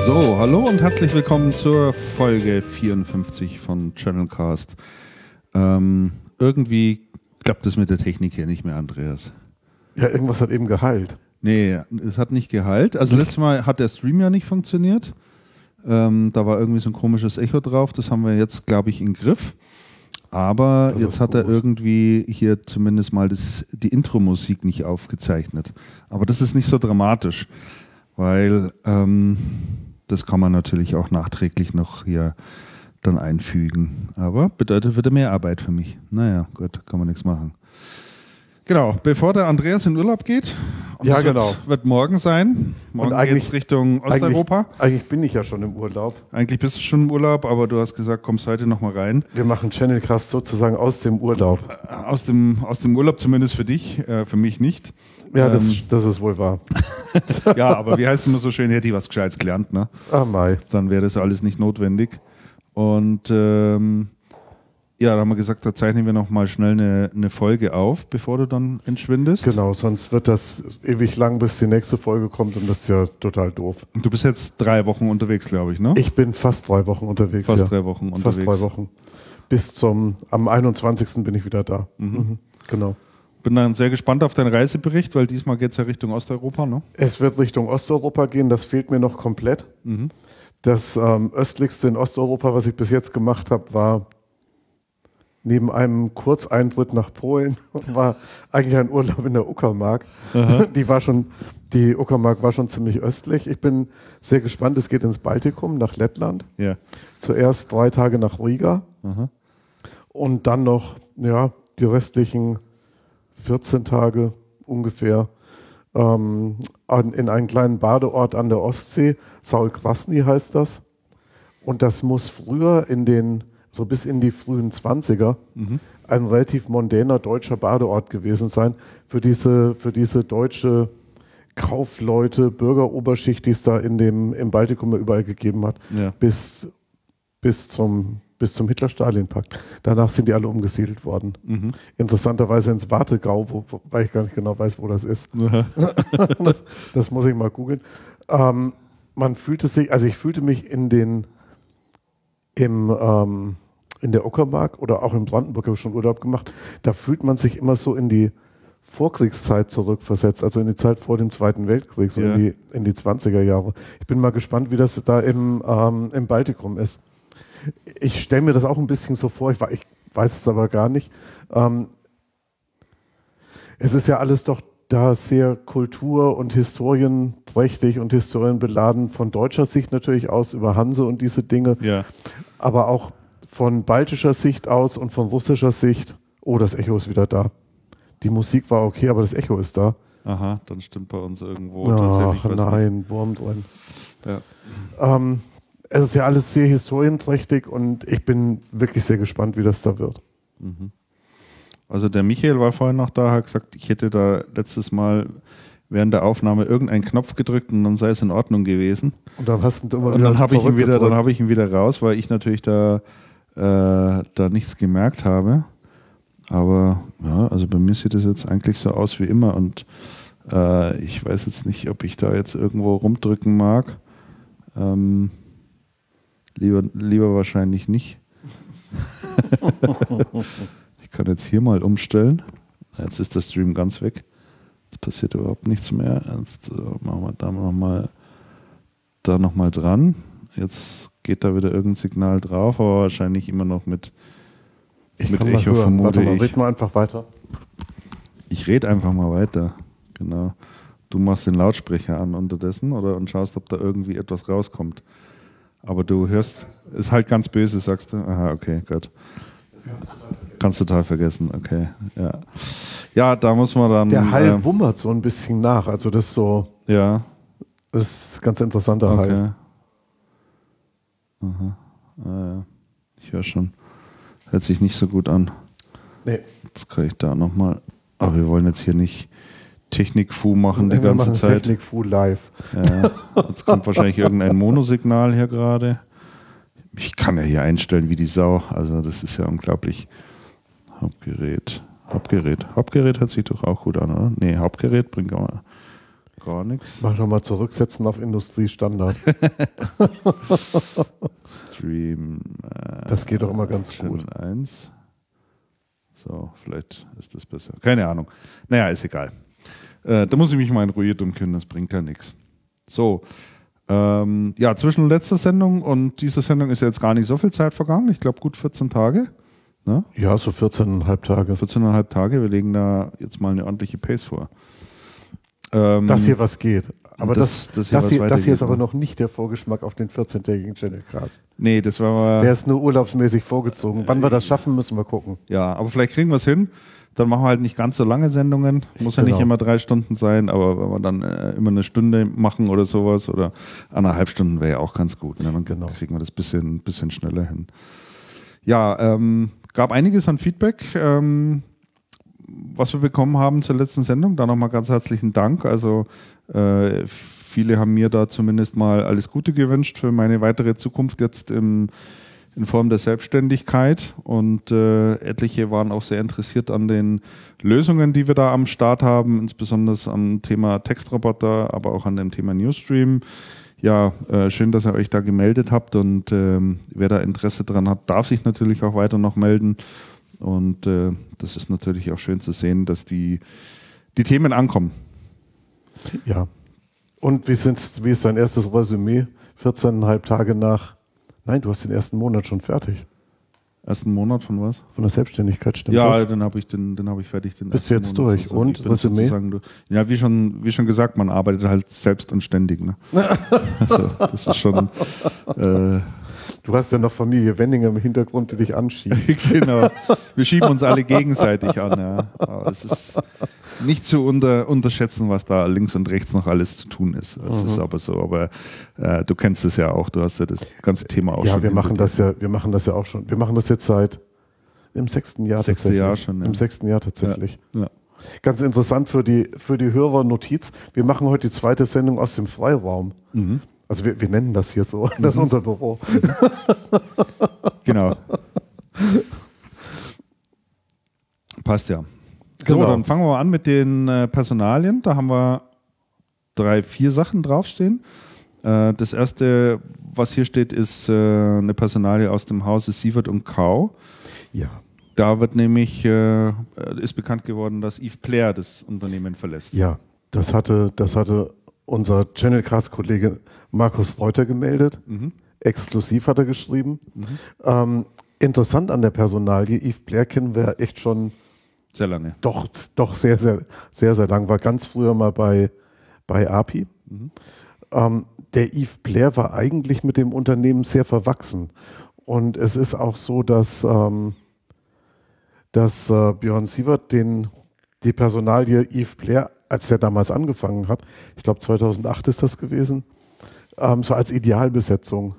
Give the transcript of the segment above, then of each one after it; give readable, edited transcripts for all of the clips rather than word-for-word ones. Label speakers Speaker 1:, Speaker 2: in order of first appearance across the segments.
Speaker 1: So, hallo und herzlich willkommen zur Folge 54 von Channelcast. Irgendwie klappt es mit der Technik hier nicht mehr, Andreas.
Speaker 2: Ja, irgendwas hat eben geheilt.
Speaker 1: Nee, es hat nicht geheilt. Also letztes Mal hat der Stream ja nicht funktioniert. Da war irgendwie so ein komisches Echo drauf. Das haben wir jetzt, glaube ich, in Griff. Aber
Speaker 2: Das
Speaker 1: jetzt hat er irgendwie hier zumindest mal die Intro-Musik nicht aufgezeichnet. Aber das ist nicht so dramatisch, weil das kann man natürlich auch nachträglich noch hier dann einfügen. Aber bedeutet wieder mehr Arbeit für mich. Naja, gut, kann man nichts machen. Genau, bevor der Andreas in Urlaub geht, und
Speaker 2: ja,
Speaker 1: das wird morgen sein. Morgen geht es Richtung Osteuropa.
Speaker 2: Eigentlich bin ich ja schon im Urlaub.
Speaker 1: Eigentlich bist du schon im Urlaub, aber du hast gesagt, kommst heute nochmal rein.
Speaker 2: Wir machen Channelcast sozusagen aus dem Urlaub.
Speaker 1: Aus dem Urlaub zumindest für dich, für mich nicht.
Speaker 2: Ja, das ist wohl wahr.
Speaker 1: Ja, aber wie heißt es immer so schön, hätte ich was Gescheites gelernt, ne?
Speaker 2: Ah, Mai.
Speaker 1: Dann wäre das alles nicht notwendig. Und ja, da haben wir gesagt, da zeichnen wir nochmal schnell eine Folge auf, bevor du dann entschwindest.
Speaker 2: Genau, sonst wird das ewig lang, bis die nächste Folge kommt und das ist ja total doof.
Speaker 1: Und du bist jetzt 3 Wochen unterwegs, glaube ich, ne?
Speaker 2: Ich bin fast 3 Wochen unterwegs.
Speaker 1: Fast 3 Wochen unterwegs.
Speaker 2: Fast 3 Wochen. Am 21. bin ich wieder da. Mhm. Genau.
Speaker 1: Bin dann sehr gespannt auf deinen Reisebericht, weil diesmal geht es ja Richtung Osteuropa, ne?
Speaker 2: Es wird Richtung Osteuropa gehen, das fehlt mir noch komplett. Mhm. Das östlichste in Osteuropa, was ich bis jetzt gemacht habe, war neben einem Kurzeintritt nach Polen, war eigentlich ein Urlaub in der Uckermark. Die Uckermark war schon ziemlich östlich. Ich bin sehr gespannt, es geht ins Baltikum, nach Lettland.
Speaker 1: Ja.
Speaker 2: Zuerst 3 Tage nach Riga. Aha. Und dann noch die restlichen 14 Tage ungefähr in einen kleinen Badeort an der Ostsee. Saul-Krasny heißt das. Und das muss früher so bis in die frühen 20er, ein relativ mondäner deutscher Badeort gewesen sein für diese deutsche Kaufleute, Bürgeroberschicht, die es da im Baltikum überall gegeben hat, bis zum Hitler-Stalin-Pakt. Danach sind die alle umgesiedelt worden. Mhm. Interessanterweise ins Warthegau, wobei ich gar nicht genau weiß, wo das ist. Das muss ich mal googeln. Ich fühlte mich in der Uckermark oder auch in Brandenburg, habe ich schon Urlaub gemacht, da fühlt man sich immer so in die Vorkriegszeit zurückversetzt, also in die Zeit vor dem Zweiten Weltkrieg, so in die 20er Jahre. Ich bin mal gespannt, wie das da im Baltikum ist. Ich stelle mir das auch ein bisschen so vor, ich weiß es aber gar nicht. Es ist ja alles doch da sehr kultur- und historienträchtig und historienbeladen, von deutscher Sicht natürlich aus, über Hanse und diese Dinge, aber auch von baltischer Sicht aus und von russischer Sicht. Oh, das Echo ist wieder da. Die Musik war okay, aber das Echo ist da.
Speaker 1: Aha, dann stimmt bei uns irgendwo tatsächlich was.
Speaker 2: Nein, Wurm drin.
Speaker 1: Ja.
Speaker 2: Es ist ja alles sehr historienträchtig und ich bin wirklich sehr gespannt, wie das da wird.
Speaker 1: Mhm. Also der Michael war vorhin noch da, hat gesagt, ich hätte da letztes Mal während der Aufnahme irgendeinen Knopf gedrückt und dann sei es in Ordnung gewesen.
Speaker 2: Und dann
Speaker 1: habe ich ihn wieder raus, weil ich natürlich da nichts gemerkt habe. Aber ja, also bei mir sieht es jetzt eigentlich so aus wie immer und ich weiß jetzt nicht, ob ich da jetzt irgendwo rumdrücken mag. Lieber wahrscheinlich nicht. Ich kann jetzt hier mal umstellen. Jetzt ist der Stream ganz weg. Jetzt passiert überhaupt nichts mehr. Jetzt machen wir da nochmal dran. Jetzt geht da wieder irgendein Signal drauf, aber wahrscheinlich immer noch mit Echo, vermute ich.
Speaker 2: Red mal einfach weiter.
Speaker 1: Ich rede einfach mal weiter. Genau. Du machst den Lautsprecher an unterdessen und schaust, ob da irgendwie etwas rauskommt. Aber du hörst, ist halt ganz böse, sagst du? Aha, okay, gut. Kannst total vergessen, okay. Ja, da muss man dann...
Speaker 2: Der Hall wummert so ein bisschen nach, also das ist so...
Speaker 1: Ja.
Speaker 2: Das ist ganz interessanter Hall.
Speaker 1: Aha. Ja. Ich höre schon. Hört sich nicht so gut an.
Speaker 2: Nee.
Speaker 1: Jetzt kann ich da nochmal... Aber wir wollen jetzt hier nicht Technik-Fu machen die ganze Zeit.
Speaker 2: Technik-Fu live.
Speaker 1: Ja, jetzt kommt wahrscheinlich irgendein Monosignal hier gerade. Ich kann ja hier einstellen wie die Sau. Also das ist ja unglaublich. Hauptgerät hört sich doch auch gut an, oder? Nee, Hauptgerät kommt gar nichts.
Speaker 2: Mach doch mal zurücksetzen auf Industriestandard.
Speaker 1: Stream.
Speaker 2: Das geht doch immer ganz
Speaker 1: Channel
Speaker 2: gut.
Speaker 1: 1. So, vielleicht ist das besser. Keine Ahnung. Naja, ist egal. Da muss ich mich mal in Ruhe drum kümmern, das bringt ja nichts. So. Ja, zwischen letzter Sendung und dieser Sendung ist ja jetzt gar nicht so viel Zeit vergangen. Ich glaube, gut 14 Tage. Ne?
Speaker 2: Ja, so 14,5 Tage.
Speaker 1: 14,5 Tage. Wir legen da jetzt mal eine ordentliche Pace vor.
Speaker 2: Dass hier was geht. Aber das hier ist aber
Speaker 1: ne?
Speaker 2: noch nicht der Vorgeschmack auf den 14-tägigen Channelcast.
Speaker 1: Nee, das war.
Speaker 2: Der ist nur urlaubsmäßig vorgezogen. Wann wir das schaffen, müssen wir gucken.
Speaker 1: Ja, aber vielleicht kriegen wir es hin. Dann machen wir halt nicht ganz so lange Sendungen. Muss ja nicht immer 3 Stunden sein, aber wenn wir dann immer eine Stunde machen oder sowas oder 1,5 Stunden wäre ja auch ganz gut. Ne? Dann kriegen wir das bisschen schneller hin. Ja, gab einiges an Feedback, was wir bekommen haben zur letzten Sendung. Da nochmal ganz herzlichen Dank. Also viele haben mir da zumindest mal alles Gute gewünscht für meine weitere Zukunft jetzt in Form der Selbstständigkeit und etliche waren auch sehr interessiert an den Lösungen, die wir da am Start haben, insbesondere am Thema Textroboter, aber auch an dem Thema Newsstream. Ja, schön, dass ihr euch da gemeldet habt und wer da Interesse dran hat, darf sich natürlich auch weiter noch melden und das ist natürlich auch schön zu sehen, dass die Themen ankommen.
Speaker 2: Ja, und wie ist dein erstes Resümee? 14,5 Tage nach. Nein, du hast den ersten Monat schon fertig.
Speaker 1: Ersten Monat von was?
Speaker 2: Von der Selbstständigkeit, stimmt
Speaker 1: ja,
Speaker 2: das?
Speaker 1: Ja, den habe ich fertig.
Speaker 2: Bist du jetzt durch?
Speaker 1: Sozusagen.
Speaker 2: Und Resümee?
Speaker 1: Ja, wie schon gesagt, man arbeitet halt selbst und ständig. Ne? Also, das ist schon...
Speaker 2: Du hast ja noch Familie Wenninger im Hintergrund, die dich anschiebt.
Speaker 1: Genau. Wir schieben uns alle gegenseitig an. Ja. Aber es ist nicht zu unterschätzen, was da links und rechts noch alles zu tun ist. Das ist aber so. Aber du kennst es ja auch. Du hast ja das ganze Thema auch schon.
Speaker 2: Ja, wir machen das ja auch schon. Wir machen das jetzt seit im 6. Jahr tatsächlich.
Speaker 1: Jahr schon, ja.
Speaker 2: Im 6. Jahr tatsächlich.
Speaker 1: Ja.
Speaker 2: Ganz interessant für die Hörernotiz. Wir machen heute die zweite Sendung aus dem Freiraum. Mhm. Also wir nennen das hier so. Das ist unser Büro.
Speaker 1: Genau. Passt ja.
Speaker 2: Genau.
Speaker 1: So, dann fangen wir mal an mit den Personalien. Da haben wir 3-4 Sachen draufstehen. Das erste, was hier steht, ist eine Personalie aus dem Hause Sievert und Kau.
Speaker 2: Ja.
Speaker 1: Da wird nämlich, ist bekannt geworden, dass Yves Plair das Unternehmen verlässt.
Speaker 2: Ja, das hatte unser Channelcast-Kollege Markus Reuter gemeldet. Mhm. Exklusiv hat er geschrieben. Mhm. Interessant an der Personalie, Yves Plair kennen wir echt schon
Speaker 1: sehr lange.
Speaker 2: Doch sehr, sehr, sehr, sehr lang. War ganz früher mal bei API. Mhm. Der Yves Plair war eigentlich mit dem Unternehmen sehr verwachsen. Und es ist auch so, dass Björn Sievert die Personalie Yves Plair, als er damals angefangen hat, ich glaube 2008 ist das gewesen, so als Idealbesetzung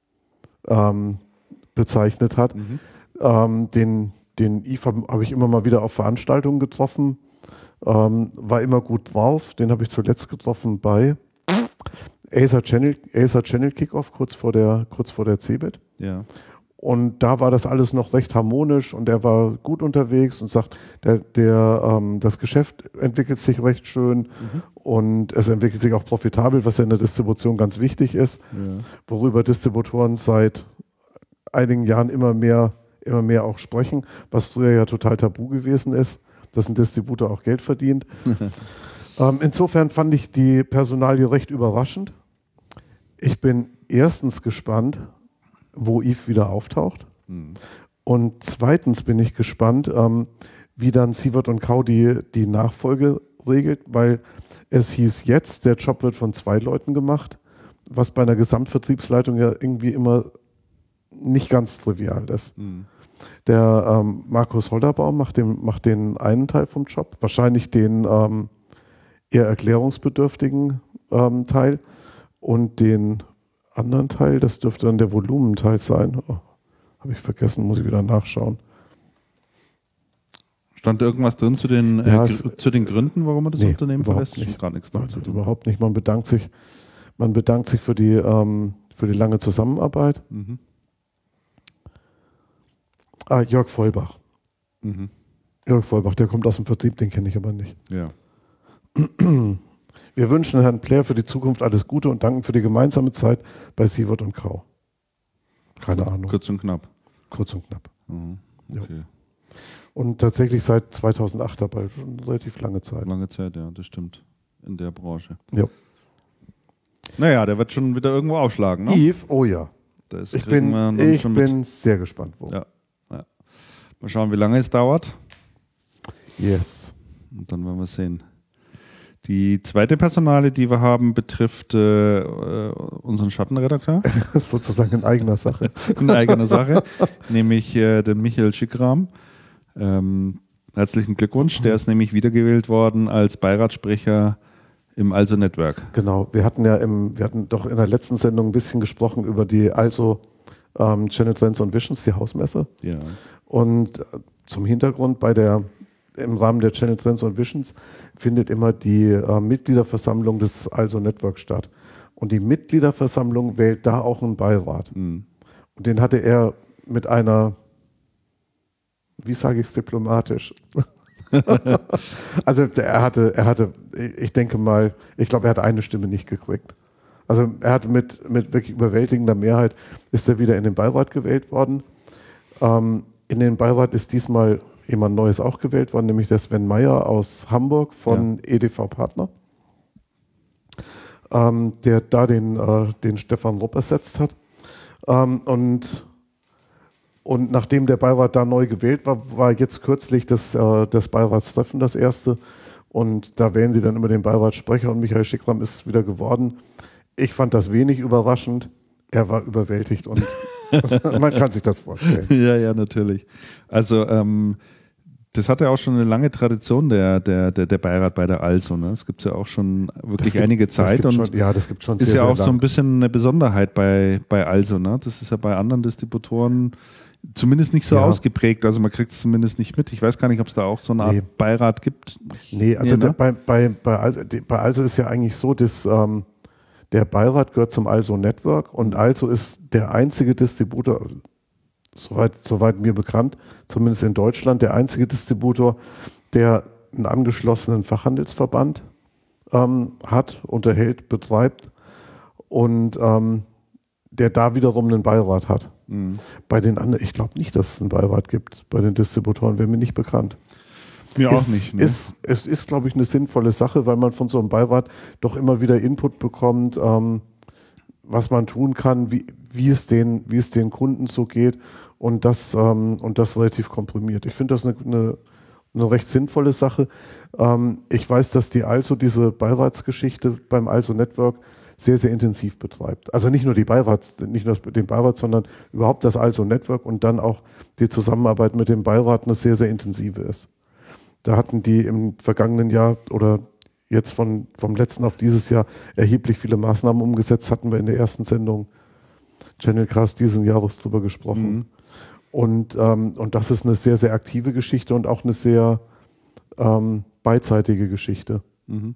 Speaker 2: bezeichnet hat. Mhm. Den Yves habe ich immer mal wieder auf Veranstaltungen getroffen, war immer gut drauf. Den habe ich zuletzt getroffen bei Acer Channel Kickoff, kurz vor der CeBIT.
Speaker 1: Ja.
Speaker 2: Und da war das alles noch recht harmonisch und er war gut unterwegs und sagt, das Geschäft entwickelt sich recht schön und es entwickelt sich auch profitabel, was ja in der Distribution ganz wichtig ist, worüber Distributoren seit einigen Jahren immer mehr auch sprechen, was früher ja total tabu gewesen ist, dass ein Distributor auch Geld verdient. Insofern fand ich die Personalie recht überraschend. Ich bin erstens gespannt, wo Yves wieder auftaucht. Mhm. Und zweitens bin ich gespannt, wie dann Sievert und Kau die Nachfolge regelt, weil es hieß jetzt, der Job wird von 2 Leuten gemacht, was bei einer Gesamtvertriebsleitung ja irgendwie immer nicht ganz trivial ist. Mhm. Der Markus Holderbaum macht den einen Teil vom Job, wahrscheinlich den eher erklärungsbedürftigen Teil und den anderen Teil, das dürfte dann der Volumenteil sein. Oh, habe ich vergessen, muss ich wieder nachschauen.
Speaker 1: Stand da irgendwas drin zu den Gründen, warum man das Unternehmen verlässt?
Speaker 2: Nicht.
Speaker 1: Gar nichts dazu.
Speaker 2: Nein, überhaupt nicht. Man bedankt sich für die lange Zusammenarbeit. Mhm. Jörg Vollbach. Mhm. Jörg Vollbach, der kommt aus dem Vertrieb, den kenne ich aber nicht.
Speaker 1: Ja.
Speaker 2: Wir wünschen Herrn Player für die Zukunft alles Gute und danken für die gemeinsame Zeit bei Sievert und Kau. Keine Ahnung.
Speaker 1: Kurz und knapp.
Speaker 2: Kurz und knapp.
Speaker 1: Mhm. Okay.
Speaker 2: Ja. Und tatsächlich seit 2008 dabei, schon relativ lange Zeit.
Speaker 1: Lange Zeit, ja, das stimmt. In der Branche.
Speaker 2: Ja.
Speaker 1: Naja, der wird schon wieder irgendwo aufschlagen, ne?
Speaker 2: Yves, oh ja. Ich bin sehr gespannt, wo.
Speaker 1: Ja. Mal schauen, wie lange es dauert.
Speaker 2: Yes.
Speaker 1: Und dann werden wir sehen. Die zweite Personale, die wir haben, betrifft unseren Schattenredakteur.
Speaker 2: Sozusagen in eigener Sache.
Speaker 1: In eigener Sache, nämlich den Michael Schickram. Herzlichen Glückwunsch, der ist nämlich wiedergewählt worden als Beiratssprecher im Also Network.
Speaker 2: Genau, wir hatten doch in der letzten Sendung ein bisschen gesprochen über die Also Channel Trends und Visions, die Hausmesse.
Speaker 1: Ja.
Speaker 2: Und zum Hintergrund im Rahmen der Channel Trends und Visions findet immer die Mitgliederversammlung des Also Network statt. Und die Mitgliederversammlung wählt da auch einen Beirat.
Speaker 1: Mhm.
Speaker 2: Und den hatte er mit einer, wie sage ich es diplomatisch? Also er hatte, ich denke mal, ich glaube, er hat eine Stimme nicht gekriegt. Also er hat mit wirklich überwältigender Mehrheit ist er wieder in den Beirat gewählt worden. In den Beirat ist diesmal jemand Neues auch gewählt worden, nämlich der Sven Meyer aus Hamburg von EDV Partner, der da den Stefan Rupp ersetzt hat. Und nachdem der Beirat da neu gewählt war jetzt kürzlich das Beiratstreffen das erste. Und da wählen sie dann immer den Beiratssprecher und Michael Schickram ist wieder geworden. Ich fand das wenig überraschend. Er war überwältigt und man kann sich das vorstellen.
Speaker 1: Ja, natürlich. Also das hat ja auch schon eine lange Tradition, der Beirat bei der Also. Ne? Das gibt es ja auch schon wirklich einige Zeit.
Speaker 2: Das gibt schon
Speaker 1: ist
Speaker 2: sehr,
Speaker 1: ja auch
Speaker 2: sehr
Speaker 1: so ein
Speaker 2: lang.
Speaker 1: bisschen eine Besonderheit bei Also. Ne? Das ist ja bei anderen Distributoren zumindest nicht so ausgeprägt. Also man kriegt es zumindest nicht mit. Ich weiß gar nicht, ob es da auch so eine Art Beirat gibt.
Speaker 2: Bei Also ist ja eigentlich so, dass der Beirat gehört zum Also Network und Also ist der einzige Distributor, soweit mir bekannt, zumindest in Deutschland, der einzige Distributor, der einen angeschlossenen Fachhandelsverband hat, unterhält, betreibt und der da wiederum einen Beirat hat.
Speaker 1: Mhm.
Speaker 2: Bei den anderen, ich glaube nicht, dass es einen Beirat gibt. Bei den Distributoren wäre mir nicht bekannt.
Speaker 1: Mir auch nicht. Ne?
Speaker 2: Es ist, glaube ich, eine sinnvolle Sache, weil man von so einem Beirat doch immer wieder Input bekommt, was man tun kann, wie es den Kunden so geht und das relativ komprimiert. Ich finde das eine recht sinnvolle Sache. Ich weiß, dass die Also diese Beiratsgeschichte beim Also Network sehr, sehr intensiv betreibt. Also nicht nur den Beirat, sondern überhaupt das Also Network und dann auch die Zusammenarbeit mit dem Beirat eine sehr, sehr intensive ist. Da hatten die im vergangenen Jahr oder jetzt vom letzten auf dieses Jahr erheblich viele Maßnahmen umgesetzt, hatten wir in der ersten Sendung Channelcast diesen Jahres drüber gesprochen. Mhm. Und das ist eine sehr, sehr aktive Geschichte und auch eine sehr beidseitige Geschichte.
Speaker 1: Mhm.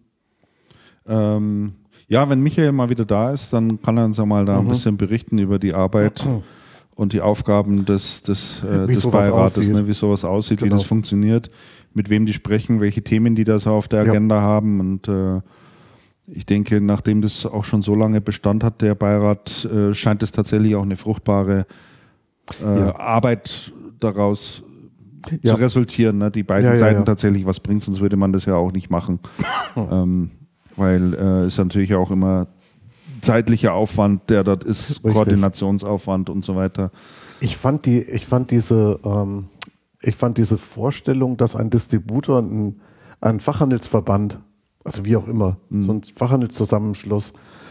Speaker 1: Ja, wenn Michael mal wieder da ist, dann kann er uns ja mal da ein bisschen berichten über die Arbeit und die Aufgaben des Beirates, ne, wie sowas aussieht, wie das funktioniert, mit wem die sprechen, welche Themen die da so auf der Agenda haben. Und ich denke, nachdem das auch schon so lange Bestand hat, der Beirat, scheint es tatsächlich auch eine fruchtbare Arbeit daraus zu resultieren, ne? Die beiden Seiten tatsächlich was bringt, sonst würde man das ja auch nicht machen. Weil es natürlich auch immer zeitlicher Aufwand, der dort ist, richtig. Koordinationsaufwand und so weiter.
Speaker 2: Ich fand diese Vorstellung, dass ein Distributor einen Fachhandelsverband, also wie auch immer, so ein Fachhandelszusammenschluss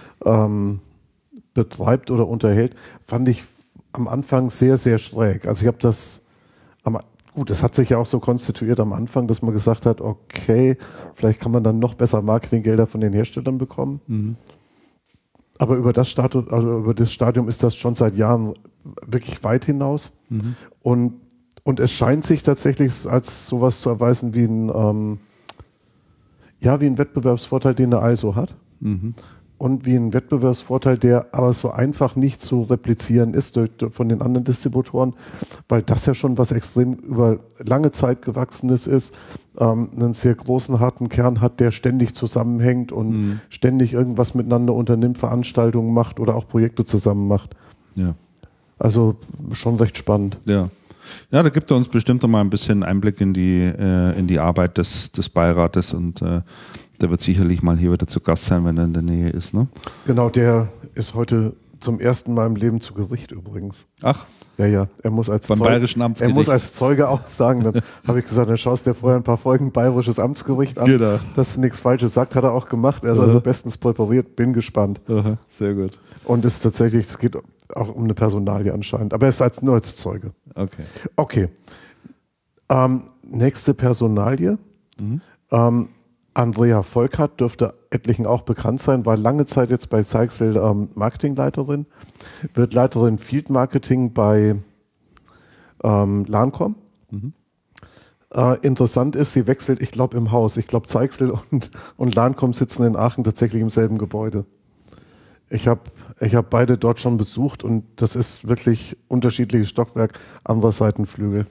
Speaker 2: betreibt oder unterhält, fand ich am Anfang sehr, sehr schräg. Also ich habe das das hat sich ja auch so konstituiert am Anfang, dass man gesagt hat, okay, vielleicht kann man dann noch besser Marketinggelder von den Herstellern bekommen. Mhm. Aber über das Stadium ist das schon seit Jahren wirklich weit hinaus. Mhm. Und es scheint sich tatsächlich als sowas zu erweisen wie ein Wettbewerbsvorteil, den der Also hat. Mhm. und wie ein Wettbewerbsvorteil, der aber so einfach nicht zu replizieren ist von den anderen Distributoren, weil das ja schon was extrem über lange Zeit Gewachsenes ist, einen sehr großen, harten Kern hat, der ständig zusammenhängt und ständig irgendwas miteinander unternimmt, Veranstaltungen macht oder auch Projekte zusammen macht.
Speaker 1: Ja.
Speaker 2: Also schon recht spannend.
Speaker 1: Ja. Ja, da gibt er uns bestimmt noch mal ein bisschen Einblick in die Arbeit des Beirates und der wird sicherlich mal hier wieder zu Gast sein, wenn er in der Nähe ist. Ne?
Speaker 2: Genau, der ist heute zum ersten Mal im Leben zu Gericht übrigens.
Speaker 1: Ach.
Speaker 2: Ja, er muss als
Speaker 1: beim Bayerischen Amtsgericht.
Speaker 2: Er muss als Zeuge aussagen. Dann habe ich gesagt, dann schaust dir vorher ein paar Folgen Bayerisches Amtsgericht an.
Speaker 1: Genau.
Speaker 2: Dass nichts Falsches sagt, hat er auch gemacht. Er ist also bestens präpariert, bin gespannt.
Speaker 1: Aha, sehr gut.
Speaker 2: Und es geht auch um eine Personalie anscheinend. Aber er ist nur als Zeuge. Okay. Nächste Personalie. Andrea Volkert dürfte etlichen auch bekannt sein, war lange Zeit jetzt bei Zeichsel Marketingleiterin, wird Leiterin Field Marketing bei Lancome. Interessant ist, sie wechselt, ich glaube, im Haus. Ich glaube, Zeichsel und Lancome sitzen in Aachen tatsächlich im selben Gebäude. Ich hab beide dort schon besucht und das ist wirklich unterschiedliches Stockwerk, anderer Seitenflügel.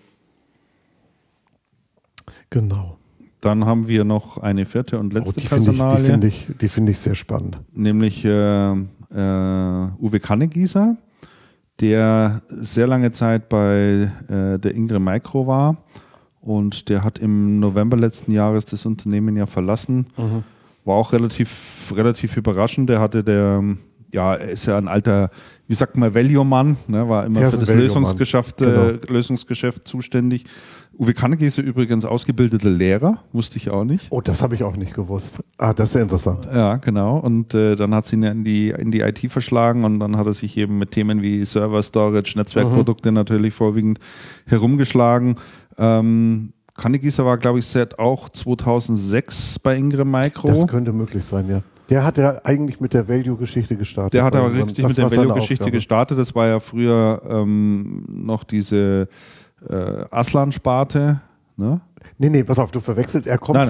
Speaker 2: Genau.
Speaker 1: Dann haben wir noch eine vierte und letzte Personalie.
Speaker 2: Die finde ich sehr spannend.
Speaker 1: Nämlich Uwe Kannegießer, der sehr lange Zeit bei der Ingre Micro war und der hat im November letzten Jahres das Unternehmen ja verlassen. War auch relativ überraschend. Er ist ja ein alter, wie sagt man, Value-Mann, ne, war immer für das Lösungsgeschäft zuständig. Uwe Kannegießer übrigens ausgebildeter Lehrer, wusste ich auch nicht.
Speaker 2: Oh, das habe ich auch nicht gewusst. Das ist ja interessant.
Speaker 1: Ja, genau. Und dann hat sie ihn ja in die IT verschlagen und dann hat er sich eben mit Themen wie Server, Storage, Netzwerkprodukte natürlich vorwiegend herumgeschlagen. Kannegießer war, glaube ich, seit auch 2006 bei Ingre Micro.
Speaker 2: Das könnte möglich sein, ja. Der hat ja eigentlich mit der Value-Geschichte gestartet.
Speaker 1: Der hat aber richtig mit der Value-Geschichte gestartet. Das war ja früher noch diese Aslan-Sparte. Ne?
Speaker 2: Nee, pass auf, du verwechselst. Er kommt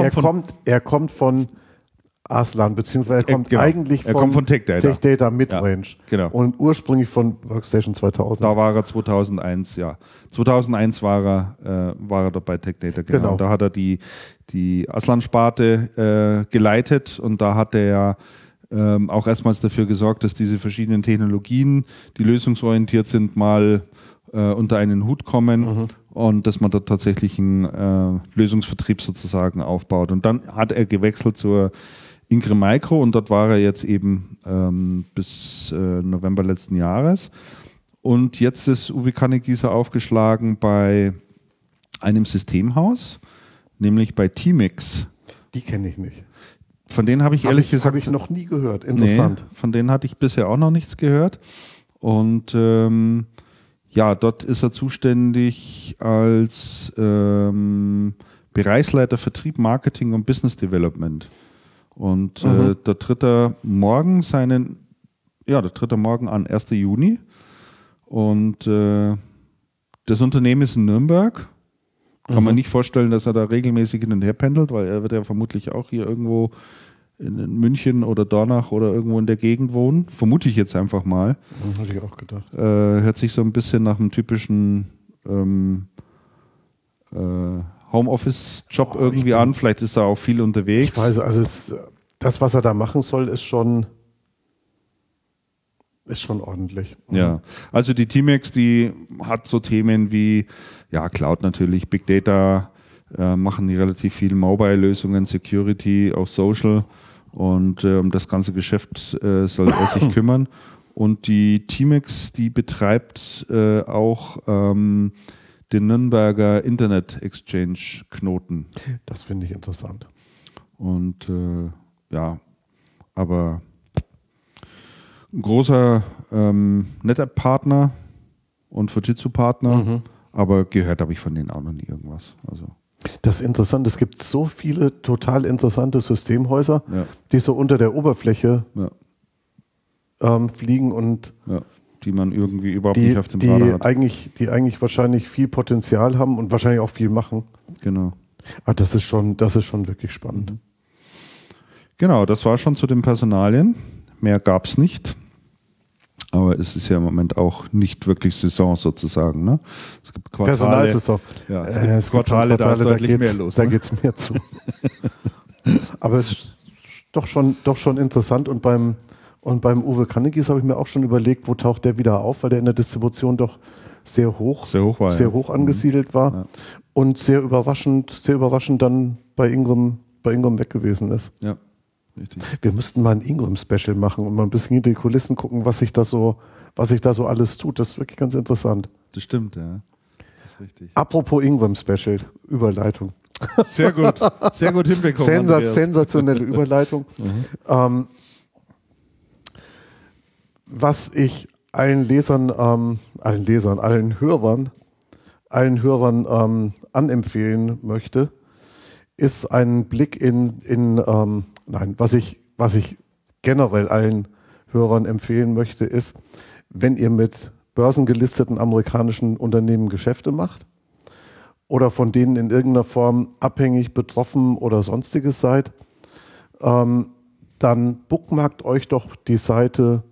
Speaker 2: von Aslan, beziehungsweise er kommt eigentlich
Speaker 1: von Tech Data.
Speaker 2: Tech Data Midrange.
Speaker 1: Ja, genau.
Speaker 2: Und ursprünglich von Workstation 2000.
Speaker 1: Da war er 2001, ja. 2001 war er dort bei Tech Data, genau. Und da hat er die Aslan-Sparte geleitet und da hat er auch erstmals dafür gesorgt, dass diese verschiedenen Technologien, die lösungsorientiert sind, mal unter einen Hut kommen und dass man dort tatsächlich einen Lösungsvertrieb sozusagen aufbaut. Und dann hat er gewechselt zur Ingre Micro und dort war er jetzt eben bis November letzten Jahres. Und jetzt ist Uwe Kannegießer aufgeschlagen bei einem Systemhaus, nämlich bei Teamix.
Speaker 2: Die kenne ich nicht.
Speaker 1: Von denen habe ich ehrlich gesagt...
Speaker 2: Habe ich noch nie gehört. Interessant.
Speaker 1: Nee, von denen hatte ich bisher auch noch nichts gehört. Und dort ist er zuständig als Bereichsleiter Vertrieb, Marketing und Business Development. Und da tritt er morgen an, 1. Juni. Und das Unternehmen ist in Nürnberg. Kann man nicht vorstellen, dass er da regelmäßig hin und her pendelt, weil er wird ja vermutlich auch hier irgendwo in München oder Dornach oder irgendwo in der Gegend wohnen. Vermute ich jetzt einfach mal.
Speaker 2: Hatte ich auch gedacht.
Speaker 1: Hört sich so ein bisschen nach einem typischen Homeoffice-Job irgendwie an. Vielleicht ist er auch viel unterwegs.
Speaker 2: Ich weiß, also das, was er da machen soll, ist schon ordentlich.
Speaker 1: Ja, also die Teamix, die hat so Themen wie Cloud natürlich, Big Data, machen die relativ viel Mobile-Lösungen, Security, auch Social und um das ganze Geschäft soll er sich kümmern. Und die Teamix, die betreibt auch den Nürnberger Internet Exchange Knoten.
Speaker 2: Das finde ich interessant.
Speaker 1: Und aber ein großer NetApp-Partner und Fujitsu-Partner, aber gehört habe ich von denen auch noch nie irgendwas. Also.
Speaker 2: Das ist interessant. Es gibt so viele total interessante Systemhäuser, die so unter der Oberfläche fliegen und
Speaker 1: die man irgendwie überhaupt nicht auf dem Radar hat.
Speaker 2: Die eigentlich wahrscheinlich viel Potenzial haben und wahrscheinlich auch viel machen.
Speaker 1: Genau.
Speaker 2: Aber das ist schon wirklich spannend.
Speaker 1: Genau, das war schon zu den Personalien. mehr gab es nicht. Aber es ist ja im Moment auch nicht wirklich Saison sozusagen. Ne? Es gibt Quartale,
Speaker 2: Personalsaison.
Speaker 1: Ja, es gibt Quartale, da ist deutlich mehr los.
Speaker 2: Da geht es mehr zu. Aber es ist doch schon interessant. Und beim Uwe Kannegieß habe ich mir auch schon überlegt, wo taucht der wieder auf, weil der in der Distribution doch sehr hoch angesiedelt war. Ja. Und sehr überraschend dann bei Ingram weg gewesen ist.
Speaker 1: Ja. Richtig.
Speaker 2: Wir müssten mal ein Ingram-Special machen und mal ein bisschen hinter die Kulissen gucken, was sich da so alles tut. Das ist wirklich ganz interessant.
Speaker 1: Das stimmt, ja. Das ist richtig.
Speaker 2: Apropos Ingram-Special, Überleitung.
Speaker 1: Sehr gut hinbekommen.
Speaker 2: Sensationelle Überleitung. Was ich allen Hörern anempfehlen möchte, ist ein Blick was ich generell allen Hörern empfehlen möchte, ist, wenn ihr mit börsengelisteten amerikanischen Unternehmen Geschäfte macht oder von denen in irgendeiner Form abhängig, betroffen oder sonstiges seid, dann bookmarkt euch doch die Seite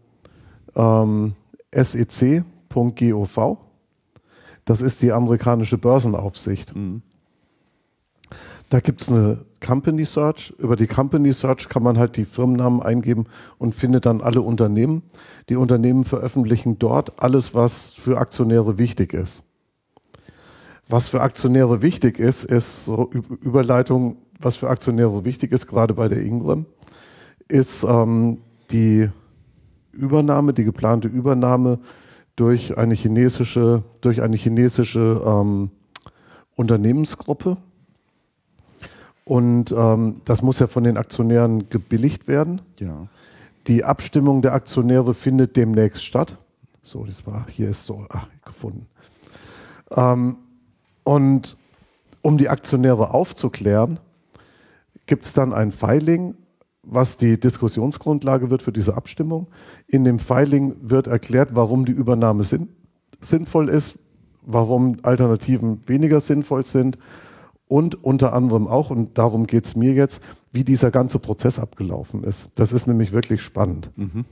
Speaker 2: sec.gov. Das ist die amerikanische Börsenaufsicht. Mhm. Da gibt es eine Company Search. Über die Company Search kann man halt die Firmennamen eingeben und findet dann alle Unternehmen. Die Unternehmen veröffentlichen dort alles, was für Aktionäre wichtig ist. Was für Aktionäre wichtig ist so Überleitung, was für Aktionäre wichtig ist, gerade bei der Ingram, ist die geplante Übernahme durch eine chinesische Unternehmensgruppe. Und das muss ja von den Aktionären gebilligt werden.
Speaker 1: Ja.
Speaker 2: Die Abstimmung der Aktionäre findet demnächst statt. So, gefunden. Und um die Aktionäre aufzuklären, gibt es dann ein Filing, was die Diskussionsgrundlage wird für diese Abstimmung. In dem Filing wird erklärt, warum die Übernahme sinnvoll ist, warum Alternativen weniger sinnvoll sind. Und unter anderem auch, und darum geht es mir jetzt, wie dieser ganze Prozess abgelaufen ist. Das ist nämlich wirklich spannend. Mhm.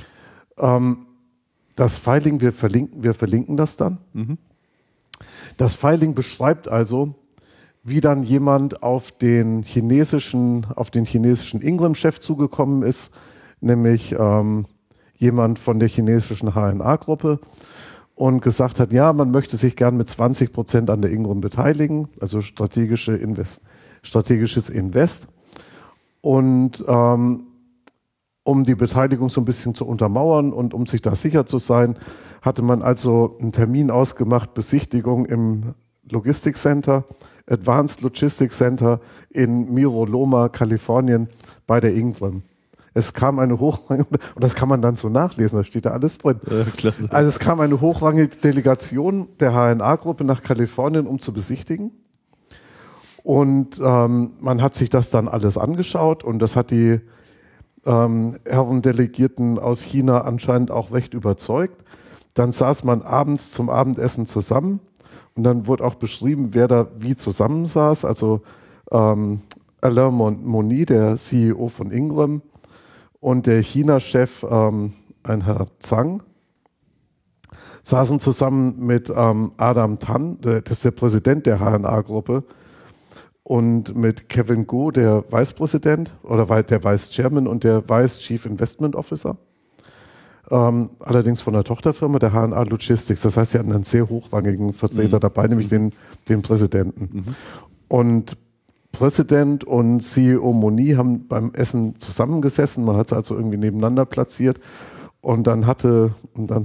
Speaker 2: Das Filing, wir verlinken das dann. Mhm. Das Filing beschreibt also, wie dann jemand auf den chinesischen Ingram-Chef zugekommen ist, nämlich jemand von der chinesischen HNA-Gruppe, und gesagt hat, ja, man möchte sich gern mit 20% an der Ingram beteiligen, also strategisches Invest. Und um die Beteiligung so ein bisschen zu untermauern und um sich da sicher zu sein, hatte man also einen Termin ausgemacht, Besichtigung im Logistics Center, Advanced Logistics Center in Miro Loma, Kalifornien, bei der Ingram. Es kam eine hochrangige, und das kann man dann so nachlesen, da steht da alles drin. Ja, klasse. Also es kam eine hochrangige Delegation der HNA-Gruppe nach Kalifornien, um zu besichtigen. Und man hat sich das dann alles angeschaut und das hat die Herren Delegierten aus China anscheinend auch recht überzeugt. Dann saß man abends zum Abendessen zusammen und dann wurde auch beschrieben, wer da wie zusammensaß. Also Alain Moni, der CEO von Ingram, und der China-Chef, ein Herr Zhang, saßen zusammen mit Adam Tan, das ist der Präsident der HNA-Gruppe, und mit Kevin Goh, der Vicepräsident oder der Vice Chairman und der Vice Chief Investment Officer. Allerdings von der Tochterfirma der HNA Logistics. Das heißt, sie hatten einen sehr hochrangigen Vertreter dabei, nämlich den Präsidenten. Mhm. Und Präsident und CEO Moni haben beim Essen zusammengesessen. Man hat es also irgendwie nebeneinander platziert. Und dann hatte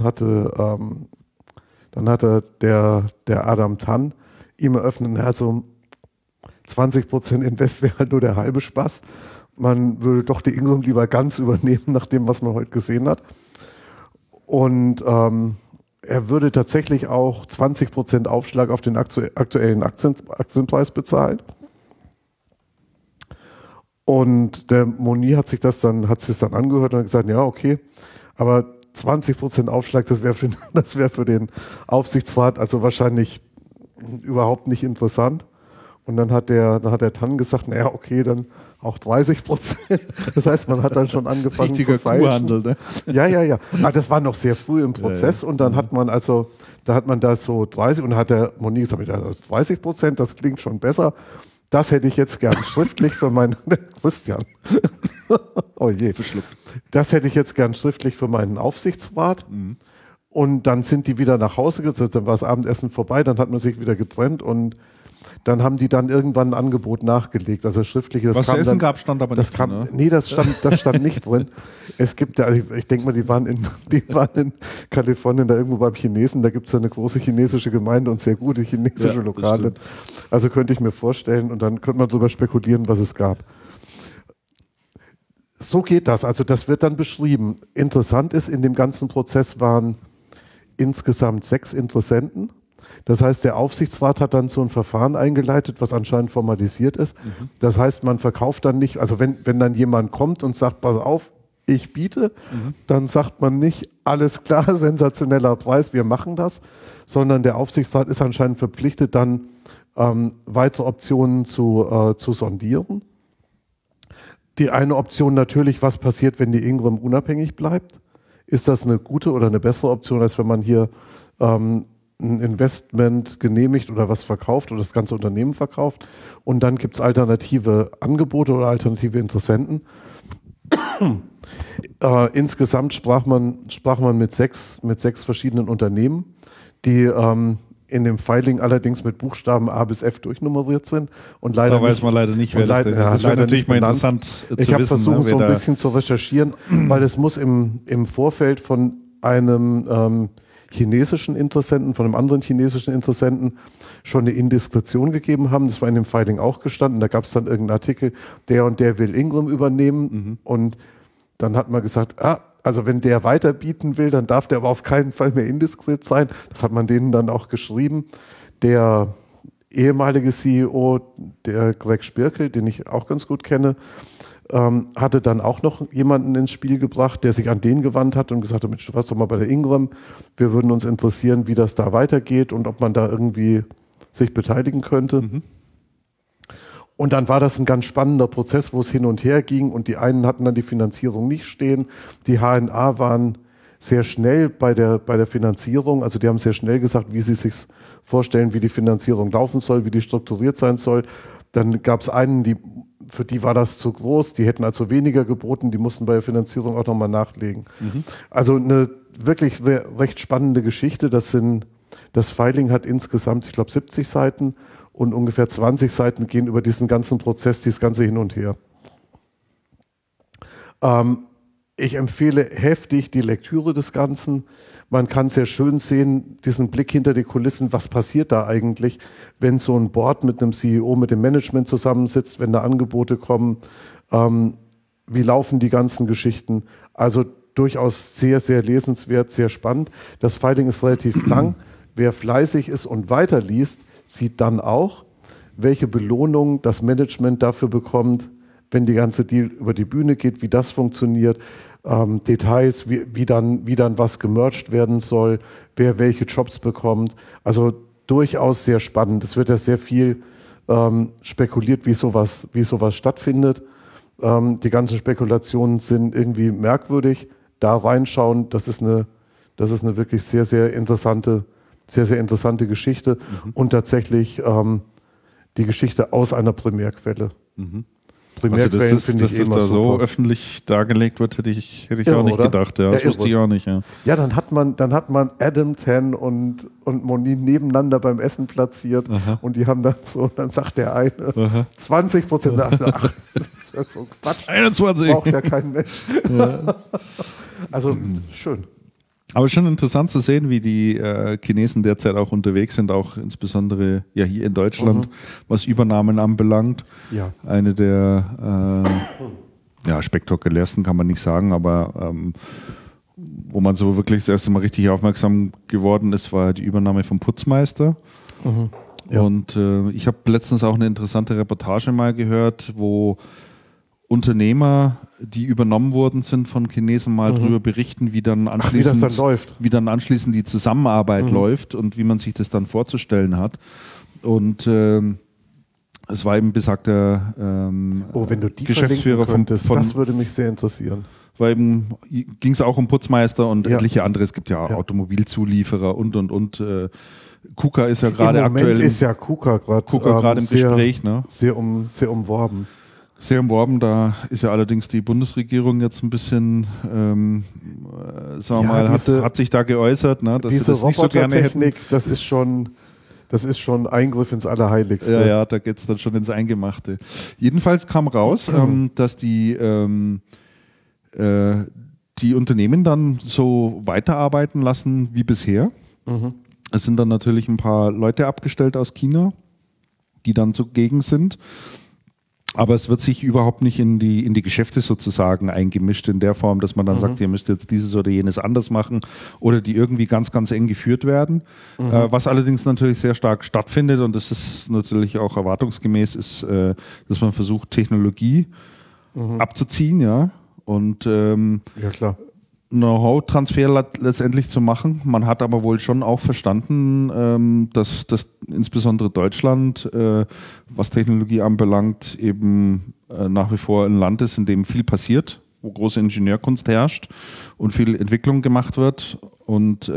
Speaker 2: der Adam Tan ihm eröffnet, also 20% Invest wäre halt nur der halbe Spaß. Man würde doch die Ingram lieber ganz übernehmen, nach dem, was man heute gesehen hat. Und er würde tatsächlich auch 20% Aufschlag auf den aktuellen Aktienpreis bezahlen. Und der Moni hat sich das dann angehört und hat gesagt, ja, okay, aber 20% Aufschlag, das wäre für den Aufsichtsrat also wahrscheinlich überhaupt nicht interessant. Und dann hat der Tan gesagt, naja, okay, dann auch 30%. Das heißt, man hat dann schon angefangen
Speaker 1: richtiger
Speaker 2: zu feilschen.
Speaker 1: Kuhhandel, ne?
Speaker 2: Ja. Aber das war noch sehr früh im Prozess und dann hat man da so 30 und hat der Moni gesagt, ja, 30%, das klingt schon besser. Das hätte ich jetzt gern schriftlich für meinen Christian. Oh je.
Speaker 1: Verschluckt.
Speaker 2: Das hätte ich jetzt gern schriftlich für meinen Aufsichtsrat. Und dann sind die wieder nach Hause gesetzt, dann war das Abendessen vorbei, dann hat man sich wieder getrennt und dann haben die dann irgendwann ein Angebot nachgelegt, also schriftliche.
Speaker 1: Was zu essen gab, stand aber nicht
Speaker 2: drin. Ne? Nee, das stand nicht drin. Es gibt ja, also ich denke mal, die waren in Kalifornien da irgendwo beim Chinesen, da gibt es ja eine große chinesische Gemeinde und sehr gute chinesische Lokale. Also könnte ich mir vorstellen und dann könnte man darüber spekulieren, was es gab. So geht das, also das wird dann beschrieben. Interessant ist, in dem ganzen Prozess waren insgesamt 6 Interessenten. Das heißt, der Aufsichtsrat hat dann so ein Verfahren eingeleitet, was anscheinend formalisiert ist. Das heißt, man verkauft dann nicht, also wenn dann jemand kommt und sagt, pass auf, ich biete, dann sagt man nicht, alles klar, sensationeller Preis, wir machen das, sondern der Aufsichtsrat ist anscheinend verpflichtet, dann weitere Optionen zu sondieren. Die eine Option natürlich, was passiert, wenn die Ingram unabhängig bleibt? Ist das eine gute oder eine bessere Option, als wenn man hier ein Investment genehmigt oder was verkauft oder das ganze Unternehmen verkauft? Und dann gibt es alternative Angebote oder alternative Interessenten. Insgesamt sprach man mit sechs verschiedenen Unternehmen, die in dem Filing allerdings mit Buchstaben A bis F durchnummeriert sind. Und leider
Speaker 1: da weiß man leider nicht, wer das ist. Das wäre natürlich mal interessant zu wissen.
Speaker 2: Ich habe versucht, so ein bisschen zu recherchieren, weil es muss im Vorfeld von einem chinesischen Interessenten, von einem anderen chinesischen Interessenten schon eine Indiskretion gegeben haben. Das war in dem Filing auch gestanden. Da gab es dann irgendeinen Artikel, der und der will Ingram übernehmen. Und dann hat man gesagt, also wenn der weiter bieten will, dann darf der aber auf keinen Fall mehr indiskret sein. Das hat man denen dann auch geschrieben. Der ehemalige CEO, der Greg Spierkel, den ich auch ganz gut kenne, hatte dann auch noch jemanden ins Spiel gebracht, der sich an den gewandt hat und gesagt hat, Mensch, du warst doch mal bei der Ingram, wir würden uns interessieren, wie das da weitergeht und ob man da irgendwie sich beteiligen könnte. Und dann war das ein ganz spannender Prozess, wo es hin und her ging und die einen hatten dann die Finanzierung nicht stehen. Die HNA waren sehr schnell bei der Finanzierung, also die haben sehr schnell gesagt, wie sie sich vorstellen, wie die Finanzierung laufen soll, wie die strukturiert sein soll. Dann gab es einen, für die war das zu groß, die hätten also weniger geboten, die mussten bei der Finanzierung auch nochmal nachlegen. Also eine wirklich recht spannende Geschichte. Das Filing hat insgesamt, ich glaube, 70 Seiten und ungefähr 20 Seiten gehen über diesen ganzen Prozess, dieses ganze Hin und Her. Ich empfehle heftig die Lektüre des Ganzen. Man kann sehr schön sehen, diesen Blick hinter die Kulissen, was passiert da eigentlich, wenn so ein Board mit einem CEO, mit dem Management zusammensitzt, wenn da Angebote kommen, wie laufen die ganzen Geschichten. Also durchaus sehr, sehr lesenswert, sehr spannend. Das Filing ist relativ lang. Wer fleißig ist und weiterliest, sieht dann auch, welche Belohnung das Management dafür bekommt, wenn die ganze Deal über die Bühne geht, wie das funktioniert, Details, wie dann was gemerged werden soll, wer welche Jobs bekommt. Also durchaus sehr spannend. Es wird ja sehr viel spekuliert, wie sowas stattfindet. Die ganzen Spekulationen sind irgendwie merkwürdig. Da reinschauen, das ist eine wirklich sehr, sehr interessante Geschichte und tatsächlich die Geschichte aus einer Primärquelle.
Speaker 1: Primärquellen, also dass das da so öffentlich dargelegt wird, hätte ich auch nicht gedacht. Ja, das wusste ich auch nicht.
Speaker 2: Ja, dann hat man Adam Tan und Monin nebeneinander beim Essen platziert. Und die haben dann sagt der eine 20%. Ach, das ist ja so Quatsch.
Speaker 1: 21.
Speaker 2: Braucht ja kein Mensch. Ja. Also schön.
Speaker 1: Aber schon interessant zu sehen, wie die Chinesen derzeit auch unterwegs sind, auch insbesondere ja hier in Deutschland, was Übernahmen anbelangt.
Speaker 2: Ja.
Speaker 1: Eine der spektakulärsten kann man nicht sagen, aber wo man so wirklich das erste Mal richtig aufmerksam geworden ist, war die Übernahme vom Putzmeister. Ja. Und ich habe letztens auch eine interessante Reportage mal gehört, wo Unternehmer, die übernommen worden sind von Chinesen, mal darüber berichten, wie dann anschließend die Zusammenarbeit läuft und wie man sich das dann vorzustellen hat. Und Es war eben besagter
Speaker 2: wenn du die
Speaker 1: Geschäftsführer
Speaker 2: könntest, das würde mich sehr interessieren.
Speaker 1: Weil eben ging es auch um Putzmeister und etliche andere. Es gibt ja Automobilzulieferer und. KUKA ist ja gerade aktuell.
Speaker 2: Im Moment ist ja KUKA gerade
Speaker 1: im Gespräch, ne?
Speaker 2: Sehr umworben.
Speaker 1: Sehr umworben, da ist ja allerdings die Bundesregierung jetzt ein bisschen, sagen wir mal, hat sich da geäußert, ne, dass sie das nicht so gerne hätten.
Speaker 2: Das ist schon Eingriff ins Allerheiligste.
Speaker 1: Ja, da geht es dann schon ins Eingemachte. Jedenfalls kam raus, dass die Unternehmen dann so weiterarbeiten lassen wie bisher. Es sind dann natürlich ein paar Leute abgestellt aus China, die dann zugegen sind. Aber es wird sich überhaupt nicht in die Geschäfte sozusagen eingemischt in der Form, dass man dann sagt, ihr müsst jetzt dieses oder jenes anders machen oder die irgendwie ganz, ganz eng geführt werden. Was allerdings natürlich sehr stark stattfindet und das ist natürlich auch erwartungsgemäß, ist, dass man versucht, Technologie abzuziehen, ja. Und
Speaker 2: ja, klar.
Speaker 1: Know-how-Transfer letztendlich zu machen. Man hat aber wohl schon auch verstanden, dass insbesondere Deutschland, was Technologie anbelangt, eben nach wie vor ein Land ist, in dem viel passiert, wo große Ingenieurkunst herrscht und viel Entwicklung gemacht wird. Und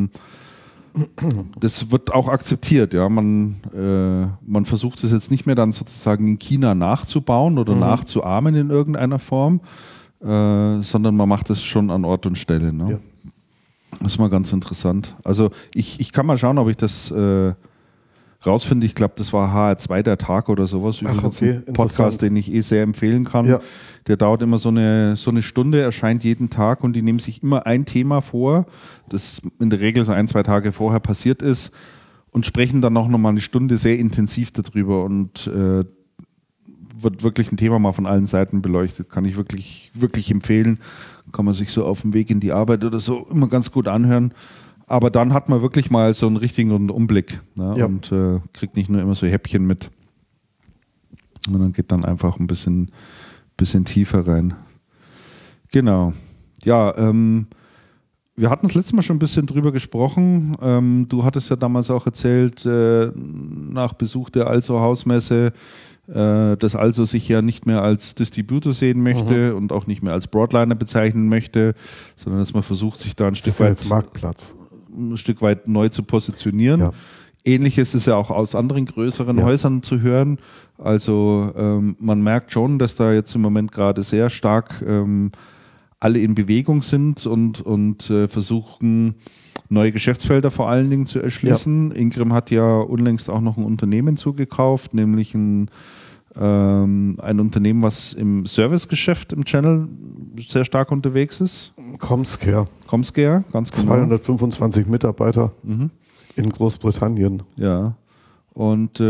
Speaker 1: das wird auch akzeptiert. Ja, man versucht es jetzt nicht mehr dann sozusagen in China nachzubauen oder nachzuahmen in irgendeiner Form, sondern man macht es schon an Ort und Stelle. Ne? Ja. Das ist mal ganz interessant. Also ich kann mal schauen, ob ich das rausfinde. Ich glaube, das war HR2 der Tag oder sowas. Übrigens ein Podcast, den ich sehr empfehlen kann. Ja. Der dauert immer so eine Stunde, erscheint jeden Tag und die nehmen sich immer ein Thema vor, das in der Regel so 1-2 Tage vorher passiert ist und sprechen dann auch nochmal eine Stunde sehr intensiv darüber und wird wirklich ein Thema mal von allen Seiten beleuchtet. Kann ich wirklich, wirklich empfehlen. Kann man sich so auf dem Weg in die Arbeit oder so immer ganz gut anhören. Aber dann hat man wirklich mal so einen richtigen Umblick, ne? Und kriegt nicht nur immer so Häppchen mit, sondern geht dann einfach ein bisschen tiefer rein. Genau. Ja, wir hatten das letzte Mal schon ein bisschen drüber gesprochen. Du hattest ja damals auch erzählt, nach Besuch der Also-Hausmesse, dass Also sich ja nicht mehr als Distributor sehen möchte und auch nicht mehr als Broadliner bezeichnen möchte, sondern dass man versucht, sich da ein Stück weit neu zu positionieren. Ja. Ähnliches ist ja auch aus anderen größeren Häusern zu hören. Also man merkt schon, dass da jetzt im Moment gerade sehr stark alle in Bewegung sind und versuchen, neue Geschäftsfelder vor allen Dingen zu erschließen. Ja. Ingram hat ja unlängst auch noch ein Unternehmen zugekauft, nämlich ein Unternehmen, was im Servicegeschäft im Channel sehr stark unterwegs ist.
Speaker 2: Comscare,
Speaker 1: ganz genau.
Speaker 2: 225 Mitarbeiter in Großbritannien.
Speaker 1: Ja, und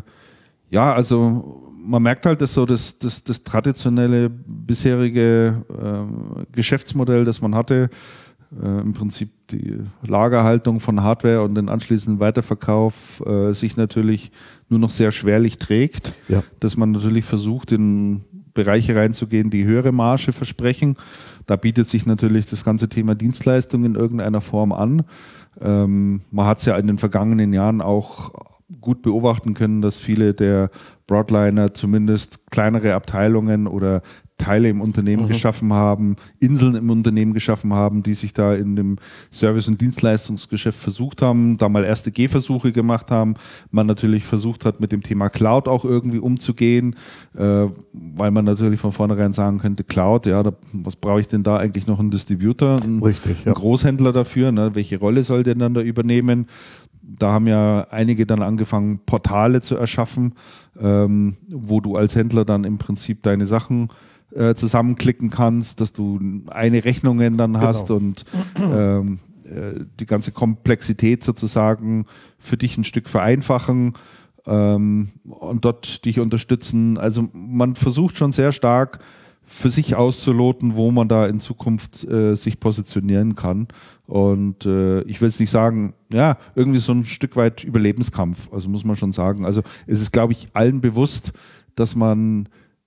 Speaker 1: also man merkt halt, dass so das traditionelle bisherige Geschäftsmodell, das man hatte, im Prinzip die Lagerhaltung von Hardware und den anschließenden Weiterverkauf sich natürlich nur noch sehr schwerlich trägt, dass man natürlich versucht, in Bereiche reinzugehen, die höhere Marge versprechen. Da bietet sich natürlich das ganze Thema Dienstleistung in irgendeiner Form an. Man hat es ja in den vergangenen Jahren auch gut beobachten können, dass viele der Broadliner zumindest kleinere Abteilungen oder Teile im Unternehmen geschaffen haben, Inseln im Unternehmen geschaffen haben, die sich da in dem Service- und Dienstleistungsgeschäft versucht haben, da mal erste Gehversuche gemacht haben. Man natürlich versucht hat, mit dem Thema Cloud auch irgendwie umzugehen, weil man natürlich von vornherein sagen könnte, Cloud, was brauche ich denn da eigentlich noch einen Distributor, einen Großhändler dafür, ne? Welche Rolle soll der dann da übernehmen? Da haben ja einige dann angefangen, Portale zu erschaffen, wo du als Händler dann im Prinzip deine Sachen zusammenklicken kannst, dass du eine Rechnungen dann hast und die ganze Komplexität sozusagen für dich ein Stück vereinfachen und dort dich unterstützen. Also man versucht schon sehr stark für sich auszuloten, wo man da in Zukunft sich positionieren kann. Und ich will es nicht sagen, irgendwie so ein Stück weit Überlebenskampf, also muss man schon sagen. Also es ist, glaube ich, allen bewusst, dass man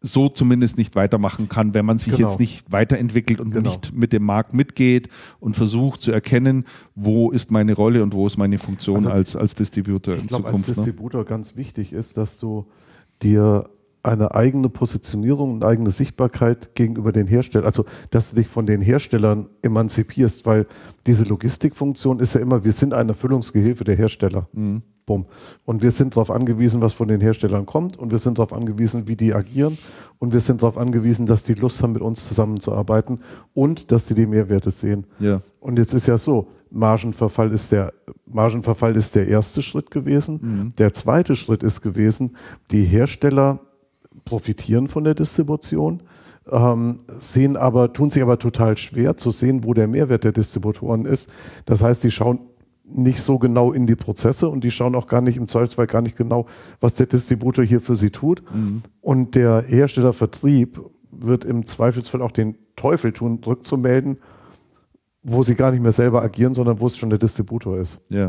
Speaker 1: so zumindest nicht weitermachen kann, wenn man sich jetzt nicht weiterentwickelt und nicht mit dem Markt mitgeht und versucht zu erkennen, wo ist meine Rolle und wo ist meine Funktion als Distributor in Zukunft.
Speaker 2: Als Distributor ganz wichtig ist, dass du dir eine eigene Positionierung und eigene Sichtbarkeit gegenüber den Herstellern, also dass du dich von den Herstellern emanzipierst, weil diese Logistikfunktion ist ja immer, wir sind ein Erfüllungsgehilfe der Hersteller. Bumm. Und wir sind darauf angewiesen, was von den Herstellern kommt, und wir sind darauf angewiesen, wie die agieren, und wir sind darauf angewiesen, dass die Lust haben, mit uns zusammenzuarbeiten und dass die Mehrwerte sehen.
Speaker 1: Ja.
Speaker 2: Und jetzt ist ja so, Margenverfall ist der erste Schritt gewesen. Der zweite Schritt ist gewesen, die Hersteller profitieren von der Distribution, tun sich aber total schwer zu sehen, wo der Mehrwert der Distributoren ist. Das heißt, die schauen nicht so genau in die Prozesse und die schauen auch gar nicht, im Zweifelsfall gar nicht genau, was der Distributor hier für sie tut. Und der Herstellervertrieb wird im Zweifelsfall auch den Teufel tun, rückzumelden, wo sie gar nicht mehr selber agieren, sondern wo es schon der Distributor ist.
Speaker 1: Ja.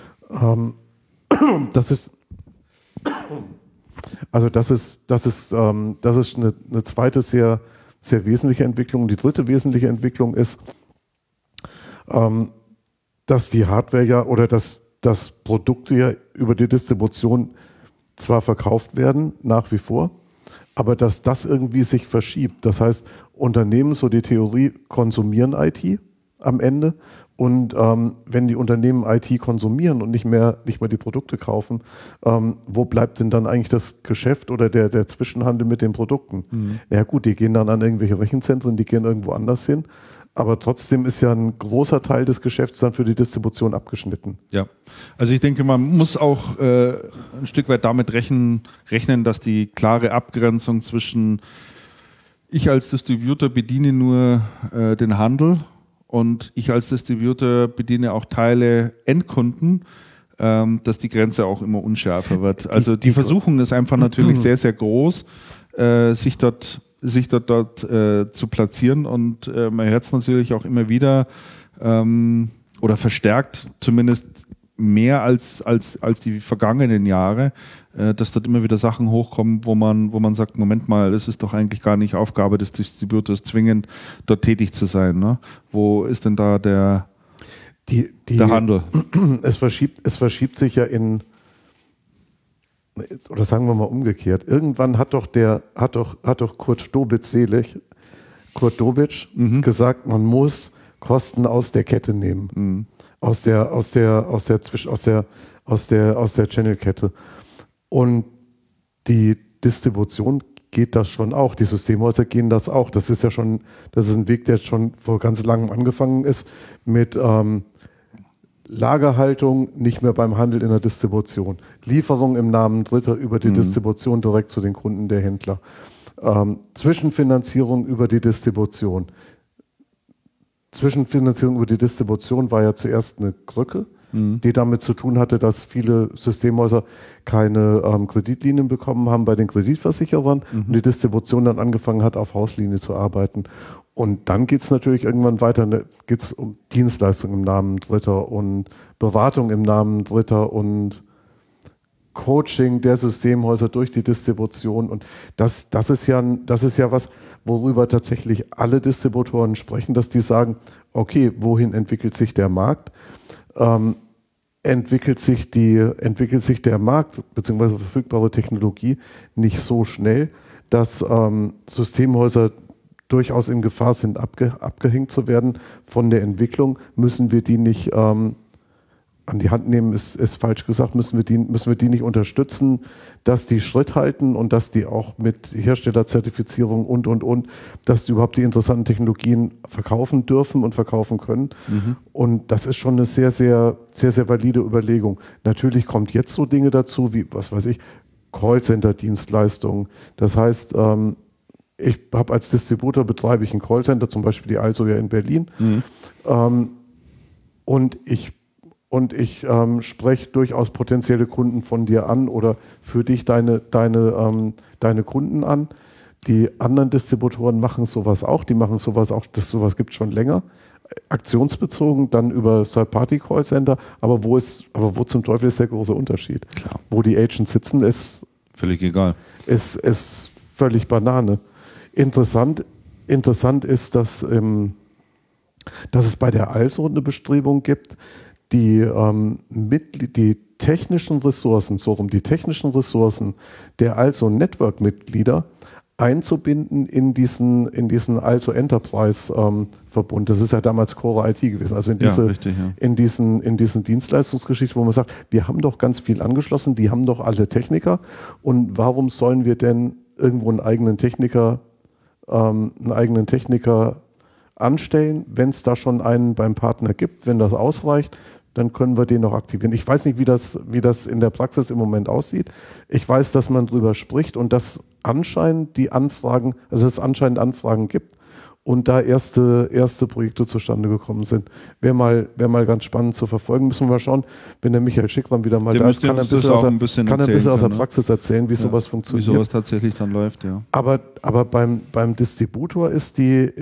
Speaker 2: Das ist eine zweite sehr, sehr wesentliche Entwicklung. Die dritte wesentliche Entwicklung ist, dass die Hardware ja oder dass Produkte ja über die Distribution zwar verkauft werden, nach wie vor, aber dass das irgendwie sich verschiebt. Das heißt, Unternehmen, so die Theorie, konsumieren IT am Ende. Und wenn die Unternehmen IT konsumieren und nicht mehr die Produkte kaufen, wo bleibt denn dann eigentlich das Geschäft oder der Zwischenhandel mit den Produkten? Ja gut, die gehen dann an irgendwelche Rechenzentren, die gehen irgendwo anders hin. Aber trotzdem ist ja ein großer Teil des Geschäfts dann für die Distribution abgeschnitten.
Speaker 1: Ja, also ich denke, man muss auch ein Stück weit damit rechnen, dass die klare Abgrenzung zwischen ich als Distributor bediene nur den Handel und ich als Distributor bediene auch Teile Endkunden, dass die Grenze auch immer unschärfer wird. Also die Versuchung ist einfach natürlich sehr, sehr groß, sich dort zu platzieren, und man hört es natürlich auch immer wieder oder verstärkt zumindest mehr als die vergangenen Jahre, dass dort immer wieder Sachen hochkommen, wo man sagt, Moment mal, das ist doch eigentlich gar nicht Aufgabe des Distributors, zwingend dort tätig zu sein. Ne? Wo ist denn da der Handel?
Speaker 2: Es verschiebt sich ja oder sagen wir mal umgekehrt. Irgendwann hat doch Kurt Dobitsch gesagt, man muss Kosten aus der Kette nehmen. Aus der Channel-Kette. Und die Distribution geht das schon auch. Die Systemhäuser gehen das auch. Das ist ein Weg, der schon vor ganz langem angefangen ist mit Lagerhaltung nicht mehr beim Handel in der Distribution. Lieferung im Namen Dritter über die Distribution direkt zu den Kunden der Händler. Zwischenfinanzierung über die Distribution. Zwischenfinanzierung über die Distribution war ja zuerst eine Krücke, die damit zu tun hatte, dass viele Systemhäuser keine Kreditlinien bekommen haben bei den Kreditversicherern und die Distribution dann angefangen hat, auf Hauslinie zu arbeiten. Und dann geht es natürlich irgendwann weiter, geht es um Dienstleistung im Namen Dritter und Beratung im Namen Dritter und Coaching der Systemhäuser durch die Distribution. Und das ist ja was, worüber tatsächlich alle Distributoren sprechen, dass die sagen, okay, wohin entwickelt sich der Markt? Entwickelt sich der Markt bzw. verfügbare Technologie nicht so schnell, dass Systemhäuser durchaus in Gefahr sind, abgehängt zu werden von der Entwicklung, müssen wir die nicht an die Hand nehmen, ist falsch gesagt, müssen wir die nicht unterstützen, dass die Schritt halten und dass die auch mit Herstellerzertifizierung und, dass die überhaupt die interessanten Technologien verkaufen dürfen und verkaufen können. Und das ist schon eine sehr, sehr, sehr, sehr valide Überlegung. Natürlich kommt jetzt so Dinge dazu, wie, was weiß ich, Callcenter-Dienstleistungen. Das heißt, ich habe als Distributor betreibe ich ein Callcenter, zum Beispiel die Also ja in Berlin. Und ich spreche durchaus potenzielle Kunden von dir an oder für dich deine Kunden an. Die anderen Distributoren machen sowas auch. Die machen sowas auch, sowas gibt es schon länger. Aktionsbezogen, dann über Third-Party-Callcenter. Aber wo zum Teufel ist der große Unterschied?
Speaker 1: Klar.
Speaker 2: Wo die Agents sitzen, ist
Speaker 1: völlig egal.
Speaker 2: Ist völlig Banane. Interessant ist, dass es bei der ALSO eine Bestrebung gibt, die technischen Ressourcen der ALSO Network-Mitglieder einzubinden in diesen ALSO Enterprise Verbund. Das ist ja damals Core IT gewesen. Also in diesen Dienstleistungsgeschichten, wo man sagt, wir haben doch ganz viel angeschlossen, die haben doch alle Techniker, und warum sollen wir denn irgendwo einen eigenen Techniker anstellen, wenn es da schon einen beim Partner gibt, wenn das ausreicht, dann können wir den noch aktivieren. Ich weiß nicht, wie das in der Praxis im Moment aussieht. Ich weiß, dass man drüber spricht und dass anscheinend Anfragen gibt und da erste Projekte zustande gekommen sind. Wäre mal ganz spannend zu verfolgen. Müssen wir mal schauen, wenn der Michael Schickram wieder mal da ist, kann er ein bisschen aus der Praxis erzählen, wie sowas funktioniert.
Speaker 1: Wie sowas tatsächlich dann läuft, ja.
Speaker 2: Aber beim Distributor ist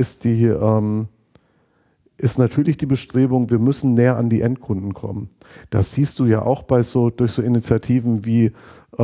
Speaker 2: natürlich die Bestrebung, wir müssen näher an die Endkunden kommen. Das siehst du ja auch durch so Initiativen wie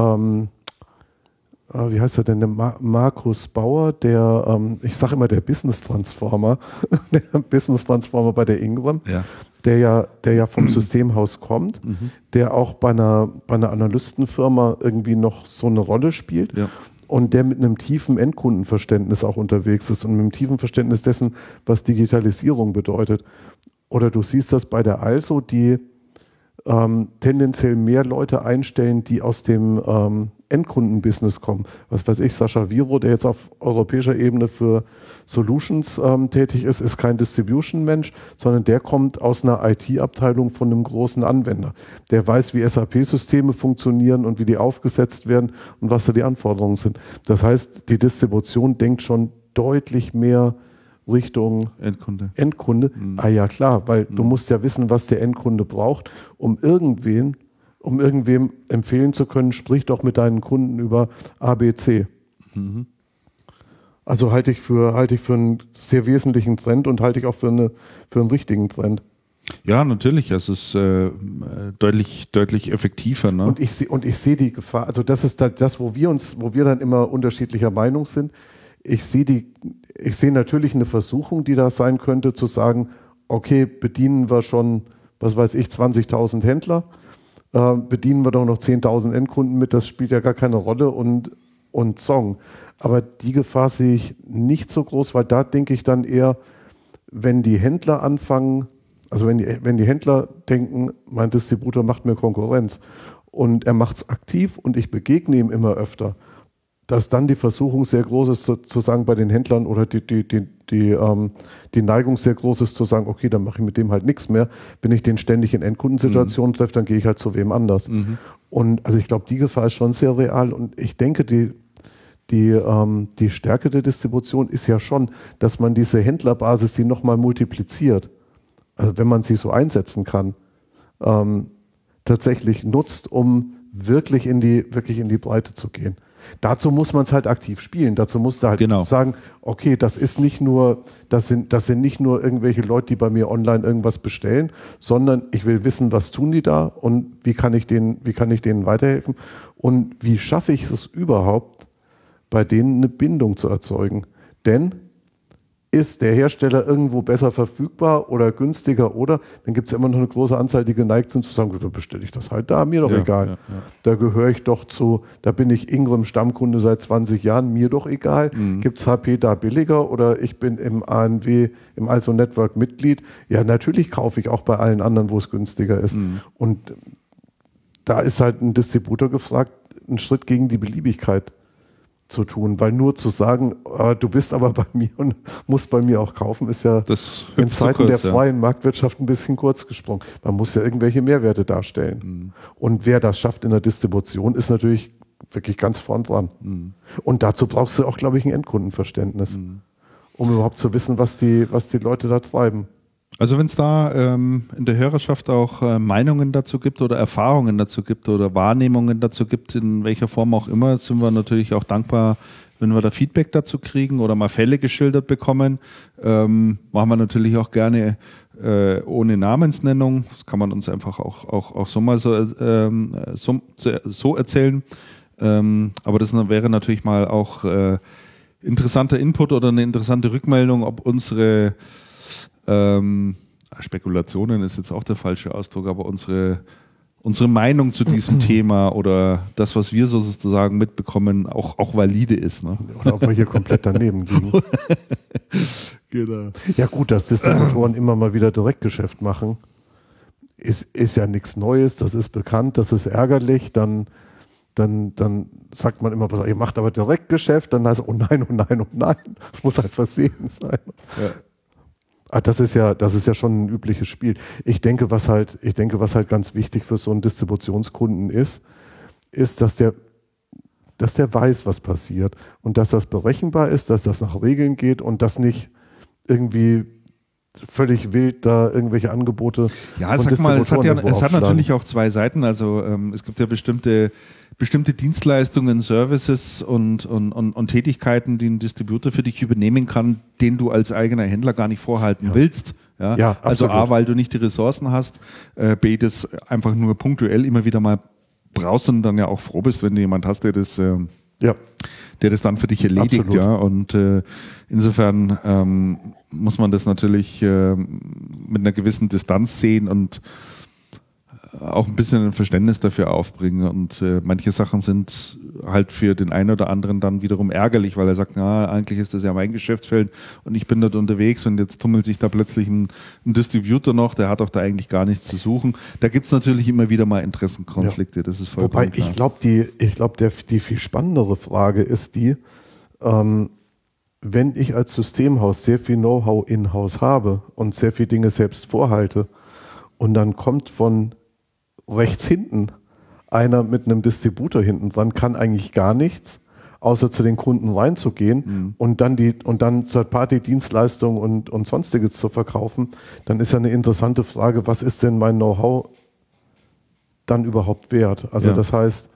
Speaker 2: wie heißt er denn, der Markus Bauer, ich sage immer der Business Transformer, der Business Transformer bei der Ingram, der ja vom Systemhaus kommt, der auch bei einer Analystenfirma irgendwie noch so eine Rolle spielt und der mit einem tiefen Endkundenverständnis auch unterwegs ist und mit einem tiefen Verständnis dessen, was Digitalisierung bedeutet. Oder du siehst das bei der ALSO, die tendenziell mehr Leute einstellen, die aus dem Endkundenbusiness kommen. Was weiß ich, Sascha Viro, der jetzt auf europäischer Ebene für Solutions tätig ist kein Distribution-Mensch, sondern der kommt aus einer IT-Abteilung von einem großen Anwender. Der weiß, wie SAP-Systeme funktionieren und wie die aufgesetzt werden und was da die Anforderungen sind. Das heißt, die Distribution denkt schon deutlich mehr Richtung Endkunde. Ah ja, klar, weil du musst ja wissen, was der Endkunde braucht, um irgendwem empfehlen zu können, sprich doch mit deinen Kunden über ABC. Also halte ich für einen sehr wesentlichen Trend und halte ich auch für einen richtigen Trend.
Speaker 1: Ja, natürlich. Es ist deutlich effektiver. Ne?
Speaker 2: Und ich sehe die Gefahr, also das ist das, wo wir dann immer unterschiedlicher Meinung sind. Ich sehe natürlich eine Versuchung, die da sein könnte, zu sagen, okay, bedienen wir schon, was weiß ich, 20.000 Händler, bedienen wir doch noch 10.000 Endkunden mit, das spielt ja gar keine Rolle und Song. Aber die Gefahr sehe ich nicht so groß, weil da denke ich dann eher, wenn die Händler anfangen, also wenn die Händler denken, mein Distributor macht mir Konkurrenz und er macht es aktiv und ich begegne ihm immer öfter, dass dann die Versuchung sehr groß ist, zu sagen bei den Händlern oder die Neigung sehr groß ist, zu sagen, okay, dann mache ich mit dem halt nichts mehr. Wenn ich den ständig in Endkundensituationen treffe, dann gehe ich halt zu wem anders. Und also ich glaube, die Gefahr ist schon sehr real und ich denke, die Stärke der Distribution ist ja schon, dass man diese Händlerbasis, die nochmal multipliziert, also wenn man sie so einsetzen kann, tatsächlich nutzt, um wirklich in die Breite zu gehen. Dazu muss man es halt aktiv spielen. Dazu musst du halt sagen, okay, das sind nicht nur irgendwelche Leute, die bei mir online irgendwas bestellen, sondern ich will wissen, was tun die da und wie kann ich denen weiterhelfen und wie schaffe ich es überhaupt, bei denen eine Bindung zu erzeugen. Denn ist der Hersteller irgendwo besser verfügbar oder günstiger oder, dann gibt es ja immer noch eine große Anzahl, die geneigt sind zu sagen, da bestelle ich das halt da, mir doch egal. Ja. Da gehöre ich doch da bin ich Ingram Stammkunde seit 20 Jahren, mir doch egal. Gibt es HP da billiger oder ich bin im ANW, im ALSO Network Mitglied? Ja, natürlich kaufe ich auch bei allen anderen, wo es günstiger ist. Und da ist halt ein Distributor gefragt, einen Schritt gegen die Beliebigkeit zu tun, weil nur zu sagen, du bist aber bei mir und musst bei mir auch kaufen, ist ja in Zeiten der freien Marktwirtschaft ein bisschen kurz gesprungen. Man muss ja irgendwelche Mehrwerte darstellen. Und wer das schafft in der Distribution, ist natürlich wirklich ganz vorn dran. Und dazu brauchst du auch, glaube ich, ein Endkundenverständnis, um überhaupt zu wissen, was die Leute da treiben.
Speaker 1: Also wenn es da in der Hörerschaft auch Meinungen dazu gibt oder Erfahrungen dazu gibt oder Wahrnehmungen dazu gibt, in welcher Form auch immer, sind wir natürlich auch dankbar, wenn wir da Feedback dazu kriegen oder mal Fälle geschildert bekommen. Machen wir natürlich auch gerne ohne Namensnennung. Das kann man uns einfach auch so mal so erzählen. Aber das wäre natürlich mal auch interessanter Input oder eine interessante Rückmeldung, ob unsere Spekulationen ist jetzt auch der falsche Ausdruck, aber unsere Meinung zu diesem Thema oder das, was wir sozusagen mitbekommen, auch valide ist. Ne?
Speaker 2: Oder ob wir hier komplett daneben liegen.
Speaker 1: Genau.
Speaker 2: Ja gut, dass Distributoren immer mal wieder Direktgeschäft machen, ist ja nichts Neues, das ist bekannt, das ist ärgerlich, dann sagt man immer, ihr macht aber Direktgeschäft, dann heißt es, oh nein, oh nein, oh nein, das muss ein Versehen sein.
Speaker 1: Ja.
Speaker 2: Das ist ja schon ein übliches Spiel. Ich denke, was halt ganz wichtig für so einen Distributionskunden ist, dass der weiß, was passiert und dass das berechenbar ist, dass das nach Regeln geht und dass nicht irgendwie völlig wild da irgendwelche Angebote.
Speaker 1: Ja, sag mal, es hat natürlich auch zwei Seiten. Also es gibt ja bestimmte Dienstleistungen, Services und Tätigkeiten, die ein Distributor für dich übernehmen kann, den du als eigener Händler gar nicht vorhalten willst. Ja, also A, weil du nicht die Ressourcen hast, B, das einfach nur punktuell immer wieder mal brauchst und dann ja auch froh bist, wenn du jemand hast, der das dann für dich erledigt. Absolut. Ja. Und insofern muss man das natürlich mit einer gewissen Distanz sehen und auch ein bisschen ein Verständnis dafür aufbringen. Und manche Sachen sind halt für den einen oder anderen dann wiederum ärgerlich, weil er sagt, na, eigentlich ist das ja mein Geschäftsfeld und ich bin dort unterwegs und jetzt tummelt sich da plötzlich ein Distributor noch, der hat auch da eigentlich gar nichts zu suchen. Da gibt es natürlich immer wieder mal Interessenkonflikte, das ist vollkommen klar.
Speaker 2: Wobei ich glaube, die viel spannendere Frage ist die, wenn ich als Systemhaus sehr viel Know-how in-house habe und sehr viele Dinge selbst vorhalte und dann kommt von rechts hinten einer mit einem Distributor hinten dran, kann eigentlich gar nichts, außer zu den Kunden reinzugehen und dann Third-Party-Dienstleistungen und Sonstiges zu verkaufen, dann ist ja eine interessante Frage, was ist denn mein Know-how dann überhaupt wert? Also das heißt,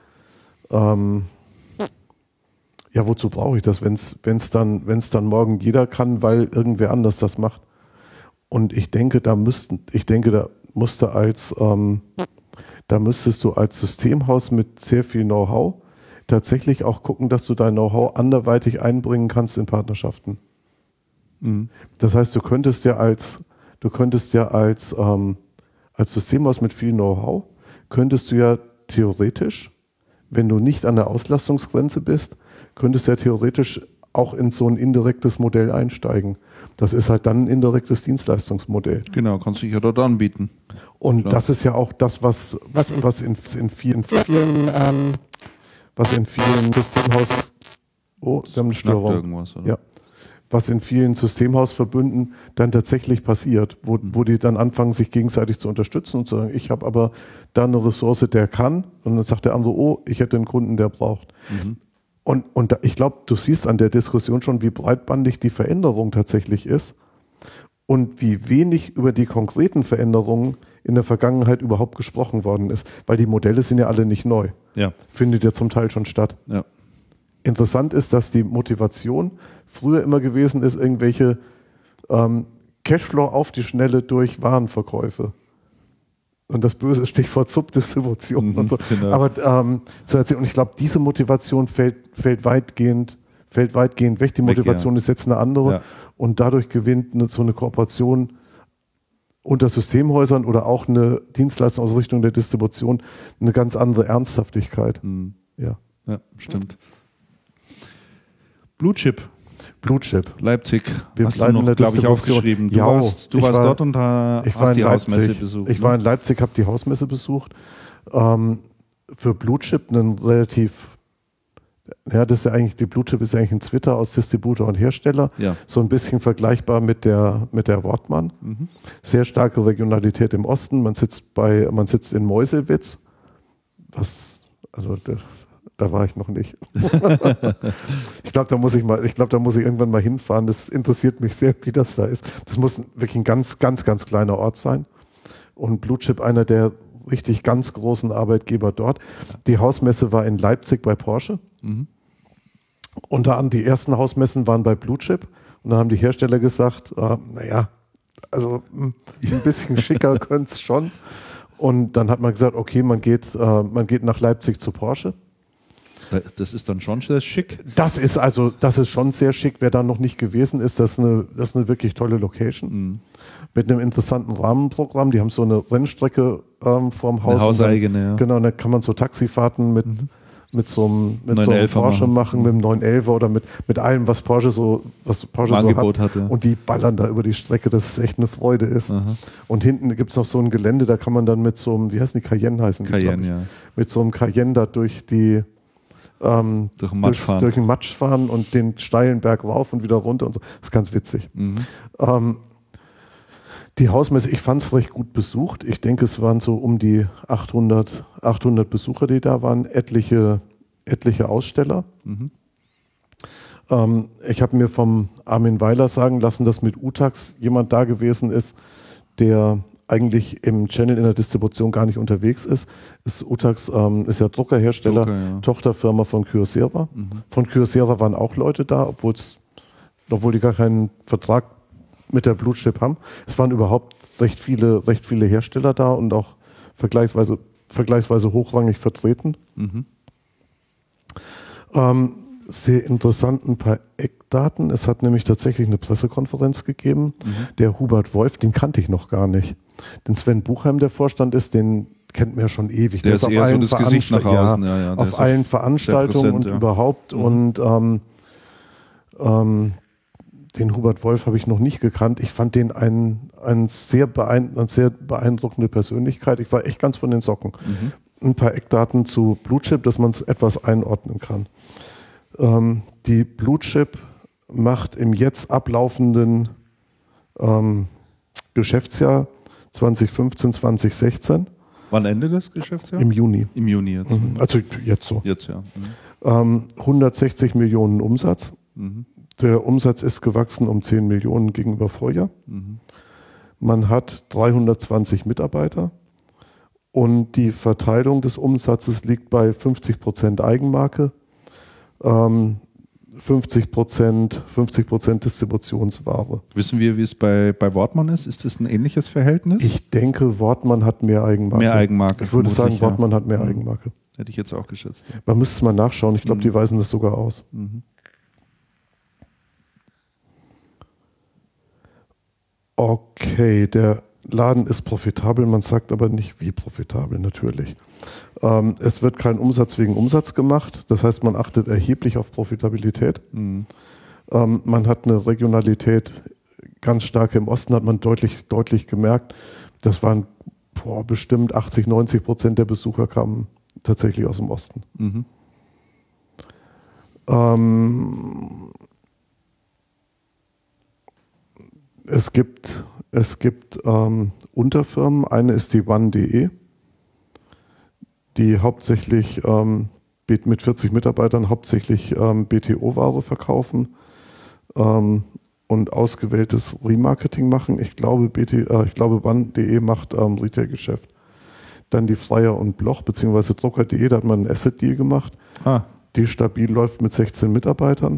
Speaker 2: wozu brauche ich das, wenn es dann morgen jeder kann, weil irgendwer anders das macht? Und ich denke, da müsstest du als Systemhaus mit sehr viel Know-how tatsächlich auch gucken, dass du dein Know-how anderweitig einbringen kannst in Partnerschaften. Mhm. Das heißt, du könntest ja als Systemhaus mit viel Know-how, könntest du ja theoretisch, wenn du nicht an der Auslastungsgrenze bist, könntest du ja theoretisch auch in so ein indirektes Modell einsteigen. Das ist halt dann ein indirektes Dienstleistungsmodell.
Speaker 1: Genau, kannst du dich ja dort anbieten.
Speaker 2: Und klar, das ist ja auch das, was in vielen Systemhaus... Oh, wir haben eine Störung.
Speaker 1: Irgendwas, oder?
Speaker 2: Ja. Was in vielen Systemhausverbünden dann tatsächlich passiert, wo die dann anfangen, sich gegenseitig zu unterstützen und zu sagen, ich habe aber da eine Ressource, der kann. Und dann sagt der andere, oh, ich hätte einen Kunden, der braucht. Mhm. Und ich glaube, du siehst an der Diskussion schon, wie breitbandig die Veränderung tatsächlich ist und wie wenig über die konkreten Veränderungen in der Vergangenheit überhaupt gesprochen worden ist. Weil die Modelle sind ja alle nicht neu.
Speaker 1: Ja.
Speaker 2: Findet ja zum Teil schon statt.
Speaker 1: Ja.
Speaker 2: Interessant ist, dass die Motivation früher immer gewesen ist, irgendwelche Cashflow auf die Schnelle durch Warenverkäufe. Und das böse Stichwort Subdistribution und so.
Speaker 1: Genau.
Speaker 2: Aber zu erzählen, und ich glaube, diese Motivation fällt weitgehend weg. Die Motivation ist jetzt eine andere. Ja. Und dadurch gewinnt so eine Kooperation unter Systemhäusern oder auch eine Dienstleistungsausrichtung der Distribution eine ganz andere Ernsthaftigkeit.
Speaker 1: Mhm.
Speaker 2: Ja,
Speaker 1: stimmt. Blue Chip, Leipzig.
Speaker 2: Wir hast du noch, glaube ich, aufgeschrieben.
Speaker 1: Du warst dort und hast die Hausmesse besucht.
Speaker 2: Ich war in Leipzig, habe die Hausmesse besucht. Für Blue Chip einen relativ, das ist ja eigentlich, die Blue Chip ist ja eigentlich ein Twitter aus Distributor und Hersteller. Ja. So ein bisschen vergleichbar mit der Wortmann. Mhm. Sehr starke Regionalität im Osten. Man sitzt in Meuselwitz. Da war ich noch nicht. Ich glaube, da muss ich irgendwann mal hinfahren. Das interessiert mich sehr, wie das da ist. Das muss wirklich ein ganz, ganz, ganz kleiner Ort sein. Und Blue Chip, einer der richtig ganz großen Arbeitgeber dort. Die Hausmesse war in Leipzig bei Porsche. Mhm. Und die ersten Hausmessen waren bei Blue Chip. Und dann haben die Hersteller gesagt, also ein bisschen schicker könnte es schon. Und dann hat man gesagt, okay, man geht nach Leipzig zu Porsche.
Speaker 1: Das ist dann schon sehr schick.
Speaker 2: Das ist schon sehr schick. Wer da noch nicht gewesen ist, das ist eine wirklich tolle Location. Mit einem interessanten Rahmenprogramm. Die haben so eine Rennstrecke vorm Haus.
Speaker 1: Eine hauseigene, ja.
Speaker 2: Genau, da kann man so Taxifahrten mit so einem Porsche machen, mit dem 911 oder mit allem, was Porsche so
Speaker 1: Angebot
Speaker 2: hat.
Speaker 1: Hatte.
Speaker 2: Und die ballern da über die Strecke, dass es echt eine Freude ist.
Speaker 1: Aha.
Speaker 2: Und hinten gibt es noch so ein Gelände, da kann man dann mit so einem, wie heißen die, Cayenne heißen die,
Speaker 1: Cayenne, ja.
Speaker 2: mit so einem Cayenne da durch den Matsch fahren und den steilen Berg rauf und wieder runter und so. Das ist ganz witzig. Die Hausmesse, ich fand es recht gut besucht. Ich denke, es waren so um die 800 Besucher, die da waren, etliche Aussteller. Ich habe mir vom Armin Weiler sagen lassen, dass mit Utax jemand da gewesen ist, der eigentlich im Channel in der Distribution gar nicht unterwegs ist. Utax ist ja Druckerhersteller, Tochterfirma von Kyocera. Von Kyocera waren auch Leute da, obwohl die gar keinen Vertrag mit der Blutchip haben. Es waren überhaupt recht viele Hersteller da und auch vergleichsweise hochrangig vertreten. Sehr interessant ein paar Eckdaten. Es hat nämlich tatsächlich eine Pressekonferenz gegeben. Der Hubert Wolf, den kannte ich noch gar nicht. Den Sven Buchheim, der Vorstand ist, den kennt man ja schon ewig.
Speaker 1: Der ist auf eher allen so das Gesicht nach außen.
Speaker 2: Auf allen Veranstaltungen und überhaupt. Und den Hubert Wolf habe ich noch nicht gekannt. Ich fand den eine sehr beeindruckende Persönlichkeit. Ich war echt ganz von den Socken. Ein paar Eckdaten zu Blutchip, dass man es etwas einordnen kann. Die Blutchip macht im jetzt ablaufenden Geschäftsjahr 2015, 2016.
Speaker 1: Wann endet das Geschäftsjahr?
Speaker 2: Im Juni.
Speaker 1: Im Juni jetzt.
Speaker 2: Also jetzt so.
Speaker 1: Jetzt, ja.
Speaker 2: 160 Millionen Umsatz. Der Umsatz ist gewachsen um 10 Millionen gegenüber Vorjahr. Man hat 320 Mitarbeiter und die Verteilung des Umsatzes liegt bei 50% Eigenmarke, 50% Distributionsware.
Speaker 1: Wissen wir, wie es bei Wortmann ist? Ist das ein ähnliches Verhältnis?
Speaker 2: Ich denke, Wortmann hat mehr Eigenmarke.
Speaker 1: Mehr Eigenmarke.
Speaker 2: Ich würde sagen, Wortmann hat mehr Eigenmarke.
Speaker 1: Hätte ich jetzt auch geschätzt. Ja.
Speaker 2: Man müsste es mal nachschauen. Ich glaube, die weisen das sogar aus. Okay, der Laden ist profitabel, man sagt aber nicht, wie profitabel natürlich. Es wird kein Umsatz wegen Umsatz gemacht, das heißt, man achtet erheblich auf Profitabilität. Man hat eine Regionalität ganz stark im Osten, hat man deutlich gemerkt. Das waren bestimmt 80-90% der Besucher kamen tatsächlich aus dem Osten. Es gibt Unterfirmen. Eine ist die One.de, die hauptsächlich mit 40 Mitarbeitern hauptsächlich BTO-Ware verkaufen und ausgewähltes Remarketing machen. Ich glaube, One.de macht Retail-Geschäft. Dann die Flyer und Bloch bzw. Drucker.de, da hat man einen Asset-Deal gemacht, die stabil läuft mit 16 Mitarbeitern.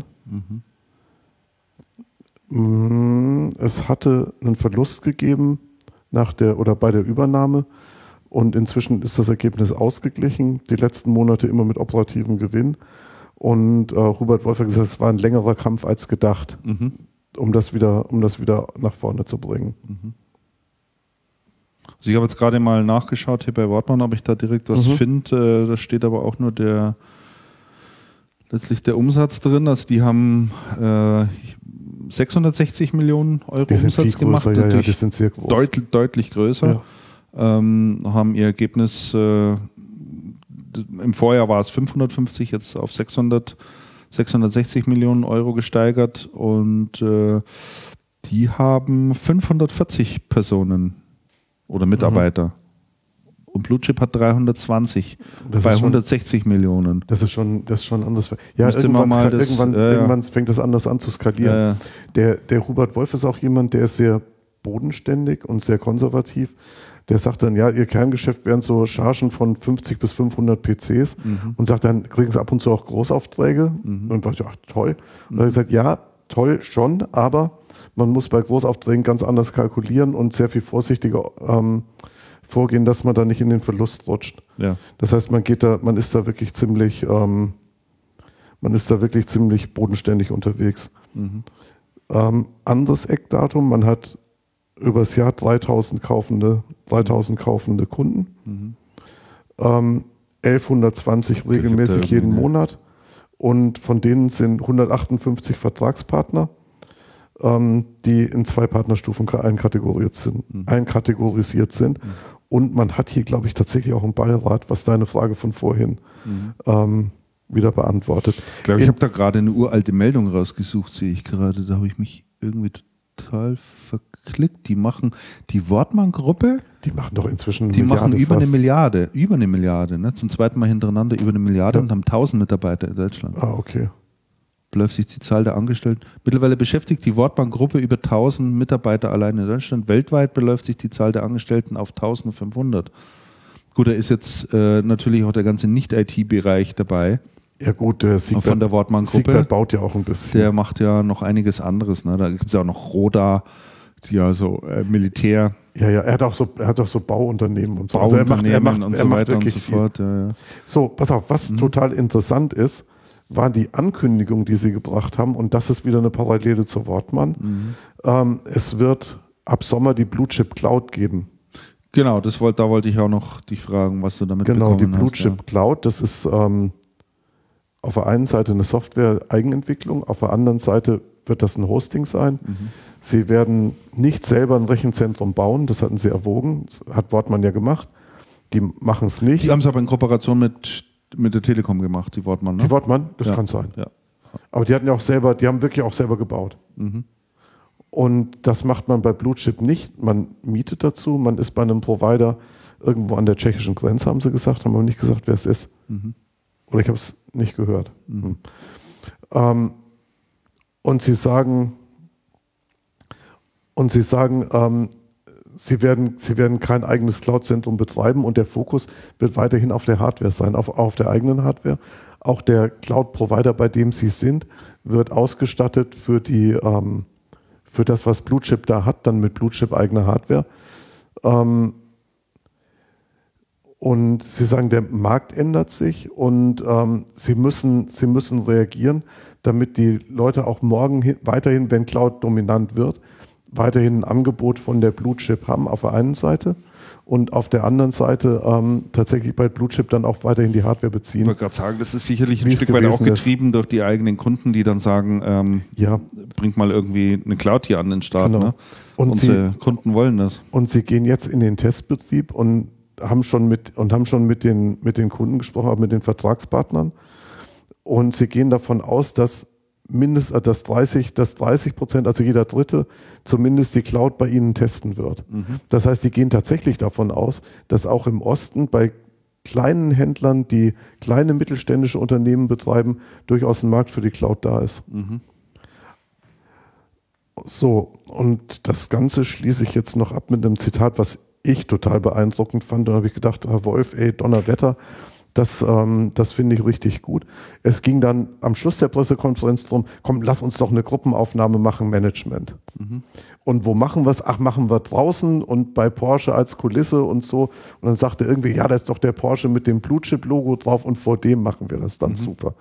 Speaker 2: Es hatte einen Verlust gegeben bei der Übernahme und inzwischen ist das Ergebnis ausgeglichen. Die letzten Monate immer mit operativem Gewinn und Hubert Wolf hat gesagt, es war ein längerer Kampf als gedacht, um das wieder nach vorne zu bringen.
Speaker 1: Also ich habe jetzt gerade mal nachgeschaut hier bei Wortmann, ob ich da direkt was finde. Da steht aber auch nur letztlich der Umsatz drin. Also die haben 660 Millionen Euro Umsatz gemacht.
Speaker 2: Ja, die sind sehr groß.
Speaker 1: Deutlich größer. Ja. Haben ihr Ergebnis, im Vorjahr war es 550, jetzt auf 660 Millionen Euro gesteigert und die haben 540 Personen oder Mitarbeiter. Und Blutchip hat 320 bei 160 Millionen.
Speaker 2: Das ist schon anders. Ja, irgendwann fängt das anders an zu skalieren. Ja. Der Hubert Wolf ist auch jemand, der ist sehr bodenständig und sehr konservativ. Der sagt dann, ja, ihr Kerngeschäft wären so Chargen von 50 bis 500 PCs und sagt dann, kriegen sie ab und zu auch Großaufträge. Und ich dachte, ach, toll. Und er hat gesagt, ja, toll schon, aber man muss bei Großaufträgen ganz anders kalkulieren und sehr viel vorsichtiger vorgehen, dass man da nicht in den Verlust rutscht. Ja. Das heißt, man ist da wirklich ziemlich Man ist da wirklich ziemlich bodenständig unterwegs. Anderes Eckdatum, man hat übers Jahr 3000 kaufende Kunden, 1120 regelmäßig jeden Monat und von denen sind 158 Vertragspartner, die in 2 Partnerstufen einkategorisiert sind. Und man hat hier, glaube ich, tatsächlich auch einen Beirat, was deine Frage von vorhin wieder beantwortet.
Speaker 1: Ich glaube, ich habe da gerade eine uralte Meldung rausgesucht, sehe ich gerade. Da habe ich mich irgendwie total verklickt. Die Wortmann-Gruppe.
Speaker 2: Die machen doch inzwischen
Speaker 1: eine Milliarde. Die machen über eine Milliarde. Ne? Zum zweiten Mal hintereinander über eine Milliarde und haben 1000 Mitarbeiter in Deutschland.
Speaker 2: Ah, okay.
Speaker 1: Beläuft sich die Zahl der Angestellten. Mittlerweile beschäftigt die Wortmann-Gruppe über 1000 Mitarbeiter allein in Deutschland. Weltweit beläuft sich die Zahl der Angestellten auf 1500. Gut, da ist jetzt natürlich auch der ganze Nicht-IT-Bereich dabei.
Speaker 2: Ja gut, der Siegbert,
Speaker 1: von der Wortmann-Gruppe.
Speaker 2: Siegbert baut ja auch ein bisschen.
Speaker 1: Der macht ja noch einiges anderes. Ne? Da gibt es ja auch noch Roda, die ja so Militär.
Speaker 2: Ja, er hat auch so Bauunternehmen und so.
Speaker 1: Bauunternehmen und so weiter und so fort. Ja.
Speaker 2: So, pass auf, was total interessant ist, war die Ankündigung, die sie gebracht haben, und das ist wieder eine Parallele zur Wortmann. Es wird ab Sommer die Blue Chip Cloud geben.
Speaker 1: Genau, da wollte ich auch noch dich fragen, was du damit bekommen hast.
Speaker 2: Genau, die Blue Chip Cloud, das ist auf der einen Seite eine Software-Eigenentwicklung, auf der anderen Seite wird das ein Hosting sein. Sie werden nicht selber ein Rechenzentrum bauen, das hatten sie erwogen, das hat Wortmann ja gemacht. Die machen es nicht.
Speaker 1: Die haben es aber in Kooperation mit der Telekom gemacht, die Wortmann. Ne?
Speaker 2: Die Wortmann, das kann sein.
Speaker 1: Ja.
Speaker 2: Aber die haben wirklich auch selber gebaut. Und das macht man bei Blue Chip nicht. Man mietet dazu, man ist bei einem Provider irgendwo an der tschechischen Grenze, haben sie gesagt, haben aber nicht gesagt, wer es ist. Oder ich habe es nicht gehört. Und sie sagen, sie werden kein eigenes Cloud-Zentrum betreiben und der Fokus wird weiterhin auf der Hardware sein, auf der eigenen Hardware. Auch der Cloud-Provider, bei dem sie sind, wird ausgestattet für das, was Blue Chip da hat, dann mit Blue Chip eigener Hardware. Und sie sagen, der Markt ändert sich und sie müssen reagieren, damit die Leute auch morgen weiterhin, wenn Cloud dominant wird, weiterhin ein Angebot von der Blue Chip haben auf der einen Seite und auf der anderen Seite tatsächlich bei Blue Chip dann auch weiterhin die Hardware beziehen.
Speaker 1: Ich wollte gerade sagen, das ist sicherlich ein Stück weit auch getrieben durch die eigenen Kunden, die dann sagen, bringt mal irgendwie eine Cloud hier an den Start.
Speaker 2: Genau.
Speaker 1: Ne? Unsere Kunden wollen das.
Speaker 2: Und sie gehen jetzt in den Testbetrieb und haben schon mit den Kunden gesprochen, auch mit den Vertragspartnern. Und sie gehen davon aus, dass dass 30%, also jeder Dritte, zumindest die Cloud bei ihnen testen wird. Das heißt, die gehen tatsächlich davon aus, dass auch im Osten bei kleinen Händlern, die kleine mittelständische Unternehmen betreiben, durchaus ein Markt für die Cloud da ist. So, und das Ganze schließe ich jetzt noch ab mit einem Zitat, was ich total beeindruckend fand. Da habe ich gedacht, Herr Wolf, Donnerwetter, das finde ich richtig gut. Es ging dann am Schluss der Pressekonferenz darum, komm, lass uns doch eine Gruppenaufnahme machen, Management. Und wo machen wir es? Ach, machen wir draußen und bei Porsche als Kulisse und so. Und dann sagte irgendwie, ja, da ist doch der Porsche mit dem Blue Chip Logo drauf und vor dem machen wir das dann super.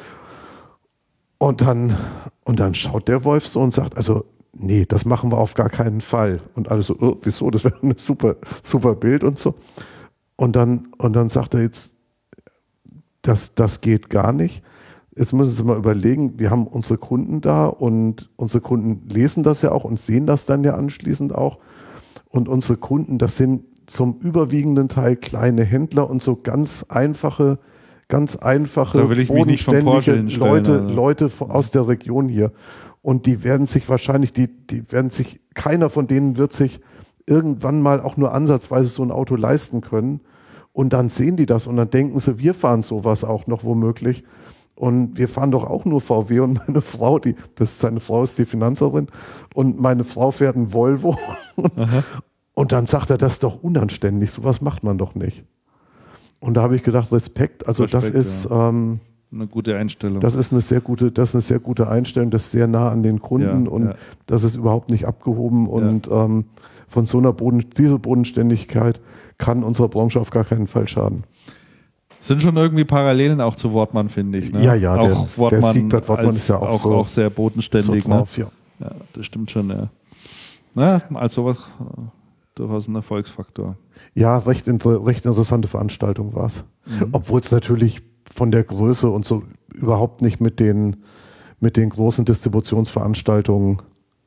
Speaker 2: Und dann schaut der Wolf so und sagt, also nee, das machen wir auf gar keinen Fall. Und alle so, oh, wieso, das wäre ein super Bild und so. Und dann sagt er jetzt, das geht gar nicht. Jetzt müssen Sie mal überlegen, wir haben unsere Kunden da und unsere Kunden lesen das ja auch und sehen das dann ja anschließend auch. Und unsere Kunden, das sind zum überwiegenden Teil kleine Händler und so ganz einfache, bodenständige Leute aus der Region hier. Und die werden sich wahrscheinlich, keiner von denen wird sich irgendwann mal auch nur ansatzweise so ein Auto leisten können. Und dann sehen die das und dann denken sie, wir fahren sowas auch noch womöglich. Und wir fahren doch auch nur VW und meine Frau, seine Frau ist die Finanzerin und meine Frau fährt ein Volvo. Und dann sagt er, das ist doch unanständig, sowas macht man doch nicht. Und da habe ich gedacht, Respekt, das ist eine
Speaker 1: gute Einstellung.
Speaker 2: Das ist eine sehr gute Einstellung, das ist sehr nah an den Kunden das ist überhaupt nicht abgehoben und von so dieser Bodenständigkeit kann unserer Branche auf gar keinen Fall schaden.
Speaker 1: Sind schon irgendwie Parallelen auch zu Wortmann, finde ich. Ne?
Speaker 2: Ja,
Speaker 1: auch
Speaker 2: der Siegbert Wortmann ist ja auch
Speaker 1: sehr bodenständig.
Speaker 2: So drauf,
Speaker 1: ne? Ja, das stimmt schon, ja. Ja, also was durchaus ein Erfolgsfaktor.
Speaker 2: Ja, recht interessante Veranstaltung war es. Obwohl es natürlich von der Größe und so überhaupt nicht mit den großen Distributionsveranstaltungen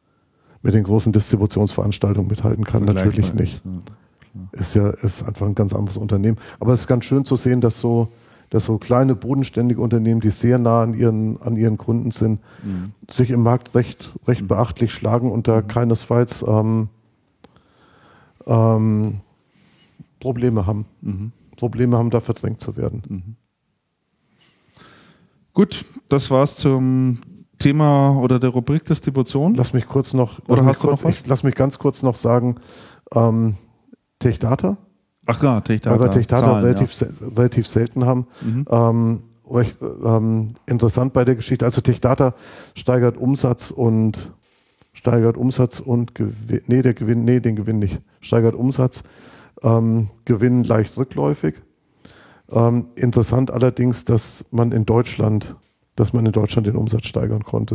Speaker 2: mithalten kann, natürlich nicht. Ist einfach ein ganz anderes Unternehmen. Aber es ist ganz schön zu sehen, dass so kleine, bodenständige Unternehmen, die sehr nah an ihren Kunden sind, sich im Markt recht beachtlich schlagen und da keinesfalls Probleme haben. Probleme haben, da verdrängt zu werden.
Speaker 1: Gut, das war's zum Thema oder der Rubrik Distribution.
Speaker 2: Lass mich ganz kurz noch sagen, Techdata.
Speaker 1: Ach ja, Techdata.
Speaker 2: Weil wir Techdata
Speaker 1: Zahlen,
Speaker 2: relativ selten haben. Recht interessant bei der Geschichte. Also Techdata steigert Umsatz und Gewinn, den Gewinn nicht. Steigert Umsatz, Gewinn leicht rückläufig. Interessant allerdings, dass man in Deutschland den Umsatz steigern konnte.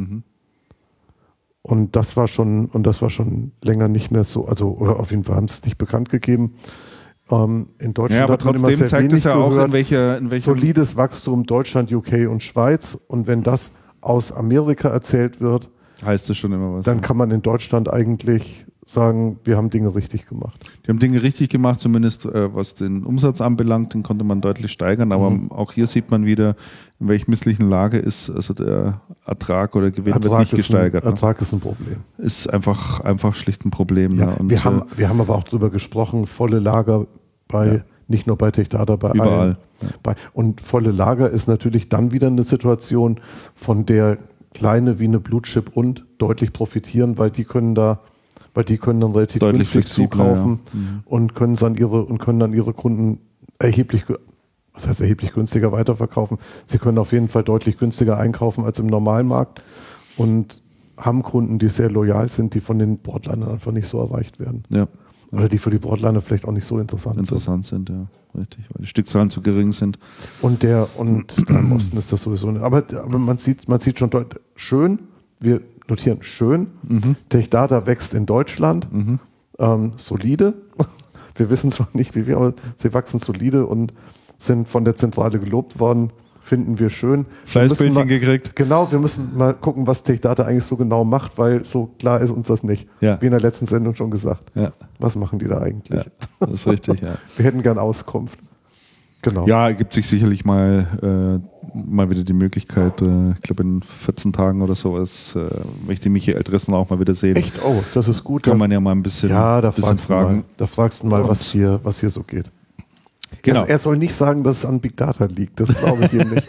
Speaker 2: Und das war schon länger nicht mehr so, oder auf jeden Fall haben es nicht bekannt gegeben. In Deutschland
Speaker 1: ja, aber
Speaker 2: hat man
Speaker 1: trotzdem
Speaker 2: immer sehr
Speaker 1: zeigt
Speaker 2: wenig
Speaker 1: es ja auch,
Speaker 2: gehört.
Speaker 1: in welchem
Speaker 2: Solides Wachstum Deutschland, UK und Schweiz. Und wenn das aus Amerika erzählt wird,
Speaker 1: heißt das schon immer was.
Speaker 2: dann kann man in Deutschland eigentlich sagen, wir haben Dinge richtig gemacht.
Speaker 1: Die haben Dinge richtig gemacht, zumindest was den Umsatz anbelangt, den konnte man deutlich steigern, aber auch hier sieht man wieder, in welch misslichen Lage ist, also der Ertrag oder Gewinn wird nicht gesteigert.
Speaker 2: Ertrag ist ein Problem.
Speaker 1: Ist einfach schlicht ein Problem.
Speaker 2: Ja,
Speaker 1: ja. Und,
Speaker 2: wir haben aber auch drüber gesprochen, volle Lager nicht nur bei Techdata, bei
Speaker 1: überall.
Speaker 2: allen. Und volle Lager ist natürlich dann wieder eine Situation, von der kleine wie eine Blue Chip und deutlich profitieren, weil die können dann relativ
Speaker 1: deutlich
Speaker 2: günstig zukaufen und können dann ihre Kunden erheblich günstiger weiterverkaufen. Sie können auf jeden Fall deutlich günstiger einkaufen als im Normalmarkt und haben Kunden, die sehr loyal sind, die von den Broadlinern einfach nicht so erreicht werden.
Speaker 1: Ja.
Speaker 2: Oder die für die Broadliner vielleicht auch nicht so interessant
Speaker 1: sind, ja, richtig, weil die Stückzahlen zu gering sind.
Speaker 2: Und im Osten ist das sowieso nicht. Aber man sieht schon deutlich, schön, wir notieren schön, Techdata wächst in Deutschland, solide. Wir wissen zwar nicht, wie wir, aber sie wachsen solide und sind von der Zentrale gelobt worden. Finden wir schön.
Speaker 1: Fleißbildchen gekriegt.
Speaker 2: Genau, wir müssen mal gucken, was Techdata eigentlich so genau macht, weil so klar ist uns das nicht.
Speaker 1: Ja.
Speaker 2: Wie in der letzten Sendung schon gesagt.
Speaker 1: Ja.
Speaker 2: Was machen die da eigentlich?
Speaker 1: Ja, das ist richtig, ja.
Speaker 2: Wir hätten gern Auskunft. Genau.
Speaker 1: Ja, ergibt sich sicherlich mal wieder die Möglichkeit, ich glaube in 14 Tagen oder sowas, möchte ich Michael Dressen auch mal wieder sehen.
Speaker 2: Echt? Oh, das ist gut.
Speaker 1: Kann man ja mal ein bisschen,
Speaker 2: da
Speaker 1: fragen.
Speaker 2: Da fragst du mal, was hier so geht.
Speaker 1: Genau.
Speaker 2: Er soll nicht sagen, dass es an Big Data liegt. Das glaube ich ihm nicht.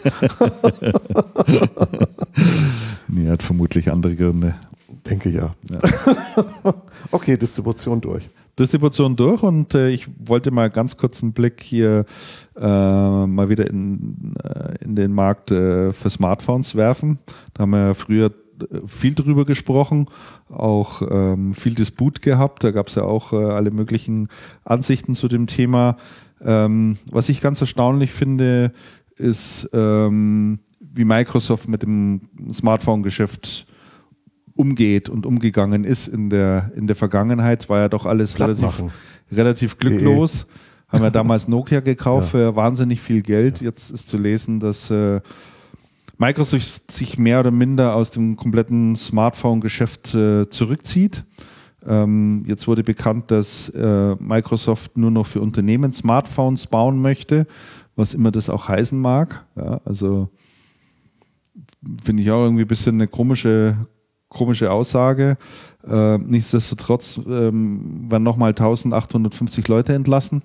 Speaker 1: Nee, er hat vermutlich andere Gründe.
Speaker 2: Denke ja. Okay, Distribution durch.
Speaker 1: Und ich wollte mal ganz kurz einen Blick hier mal wieder in den Markt für Smartphones werfen. Da haben wir ja früher viel drüber gesprochen, auch viel Disput gehabt. Da gab es ja auch alle möglichen Ansichten zu dem Thema. Was ich ganz erstaunlich finde, ist, wie Microsoft mit dem Smartphone-Geschäft umgeht und umgegangen ist in der Vergangenheit. Es war ja doch alles relativ glücklos. Haben ja damals Nokia gekauft für wahnsinnig viel Geld. Jetzt ist zu lesen, dass Microsoft sich mehr oder minder aus dem kompletten Smartphone-Geschäft zurückzieht. Jetzt wurde bekannt, dass Microsoft nur noch für Unternehmen Smartphones bauen möchte, was immer das auch heißen mag. Ja, also finde ich auch irgendwie ein bisschen eine komische Aussage. Nichtsdestotrotz werden nochmal 1850 Leute entlassen.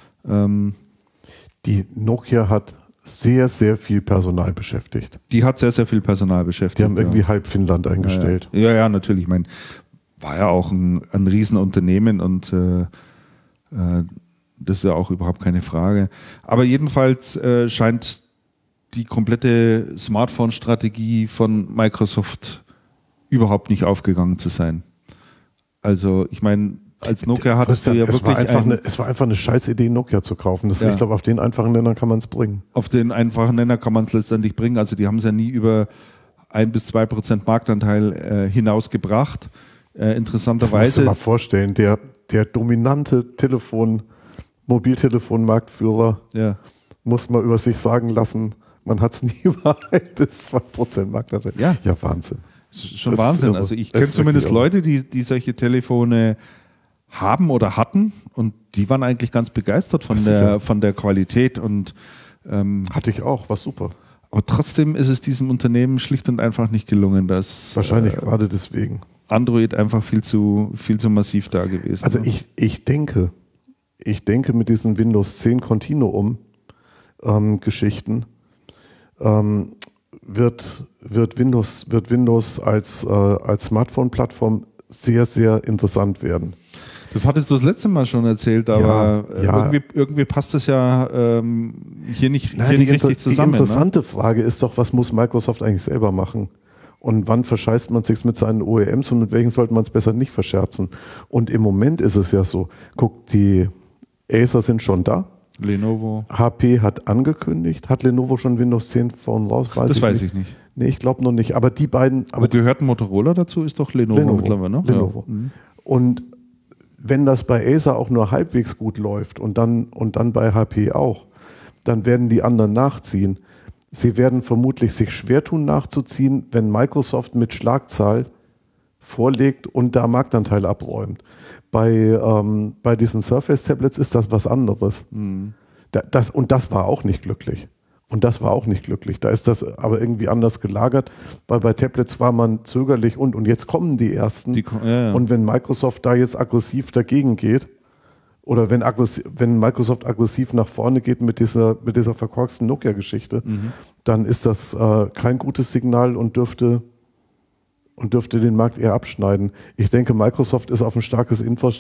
Speaker 2: Die Nokia hat sehr, sehr viel Personal beschäftigt.
Speaker 1: Die hat sehr, sehr viel Personal beschäftigt.
Speaker 2: Die haben irgendwie halb Finnland eingestellt.
Speaker 1: Ja, natürlich. Ich meine, war ja auch ein Riesenunternehmen und das ist ja auch überhaupt keine Frage. Aber jedenfalls scheint die komplette Smartphone-Strategie von Microsoft überhaupt nicht aufgegangen zu sein. Also ich meine, als Nokia hattest du ja wirklich
Speaker 2: es war einfach eine scheiß Idee, Nokia zu kaufen. Ich glaube, auf den einfachen Nennern kann man es bringen.
Speaker 1: Auf den einfachen Nenner kann man es letztendlich bringen. Also die haben es ja nie über 1-2% Marktanteil hinausgebracht. Interessanterweise.
Speaker 2: Das musst du dir mal vorstellen, der dominante Mobiltelefonmarktführer muss mal über sich sagen lassen, man hat es nie über 1-2% Marktanteil.
Speaker 1: Ja,
Speaker 2: Wahnsinn.
Speaker 1: Das ist schon Wahnsinn. Also ich kenne zumindest Leute, die solche Telefone haben oder hatten und die waren eigentlich ganz begeistert von der Qualität. Und
Speaker 2: hatte ich auch, war super.
Speaker 1: Aber trotzdem ist es diesem Unternehmen schlicht und einfach nicht gelungen, dass
Speaker 2: wahrscheinlich gerade deswegen
Speaker 1: Android einfach viel zu massiv da gewesen.
Speaker 2: Also ich denke mit diesen Windows 10 Continuum Geschichten wird Windows als Smartphone-Plattform sehr, sehr interessant werden.
Speaker 1: Das hattest du das letzte Mal schon erzählt, aber irgendwie passt das ja hier nicht richtig zusammen.
Speaker 2: Die interessante Frage ist doch, was muss Microsoft eigentlich selber machen? Und wann verscheißt man sich mit seinen OEMs und mit welchen sollte man es besser nicht verscherzen? Und im Moment ist es ja so, guck, die Acer sind schon da.
Speaker 1: Lenovo.
Speaker 2: HP hat angekündigt. Hat Lenovo schon Windows 10 Phone raus?
Speaker 1: Das weiß ich nicht.
Speaker 2: Nee, ich glaube noch nicht. Aber die beiden.
Speaker 1: Aber gehört Motorola dazu? Ist doch Lenovo mittlerweile, ne?
Speaker 2: Lenovo. Ja. Und wenn das bei Acer auch nur halbwegs gut läuft und dann bei HP auch, dann werden die anderen nachziehen. Sie werden vermutlich sich schwer tun nachzuziehen, wenn Microsoft mit Schlagzahl vorlegt und da Marktanteil abräumt. Bei diesen Surface-Tablets ist das was anderes.
Speaker 1: Mhm.
Speaker 2: Das war auch nicht glücklich. Da ist das aber irgendwie anders gelagert, weil bei Tablets war man zögerlich und jetzt kommen die ersten. Und wenn Microsoft da jetzt aggressiv dagegen geht, oder wenn Microsoft aggressiv nach vorne geht mit dieser verkorksten Nokia-Geschichte, dann ist das kein gutes Signal und dürfte den Markt eher abschneiden. Ich denke, Microsoft ist auf ein starkes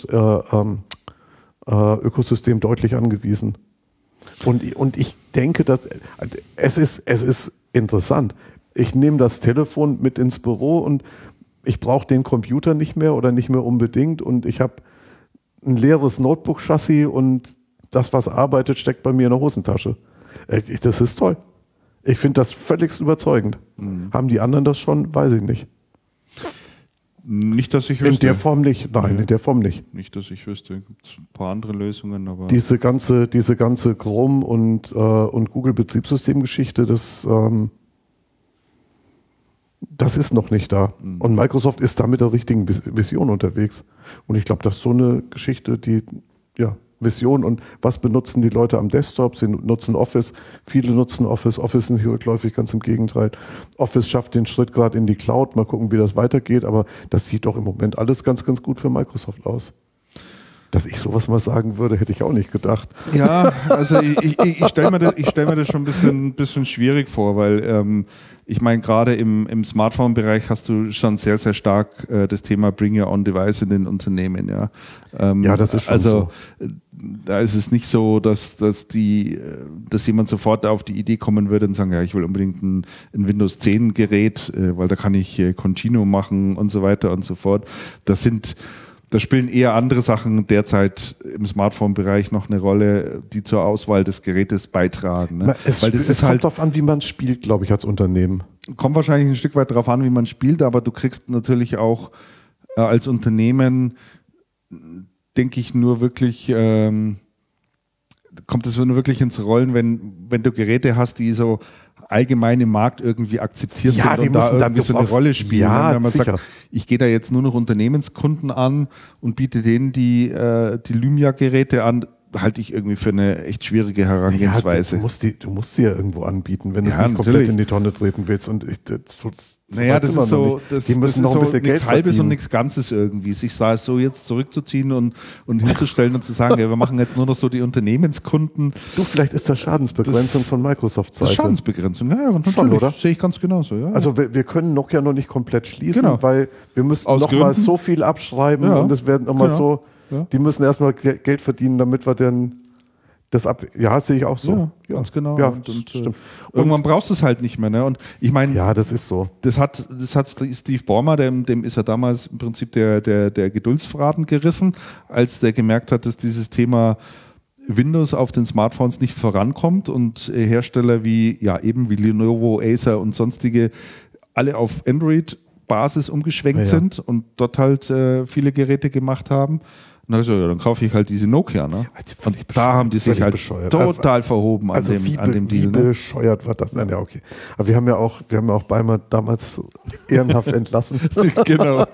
Speaker 2: Ökosystem deutlich angewiesen. Und ich denke, dass es ist interessant. Ich nehme das Telefon mit ins Büro und ich brauche den Computer nicht mehr oder nicht mehr unbedingt und ich habe ein leeres Notebook-Chassis und das, was arbeitet, steckt bei mir in der Hosentasche. Das ist toll. Ich finde das völlig überzeugend. Haben die anderen das schon? Weiß ich nicht.
Speaker 1: Nicht, dass ich wüsste.
Speaker 2: In der Form nicht. Nein, in der Form nicht.
Speaker 1: Nicht, dass ich wüsste. Gibt es ein paar andere Lösungen, aber.
Speaker 2: Diese ganze Chrome- und Google-Betriebssystemgeschichte, das ist noch nicht da. Und Microsoft ist da mit der richtigen Vision unterwegs. Und ich glaube, das ist so eine Geschichte, Vision und was benutzen die Leute am Desktop? Sie nutzen Office. Viele nutzen Office. Office ist nicht rückläufig, ganz im Gegenteil. Office schafft den Schritt gerade in die Cloud. Mal gucken, wie das weitergeht. Aber das sieht doch im Moment alles ganz, ganz gut für Microsoft aus. Dass ich sowas mal sagen würde, hätte ich auch nicht gedacht.
Speaker 1: Ja, also ich stell mir das schon ein bisschen schwierig vor, weil ich meine, gerade im Smartphone-Bereich hast du schon sehr, sehr stark das Thema Bring Your Own Device in den Unternehmen. Ja,
Speaker 2: das ist schon so.
Speaker 1: Da ist es nicht so, dass jemand sofort auf die Idee kommen würde und sagen, ja, ich will unbedingt ein Windows 10 Gerät, weil da kann ich Continuum machen und so weiter und so fort. Da spielen eher andere Sachen derzeit im Smartphone-Bereich noch eine Rolle, die zur Auswahl des Gerätes beitragen. Ne?
Speaker 2: Es kommt darauf an, wie man es spielt, glaube ich, als Unternehmen.
Speaker 1: Kommt wahrscheinlich ein Stück weit darauf an, wie man spielt, aber du kriegst natürlich auch als Unternehmen, denke ich, nur wirklich, kommt es nur wirklich ins Rollen, wenn du Geräte hast, die so allgemein im Markt irgendwie akzeptiert sind und da irgendwie so eine Rolle spielen.
Speaker 2: Ja,
Speaker 1: wenn man
Speaker 2: sicher.
Speaker 1: sagt, ich gehe da jetzt nur noch Unternehmenskunden an und biete denen die Lumia-Geräte an, halte ich irgendwie für eine echt schwierige Herangehensweise.
Speaker 2: Ja, du musst sie ja irgendwo anbieten, wenn du es nicht komplett in die Tonne treten willst. Und
Speaker 1: das ist so,
Speaker 2: die müssen noch ein bisschen Geld
Speaker 1: nichts Halbes
Speaker 2: verdienen.
Speaker 1: und nichts Ganzes irgendwie. Sich so jetzt zurückzuziehen und hinzustellen und zu sagen, ja, wir machen jetzt nur noch so die Unternehmenskunden.
Speaker 2: Vielleicht ist das Schadensbegrenzung von Microsoft-Seite.
Speaker 1: Das ist Schadensbegrenzung, ja, natürlich.
Speaker 2: Schon, oder?
Speaker 1: Sehe ich ganz genauso, ja.
Speaker 2: Also wir können Nokia noch nicht komplett schließen,
Speaker 1: Genau.
Speaker 2: weil wir müssen
Speaker 1: Aus
Speaker 2: noch
Speaker 1: Gründen.
Speaker 2: mal so viel abschreiben und es werden noch mal
Speaker 1: Genau.
Speaker 2: so,
Speaker 1: Ja.
Speaker 2: die müssen erstmal Geld verdienen, damit wir denn Ja, sehe ich auch so.
Speaker 1: Ja, ganz genau.
Speaker 2: Ja,
Speaker 1: und
Speaker 2: stimmt.
Speaker 1: irgendwann brauchst du es halt nicht mehr. Ne? Und ich meine,
Speaker 2: Ja, das ist so.
Speaker 1: das hat Steve Ballmer, dem ist ja damals im Prinzip der Geduldsfaden gerissen, als der gemerkt hat, dass dieses Thema Windows auf den Smartphones nicht vorankommt und Hersteller wie Lenovo, Acer und sonstige alle auf Android-Basis umgeschwenkt sind und dort halt viele Geräte gemacht haben. Und dann, dann kaufe ich halt diese Nokia. Ne? Und da haben die sich halt total verhoben an dem Deal.
Speaker 2: Wie bescheuert war das? Nein, ja, okay. Aber wir haben ja auch Ballmer damals ehrenhaft entlassen.
Speaker 1: Genau.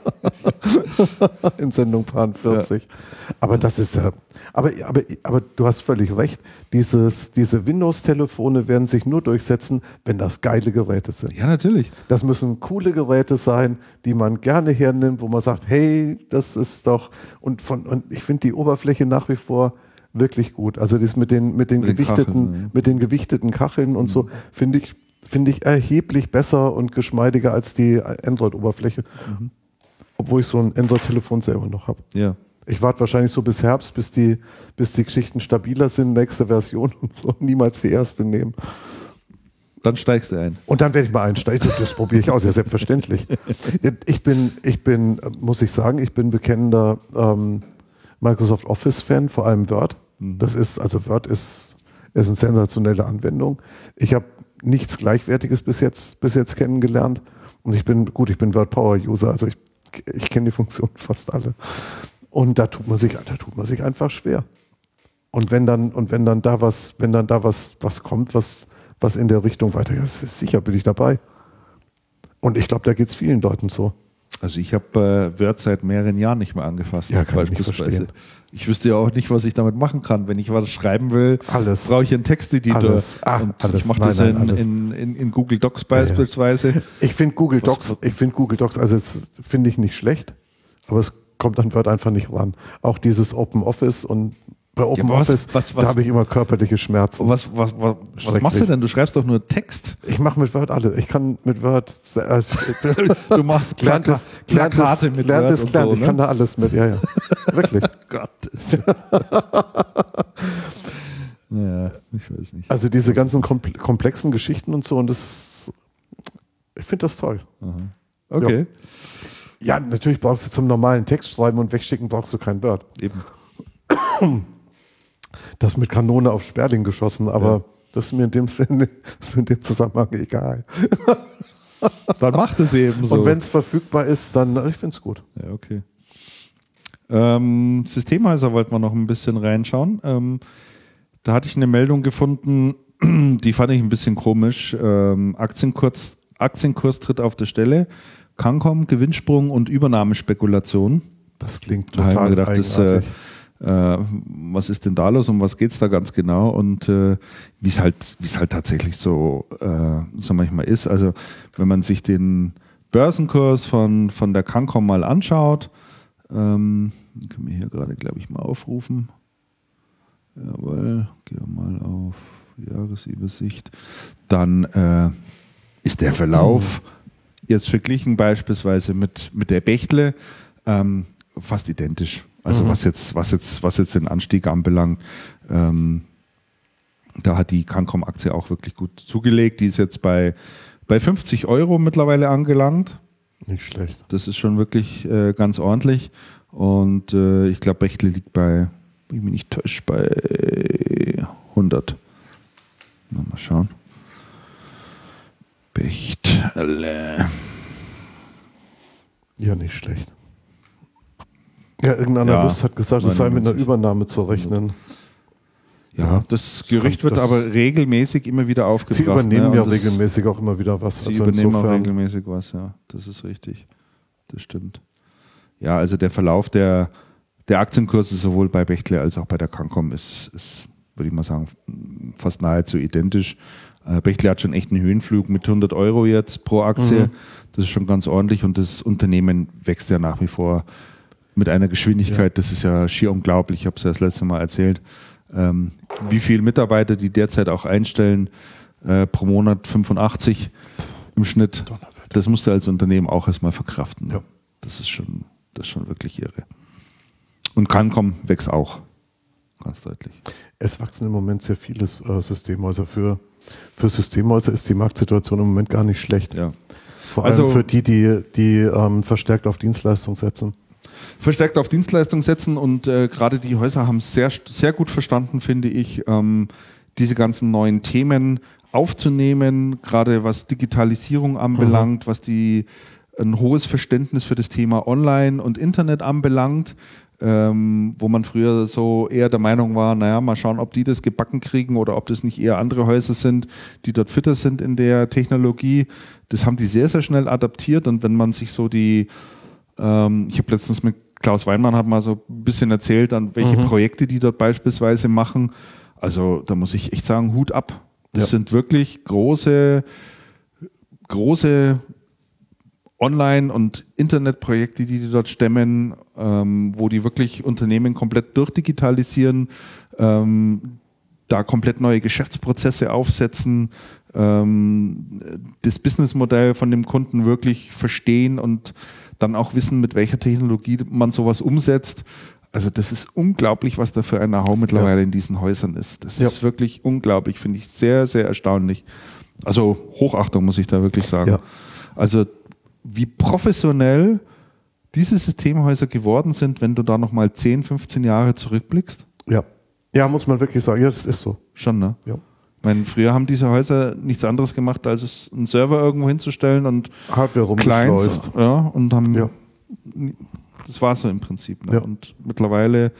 Speaker 2: In Sendung Paar 40. Ja. Aber das ist ja. Aber du hast völlig recht. Diese Windows-Telefone werden sich nur durchsetzen, wenn das geile Geräte sind.
Speaker 1: Ja, natürlich.
Speaker 2: Das müssen coole Geräte sein, die man gerne hernimmt, wo man sagt, hey, das ist doch. Und ich finde die Oberfläche nach wie vor wirklich gut. Also das mit den gewichteten Kacheln und so finde ich erheblich besser und geschmeidiger als die Android-Oberfläche. Mhm. Obwohl ich so ein Android-Telefon selber noch habe.
Speaker 1: Ja.
Speaker 2: Ich warte wahrscheinlich so bis Herbst, bis die Geschichten stabiler sind, nächste Version und so, niemals die erste nehmen.
Speaker 1: Dann steigst du ein.
Speaker 2: Und dann werde ich mal einsteigen. Das probiere ich aus, ja selbstverständlich. Ich bin, muss ich sagen, ich bin bekennender Microsoft Office-Fan, vor allem Word. Word ist eine sensationelle Anwendung. Ich habe nichts Gleichwertiges bis jetzt kennengelernt. Und ich bin Word Power User, also ich kenne die Funktionen fast alle. Und da tut man sich einfach schwer. Und wenn dann da was kommt, was in der Richtung weitergeht, sicher bin ich dabei. Und ich glaube, da geht es vielen Leuten so.
Speaker 1: Also ich habe Word seit mehreren Jahren nicht mehr angefasst.
Speaker 2: Ja, kann beispielsweise.
Speaker 1: Ich wüsste ja auch nicht, was ich damit machen kann. Wenn ich was schreiben will, brauche ich einen Texteditor. Ich mache das in Google Docs beispielsweise.
Speaker 2: Ja. Ich finde Google Docs, also das finde ich nicht schlecht, aber es kommt an Word einfach nicht ran. Auch dieses Open Office und bei Open Office, da habe ich immer körperliche Schmerzen.
Speaker 1: Was machst du denn? Du schreibst doch nur Text.
Speaker 2: Ich mache mit Word alles. Ich kann mit Word.
Speaker 1: Du machst Plakate mit Word und so, ne?
Speaker 2: Ich kann da alles mit. Ja. Wirklich.
Speaker 1: Gott. Ja, ich weiß nicht.
Speaker 2: Also diese ganzen komplexen Geschichten und so und ich finde das toll.
Speaker 1: Aha. Okay.
Speaker 2: Ja, natürlich brauchst du zum normalen Textschreiben und Wegschicken brauchst du kein Word.
Speaker 1: Eben.
Speaker 2: Das mit Kanone auf Sperling geschossen, aber das ist mir in dem Zusammenhang egal.
Speaker 1: Dann macht es eben so.
Speaker 2: Und wenn es verfügbar ist, dann, ich finde es gut.
Speaker 1: Ja, okay. Systemhäuser wollten wir noch ein bisschen reinschauen. Da hatte ich eine Meldung gefunden, die fand ich ein bisschen komisch. Aktienkurs tritt auf der Stelle. Cancom, Gewinnsprung und Übernahmespekulation.
Speaker 2: Das klingt
Speaker 1: total
Speaker 2: eigenartig.
Speaker 1: Was ist denn da los, um was geht es da ganz genau und wie es halt tatsächlich so manchmal ist. Also wenn man sich den Börsenkurs von der Cancom mal anschaut, können wir hier gerade, glaube ich, mal aufrufen. Jawohl, gehen wir mal auf Jahresübersicht. Dann ist der Verlauf jetzt verglichen beispielsweise mit der Bechtle fast identisch. Also was jetzt den Anstieg anbelangt, da hat die Cancom-Aktie auch wirklich gut zugelegt. Die ist jetzt bei 50 € mittlerweile angelangt.
Speaker 2: Nicht schlecht.
Speaker 1: Das ist schon wirklich ganz ordentlich. Und ich glaube, Bechtle liegt bei, wenn ich mich nicht täusche, bei 100. Mal schauen. Bechtle.
Speaker 2: Ja, nicht schlecht. Ja, irgendein Analyst hat gesagt, es sei mit einer Übernahme zu rechnen.
Speaker 1: Ja, das Gerücht wird aber regelmäßig immer wieder aufgebracht.
Speaker 2: Sie übernehmen regelmäßig auch immer wieder was.
Speaker 1: Sie übernehmen auch regelmäßig was, ja. Das ist richtig. Das stimmt. Ja, also der Verlauf der Aktienkurse sowohl bei Bechtle als auch bei der Cancom ist, würde ich mal sagen, fast nahezu identisch. Bechtle hat schon echt einen Höhenflug mit 100 € jetzt pro Aktie. Das ist schon ganz ordentlich und das Unternehmen wächst ja nach wie vor mit einer Geschwindigkeit, das ist ja schier unglaublich. Ich habe es ja das letzte Mal erzählt. Wie viele Mitarbeiter die derzeit auch einstellen, pro Monat 85 im Schnitt. Das musst du als Unternehmen auch erstmal verkraften. Ja. Das ist schon wirklich irre. Und Cancom wächst auch. ganz deutlich.
Speaker 2: Es wachsen im Moment sehr viele Systemhäuser. Für Systemhäuser ist die Marktsituation im Moment gar nicht schlecht.
Speaker 1: Ja.
Speaker 2: Vor allem für die verstärkt auf Dienstleistung setzen.
Speaker 1: Verstärkt auf Dienstleistung setzen und gerade die Häuser haben es sehr, sehr gut verstanden, finde ich, diese ganzen neuen Themen aufzunehmen, gerade was Digitalisierung anbelangt, was ein hohes Verständnis für das Thema Online und Internet anbelangt, wo man früher so eher der Meinung war, naja, mal schauen, ob die das gebacken kriegen oder ob das nicht eher andere Häuser sind, die dort fitter sind in der Technologie. Das haben die sehr, sehr schnell adaptiert und wenn man sich so ich habe letztens mit Klaus Weinmann hat mal so ein bisschen erzählt, an welche Projekte die dort beispielsweise machen. Also da muss ich echt sagen, Hut ab. Das sind wirklich große Online- und Internetprojekte, die dort stemmen, wo die wirklich Unternehmen komplett durchdigitalisieren, da komplett neue Geschäftsprozesse aufsetzen, das Businessmodell von dem Kunden wirklich verstehen und dann auch wissen, mit welcher Technologie man sowas umsetzt. Also das ist unglaublich, was da für ein Know-how mittlerweile in diesen Häusern ist. Das ist wirklich unglaublich, finde ich sehr, sehr erstaunlich. Also Hochachtung, muss ich da wirklich sagen. Ja. Also wie professionell diese Systemhäuser geworden sind, wenn du da nochmal 10, 15 Jahre zurückblickst.
Speaker 2: Ja, muss man wirklich sagen. Ja, das ist so.
Speaker 1: Schon, ne?
Speaker 2: Ja.
Speaker 1: Ich meine, früher haben diese Häuser nichts anderes gemacht, als einen Server irgendwo hinzustellen und
Speaker 2: Hardware
Speaker 1: Clients, und haben das war so im Prinzip. Ne? Ja. Und mittlerweile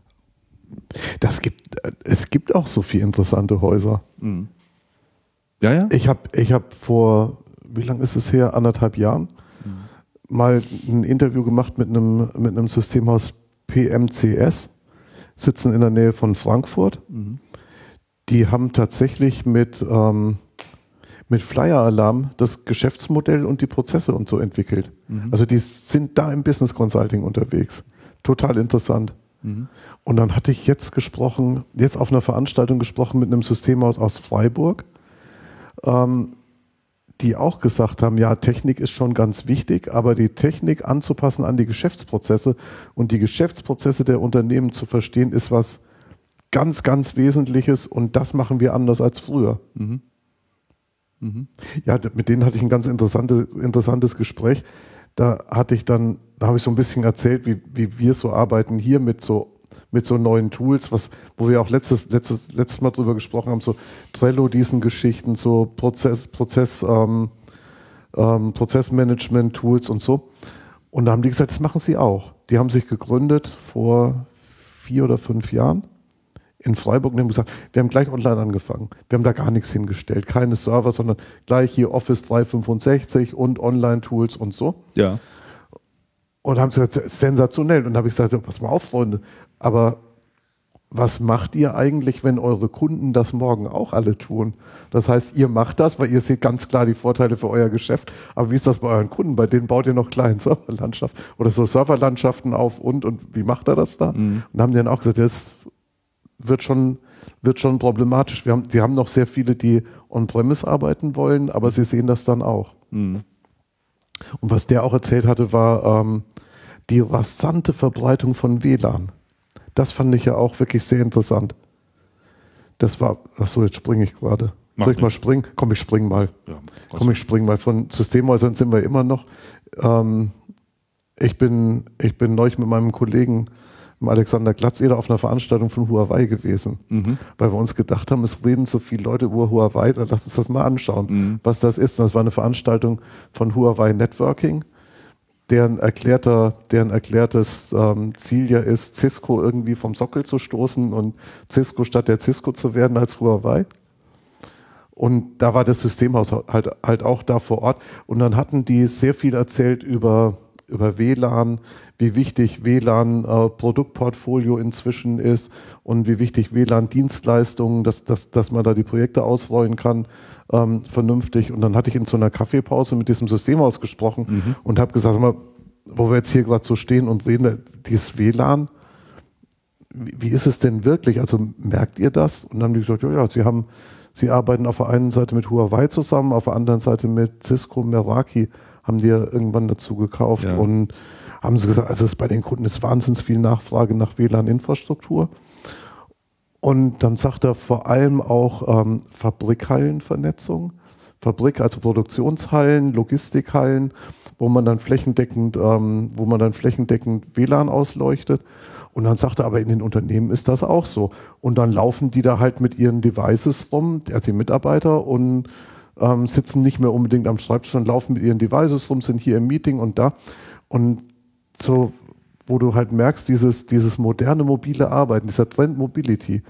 Speaker 2: es gibt auch so viele interessante Häuser.
Speaker 1: Mhm. Ja.
Speaker 2: Ich hab vor, wie lange ist es her? 1,5 Jahren mal ein Interview gemacht mit einem Systemhaus PMCS, sitzen in der Nähe von Frankfurt. Mhm. Die haben tatsächlich mit Flyer-Alarm das Geschäftsmodell und die Prozesse und so entwickelt. Mhm. Also die sind da im Business Consulting unterwegs. Total interessant. Mhm. Und dann hatte ich jetzt auf einer Veranstaltung gesprochen mit einem Systemhaus aus Freiburg, die auch gesagt haben, ja, Technik ist schon ganz wichtig, aber die Technik anzupassen an die Geschäftsprozesse und die Geschäftsprozesse der Unternehmen zu verstehen, ist was ganz, ganz Wesentliches und das machen wir anders als früher. Mhm. Mhm. Ja, mit denen hatte ich ein ganz interessantes Gespräch. Da habe ich so ein bisschen erzählt, wie wir so arbeiten hier mit so neuen Tools, wo wir auch letztes Mal drüber gesprochen haben, so Trello, diesen Geschichten, so Prozessmanagement-Tools und so. Und da haben die gesagt, das machen sie auch. Die haben sich gegründet vor 4 oder 5 Jahren in Freiburg und haben gesagt, wir haben gleich online angefangen. Wir haben da gar nichts hingestellt, keine Server, sondern gleich hier Office 365 und Online-Tools und so.
Speaker 1: Ja.
Speaker 2: Und haben gesagt, sensationell. Und da habe ich gesagt, pass mal auf, Freunde, aber was macht ihr eigentlich, wenn eure Kunden das morgen auch alle tun? Das heißt, ihr macht das, weil ihr seht ganz klar die Vorteile für euer Geschäft. Aber wie ist das bei euren Kunden? Bei denen baut ihr noch kleine Serverlandschaften oder so Serverlandschaften auf und wie macht er das da? Mhm. Und haben die dann auch gesagt, das wird schon problematisch. Die haben noch sehr viele, die on-premise arbeiten wollen, aber sie sehen das dann auch. Mhm. Und was der auch erzählt hatte, war die rasante Verbreitung von WLAN. Das fand ich ja auch wirklich sehr interessant. Das war, achso, jetzt springe ich gerade. Soll ich mal springen? Komm, ich springe mal. Ja, ich springe mal. Von Systemhäusern sind wir immer noch. Ich bin neulich mit meinem Kollegen Alexander Glatzeder auf einer Veranstaltung von Huawei gewesen, weil wir uns gedacht haben, es reden so viele Leute über Huawei, dann lass uns das mal anschauen, was das ist. Und das war eine Veranstaltung von Huawei Networking, deren erklärtes Ziel ja ist, Cisco irgendwie vom Sockel zu stoßen und Cisco statt der Cisco zu werden als Huawei. Und da war das Systemhaus halt auch da vor Ort. Und dann hatten die sehr viel erzählt über WLAN, wie wichtig WLAN-Produktportfolio inzwischen ist und wie wichtig WLAN-Dienstleistungen, dass man da die Projekte ausrollen kann, vernünftig. Und dann hatte ich in so einer Kaffeepause mit diesem Systemhaus gesprochen und habe gesagt, mal, wo wir jetzt hier gerade so stehen und reden, dieses WLAN, wie ist es denn wirklich? Also merkt ihr das? Und dann haben die gesagt, ja, sie arbeiten auf der einen Seite mit Huawei zusammen, auf der anderen Seite mit Cisco, Meraki haben die ja irgendwann dazu gekauft und haben sie gesagt, also bei den Kunden ist wahnsinnig viel Nachfrage nach WLAN-Infrastruktur Und dann sagt er vor allem auch Fabrikhallenvernetzung. Fabrik, also Produktionshallen, Logistikhallen, wo man dann flächendeckend WLAN ausleuchtet. Und dann sagt er, aber in den Unternehmen ist das auch so. Und dann laufen die da halt mit ihren Devices rum, die Mitarbeiter, und sitzen nicht mehr unbedingt am Schreibtisch und laufen mit ihren Devices rum, sind hier im Meeting und da. Und so, wo du halt merkst, dieses moderne mobile Arbeiten, dieser Trend Mobility,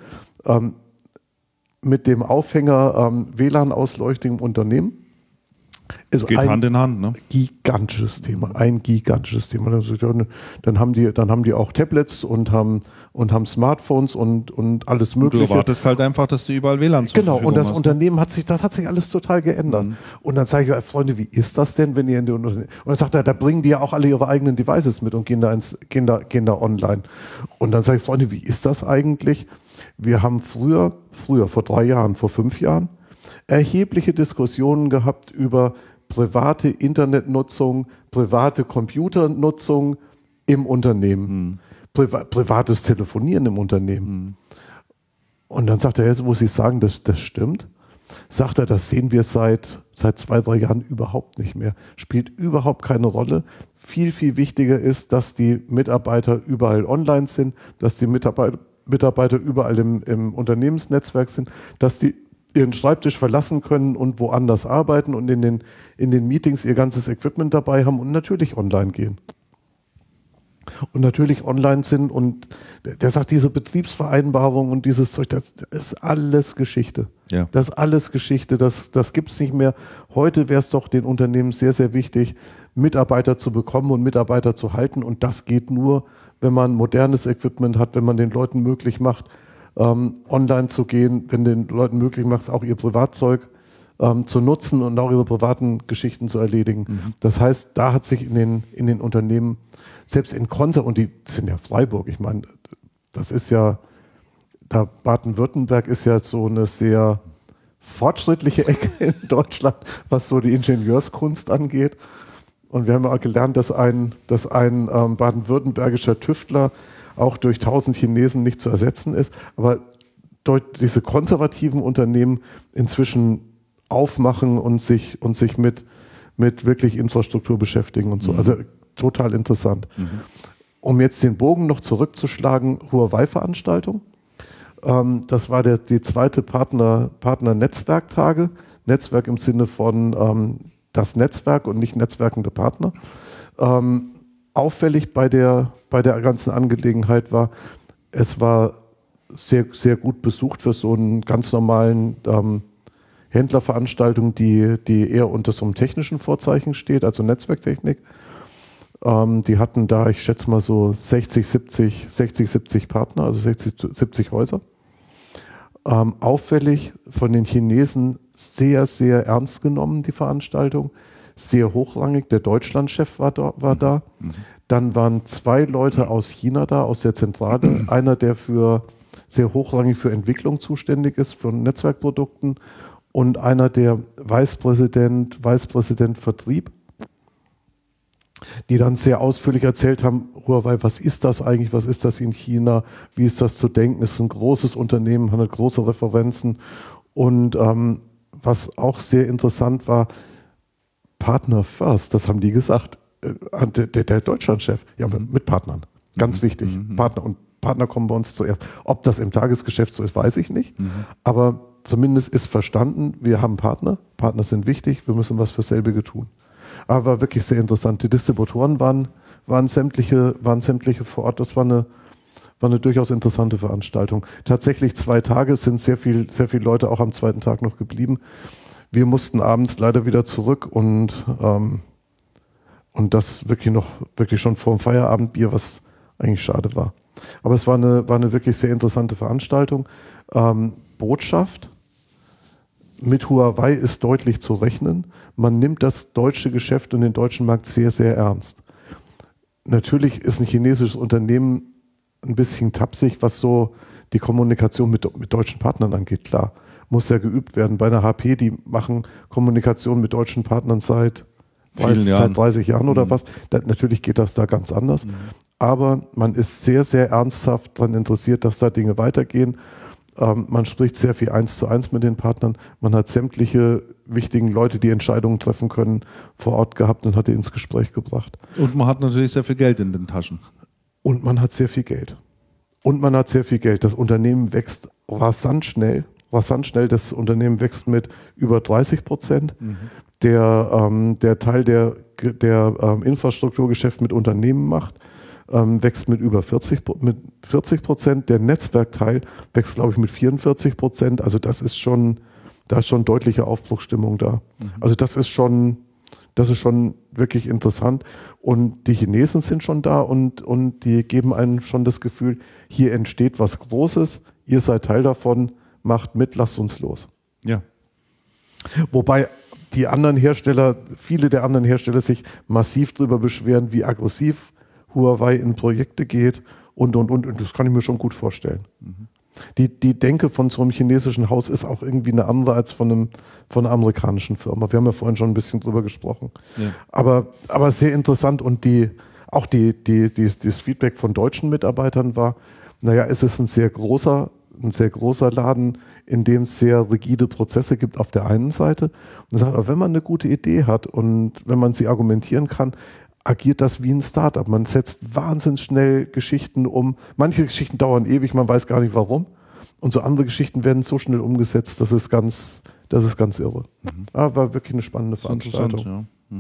Speaker 2: mit dem Aufhänger WLAN-Ausleuchtung im Unternehmen, ist
Speaker 1: geht Hand in Hand, ne?
Speaker 2: Gigantisches Thema, ein gigantisches Thema. Dann haben die auch Tablets und haben Smartphones und alles Mögliche.
Speaker 1: Du erwartest halt einfach, dass du überall WLAN zur
Speaker 2: Genau,
Speaker 1: Verfügung
Speaker 2: und das
Speaker 1: hast,
Speaker 2: Unternehmen hat sich alles total geändert. Und dann sage ich, Freunde, wie ist das denn, wenn ihr in den Unternehmen... Und dann sagt er, da bringen die ja auch alle ihre eigenen Devices mit und gehen da online. Und dann sage ich, Freunde, wie ist das eigentlich? Wir haben früher, vor 3 Jahren, vor 5 Jahren, erhebliche Diskussionen gehabt über private Internetnutzung, private Computernutzung im Unternehmen, privates Telefonieren im Unternehmen. Und dann sagt er, jetzt muss ich sagen, das stimmt. Sagt er, das sehen wir seit 2, 3 Jahren überhaupt nicht mehr. Spielt überhaupt keine Rolle. Viel, viel wichtiger ist, dass die Mitarbeiter überall online sind, dass die Mitarbeiter überall im Unternehmensnetzwerk sind, dass die ihren Schreibtisch verlassen können und woanders arbeiten und in den Meetings ihr ganzes Equipment dabei haben und natürlich online gehen. Und natürlich online sind, und der sagt, diese Betriebsvereinbarung und dieses Zeug, das ist alles Geschichte.
Speaker 1: Ja.
Speaker 2: Das ist alles Geschichte, das gibt es nicht mehr. Heute wäre es doch den Unternehmen sehr, sehr wichtig, Mitarbeiter zu bekommen und Mitarbeiter zu halten, und das geht nur, wenn man modernes Equipment hat, wenn man den Leuten möglich macht, online zu gehen, wenn den Leuten möglich macht, auch ihr Privatzeug zu nutzen und auch ihre privaten Geschichten zu erledigen. Das heißt, da hat sich in den Unternehmen, selbst in und die sind ja Freiburg, ich meine, das ist ja, da Baden-Württemberg ist ja so eine sehr fortschrittliche Ecke in Deutschland, was so die Ingenieurskunst angeht. Und wir haben auch gelernt, dass ein baden-württembergischer Tüftler auch durch 1000 Chinesen nicht zu ersetzen ist, aber diese konservativen Unternehmen inzwischen aufmachen und sich mit wirklich Infrastruktur beschäftigen und so. Also total interessant. Um jetzt den Bogen noch zurückzuschlagen, Huawei-Veranstaltung. Das war die zweite Partner-Netzwerktage. Netzwerk im Sinne von das Netzwerk und nicht netzwerkende Partner. Auffällig bei der ganzen Angelegenheit war, es war sehr, sehr gut besucht für so einen ganz normalen Händlerveranstaltung, die eher unter so einem technischen Vorzeichen steht, also Netzwerktechnik. Die hatten da, ich schätze mal so 60, 70 Partner, also 60, 70 Häuser. Auffällig von den Chinesen sehr, sehr ernst genommen, die Veranstaltung. Sehr hochrangig, der Deutschlandchef war da. Dann waren 2 Leute aus China da, aus der Zentrale. Einer, der sehr hochrangig für Entwicklung zuständig ist, von Netzwerkprodukten. Und einer, der Vicepräsident Vertrieb, die dann sehr ausführlich erzählt haben, Huawei, was ist das eigentlich, was ist das in China, wie ist das zu denken, es ist ein großes Unternehmen, hat große Referenzen. Und was auch sehr interessant war, Partner first, das haben die gesagt, der Deutschlandchef, ja, mit Partnern, ganz wichtig, Partner, und Partner kommen bei uns zuerst. Ob das im Tagesgeschäft so ist, weiß ich nicht, aber zumindest ist verstanden, wir haben Partner sind wichtig, wir müssen was für selbige tun. Aber war wirklich sehr interessant. Die Distributoren waren sämtliche vor Ort, das war eine durchaus interessante Veranstaltung. Tatsächlich 2 Tage, sind sehr viele Leute auch am 2. Tag noch geblieben. Wir mussten abends leider wieder zurück und das wirklich schon vor dem Feierabendbier, was eigentlich schade war. Aber es war eine wirklich sehr interessante Veranstaltung. Botschaft: Mit Huawei ist deutlich zu rechnen. Man nimmt das deutsche Geschäft und den deutschen Markt sehr, sehr ernst. Natürlich ist ein chinesisches Unternehmen ein bisschen tapsig, was so die Kommunikation mit deutschen Partnern angeht, klar. Muss ja geübt werden. Bei einer HP, die machen Kommunikation mit deutschen Partnern seit 30 Jahren oder was. Natürlich geht das da ganz anders. Aber man ist sehr, sehr ernsthaft daran interessiert, dass da Dinge weitergehen. Man spricht sehr viel 1:1 mit den Partnern. Man hat sämtliche wichtigen Leute, die Entscheidungen treffen können, vor Ort gehabt und hat die ins Gespräch gebracht.
Speaker 1: Und man hat natürlich sehr viel Geld in den Taschen.
Speaker 2: Und man hat sehr viel Geld. Das Unternehmen wächst rasant schnell. Das Unternehmen wächst mit über 30%. Der Teil, der Infrastrukturgeschäft mit Unternehmen macht, wächst mit über 40%. Der Netzwerkteil wächst, glaube ich, mit 44%. Also da ist schon deutliche Aufbruchsstimmung da. Also das ist schon wirklich interessant. Und die Chinesen sind schon da und die geben einem schon das Gefühl, hier entsteht was Großes, ihr seid Teil davon, macht mit, lasst uns los.
Speaker 1: Ja.
Speaker 2: Wobei viele der anderen Hersteller sich massiv darüber beschweren, wie aggressiv Huawei in Projekte geht und das kann ich mir schon gut vorstellen. Die Denke von so einem chinesischen Haus ist auch irgendwie eine andere als von einer amerikanischen Firma. Wir haben ja vorhin schon ein bisschen drüber gesprochen. Ja. Aber sehr interessant und das Feedback von deutschen Mitarbeitern war, es ist ein sehr großer Laden, in dem es sehr rigide Prozesse gibt auf der einen Seite. Und er sagt, aber wenn man eine gute Idee hat und wenn man sie argumentieren kann, agiert das wie ein Startup. Man setzt wahnsinnig schnell Geschichten um. Manche Geschichten dauern ewig, man weiß gar nicht warum. Und so andere Geschichten werden so schnell umgesetzt, das ist ganz irre. War wirklich eine spannende Veranstaltung. Ja.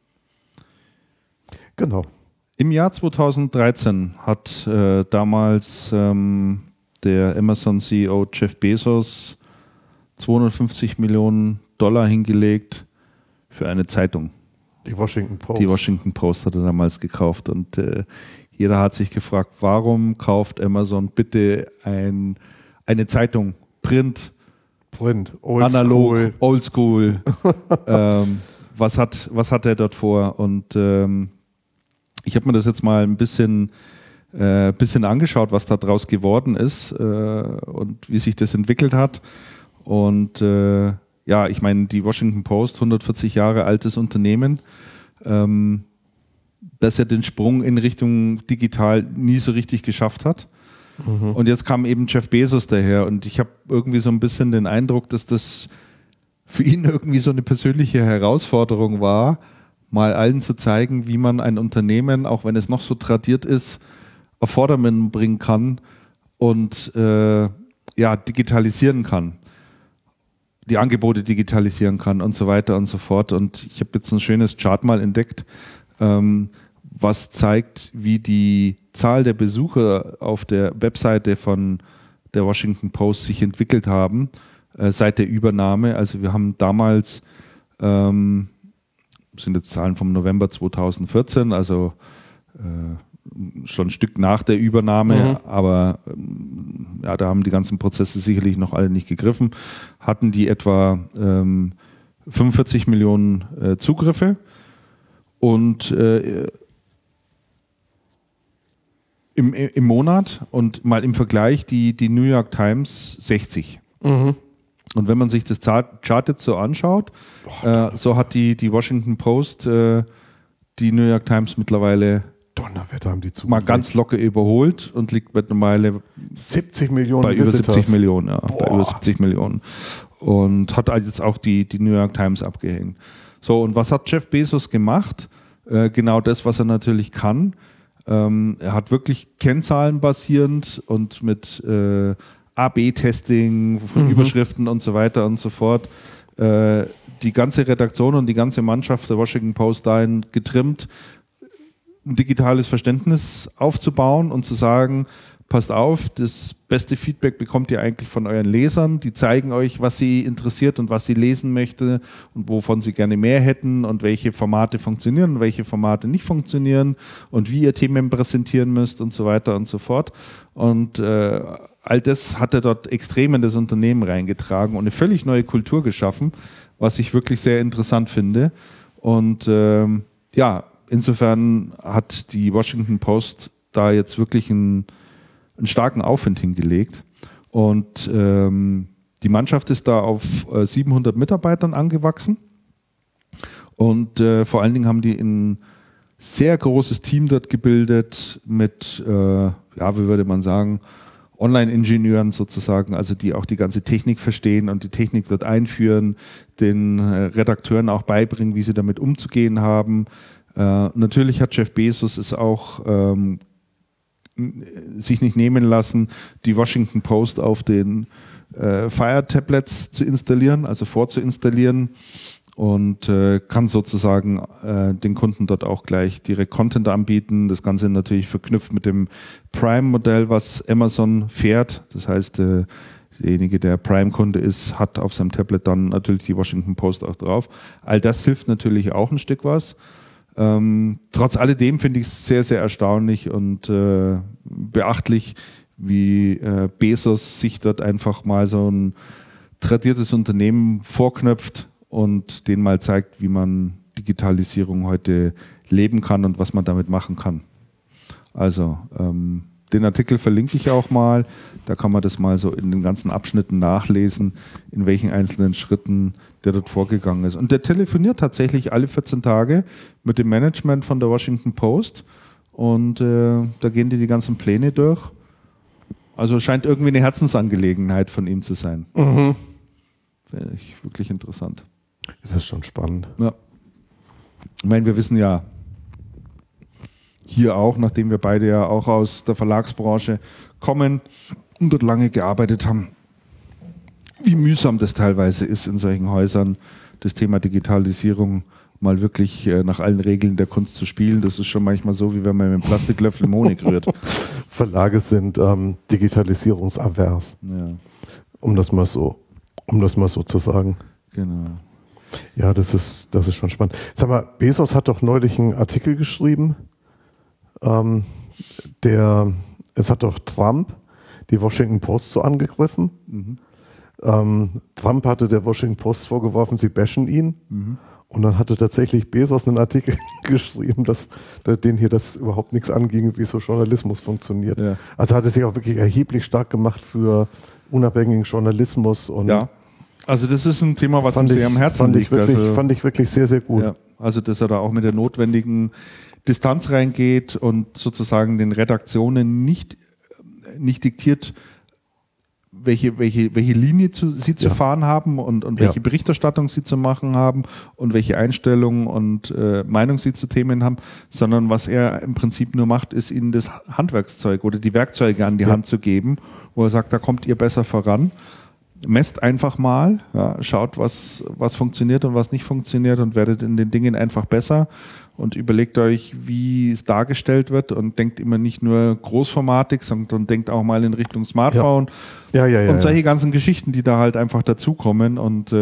Speaker 2: Genau.
Speaker 1: Im Jahr 2013 hat damals der Amazon-CEO Jeff Bezos $250 Millionen hingelegt für eine Zeitung.
Speaker 2: Die Washington Post.
Speaker 1: Die Washington Post hat er damals gekauft und jeder hat sich gefragt, warum kauft Amazon bitte eine Zeitung, Print, analog, oldschool. Was hat er dort vor? Und ich habe mir das jetzt mal ein bisschen angeschaut, was da draus geworden ist und wie sich das entwickelt hat. Und ich meine, die Washington Post, 140 Jahre altes Unternehmen, das ja den Sprung in Richtung digital nie so richtig geschafft hat. Und jetzt kam eben Jeff Bezos daher und ich habe irgendwie so ein bisschen den Eindruck, dass das für ihn irgendwie so eine persönliche Herausforderung war, mal allen zu zeigen, wie man ein Unternehmen, auch wenn es noch so tradiert ist, auf Vordermann bringen kann und digitalisieren kann. Die Angebote digitalisieren kann und so weiter und so fort. Und ich habe jetzt ein schönes Chart mal entdeckt, was zeigt, wie die Zahl der Besucher auf der Webseite von der Washington Post sich entwickelt haben seit der Übernahme. Also wir haben damals, sind jetzt Zahlen vom November 2014, also schon ein Stück nach der Übernahme, aber da haben die ganzen Prozesse sicherlich noch alle nicht gegriffen, hatten die etwa 45 Millionen Zugriffe und im Monat und mal im Vergleich die New York Times 60. Und wenn man sich das Chart jetzt so anschaut, so hat die Washington Post die New York Times mittlerweile
Speaker 2: Donnerwetter haben die
Speaker 1: mal ganz locker überholt und liegt mittlerweile
Speaker 2: 70 Millionen
Speaker 1: bei über 70 Millionen, bei über 70 Millionen. Und hat jetzt auch die New York Times abgehängt. So, und was hat Jeff Bezos gemacht? Genau das, was er natürlich kann. Er hat wirklich kennzahlenbasierend und mit AB-Testing von Überschriften und so weiter und so fort die ganze Redaktion und die ganze Mannschaft der Washington Post dahin getrimmt, ein digitales Verständnis aufzubauen und zu sagen, passt auf, das beste Feedback bekommt ihr eigentlich von euren Lesern, die zeigen euch, was sie interessiert und was sie lesen möchte und wovon sie gerne mehr hätten und welche Formate funktionieren und welche Formate nicht funktionieren und wie ihr Themen präsentieren müsst und so weiter und so fort. Und all das hat er dort extrem in das Unternehmen reingetragen und eine völlig neue Kultur geschaffen, was ich wirklich sehr interessant finde. Und insofern hat die Washington Post da jetzt wirklich einen starken Aufwind hingelegt. Und die Mannschaft ist da auf 700 Mitarbeitern angewachsen. Und vor allen Dingen haben die ein sehr großes Team dort gebildet mit, wie würde man sagen, Online-Ingenieuren sozusagen, also die auch die ganze Technik verstehen und die Technik dort einführen, den Redakteuren auch beibringen, wie sie damit umzugehen haben. Natürlich hat Jeff Bezos es auch sich nicht nehmen lassen, die Washington Post auf den Fire-Tablets zu installieren, also vorzuinstallieren, und kann sozusagen den Kunden dort auch gleich direkt Content anbieten. Das Ganze natürlich verknüpft mit dem Prime-Modell, was Amazon fährt. Das heißt, derjenige, der Prime-Kunde ist, hat auf seinem Tablet dann natürlich die Washington Post auch drauf. All das hilft natürlich auch ein Stück was. Trotz alledem finde ich es sehr, sehr erstaunlich und beachtlich, wie Bezos sich dort einfach mal so ein tradiertes Unternehmen vorknöpft und denen mal zeigt, wie man Digitalisierung heute leben kann und was man damit machen kann. Also den Artikel verlinke ich auch mal, da kann man das mal so in den ganzen Abschnitten nachlesen, in welchen einzelnen Schritten der dort vorgegangen ist. Und der telefoniert tatsächlich alle 14 Tage mit dem Management von der Washington Post und da gehen die ganzen Pläne durch. Also scheint irgendwie eine Herzensangelegenheit von ihm zu sein.
Speaker 2: Mhm.
Speaker 1: Finde ich wirklich interessant.
Speaker 2: Das ist schon spannend.
Speaker 1: Ja. Ich meine, wir wissen ja hier auch, nachdem wir beide ja auch aus der Verlagsbranche kommen und dort lange gearbeitet haben, wie mühsam das teilweise ist in solchen Häusern, das Thema Digitalisierung mal wirklich nach allen Regeln der Kunst zu spielen. Das ist schon manchmal so, wie wenn man mit einem Plastiklöffel Honig rührt.
Speaker 2: Verlage sind digitalisierungsavers,
Speaker 1: Ja.
Speaker 2: um das mal so zu sagen.
Speaker 1: Genau.
Speaker 2: Ja, das ist schon spannend. Sag mal, Bezos hat doch neulich einen Artikel geschrieben, es hat doch Trump die Washington Post so angegriffen.
Speaker 1: Mhm.
Speaker 2: Trump hatte der Washington Post vorgeworfen, sie bashen ihn.
Speaker 1: Mhm.
Speaker 2: Und dann hatte tatsächlich Bezos einen Artikel geschrieben, den hier das überhaupt nichts anging, wie so Journalismus funktioniert.
Speaker 1: Ja.
Speaker 2: Also hat er sich auch wirklich erheblich stark gemacht für unabhängigen Journalismus. Und
Speaker 1: Ja, also das ist ein Thema, was ihm sehr am Herzen liegt.
Speaker 2: Fand ich wirklich sehr, sehr gut.
Speaker 1: Ja, also dass er da auch mit der notwendigen Distanz reingeht und sozusagen den Redaktionen nicht diktiert, welche Linie sie zu fahren haben und welche Berichterstattung sie zu machen haben und welche Einstellungen und Meinung sie zu Themen haben, sondern was er im Prinzip nur macht, ist ihnen das Handwerkszeug oder die Werkzeuge an die Hand zu geben, wo er sagt, da kommt ihr besser voran. Messt einfach mal, schaut, was funktioniert und was nicht funktioniert und werdet in den Dingen einfach besser und überlegt euch, wie es dargestellt wird und denkt immer nicht nur großformatig, sondern denkt auch mal in Richtung Smartphone und solche ganzen Geschichten, die da halt einfach dazukommen und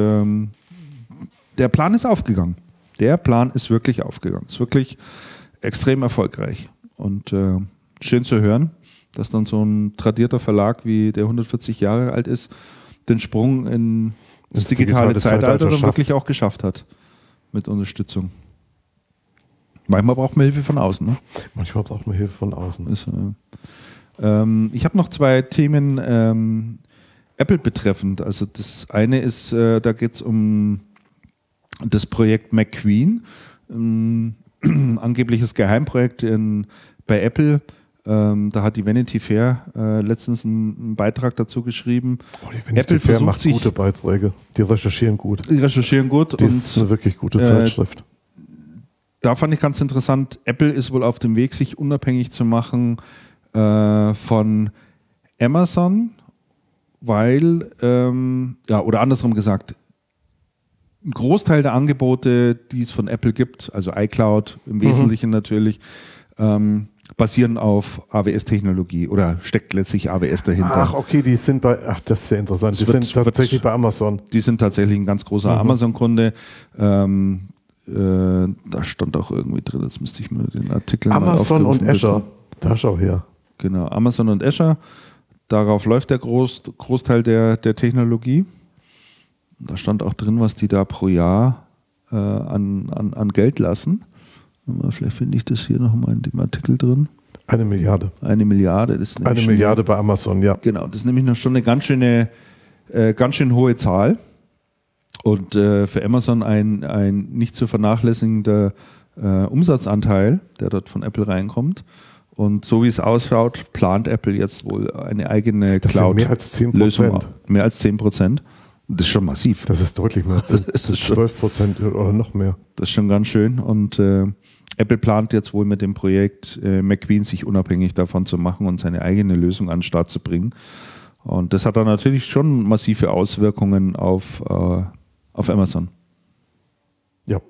Speaker 1: der Plan ist aufgegangen. Der Plan ist wirklich aufgegangen. Ist wirklich extrem erfolgreich und schön zu hören, dass dann so ein tradierter Verlag wie der 140 Jahre alt ist, den Sprung in das digitale Zeitalter dann wirklich auch geschafft hat. Mit Unterstützung. Manchmal braucht man Hilfe von außen. Ne?
Speaker 2: Manchmal braucht man Hilfe von außen.
Speaker 1: Ich habe noch zwei Themen Apple betreffend. Also das eine ist, da geht es um das Projekt McQueen, angebliches Geheimprojekt bei Apple. Da hat die Vanity Fair letztens einen Beitrag dazu geschrieben.
Speaker 2: Die Vanity Fair macht gute Beiträge. Die recherchieren gut.
Speaker 1: Die
Speaker 2: ist eine wirklich gute Zeitschrift.
Speaker 1: Da fand ich ganz interessant, Apple ist wohl auf dem Weg, sich unabhängig zu machen von Amazon, weil, oder andersrum gesagt, ein Großteil der Angebote, die es von Apple gibt, also iCloud im Wesentlichen natürlich, basieren auf AWS-Technologie oder steckt letztlich AWS dahinter.
Speaker 2: Ach, okay, das ist sehr interessant. Die sind tatsächlich bei Amazon.
Speaker 1: Die sind tatsächlich ein ganz großer Amazon-Kunde. Da stand auch irgendwie drin, jetzt müsste ich mir den Artikel
Speaker 2: Amazon und Azure, da schau her.
Speaker 1: Genau, Amazon und Azure, darauf läuft der Großteil der Technologie. Da stand auch drin, was die da pro Jahr an Geld lassen. Vielleicht finde ich das hier nochmal in dem Artikel drin.
Speaker 2: 1 Milliarde.
Speaker 1: 1 Milliarde. Das ist
Speaker 2: 1 Milliarde bei Amazon, ja.
Speaker 1: Genau, das ist nämlich noch schon eine ganz schön hohe Zahl. Und für Amazon ein nicht zu vernachlässigender Umsatzanteil, der dort von Apple reinkommt. Und so wie es ausschaut, plant Apple jetzt wohl eine eigene
Speaker 2: Das sind mehr als 10%.
Speaker 1: Cloud-Lösung. Mehr als 10%. Das ist schon massiv.
Speaker 2: Das ist deutlich mehr. Das ist 12% oder noch mehr.
Speaker 1: Das ist schon ganz schön. Und Apple plant jetzt wohl mit dem Projekt McQueen sich unabhängig davon zu machen und seine eigene Lösung an den Start zu bringen. Und das hat dann natürlich schon massive Auswirkungen auf Amazon.
Speaker 2: Ja.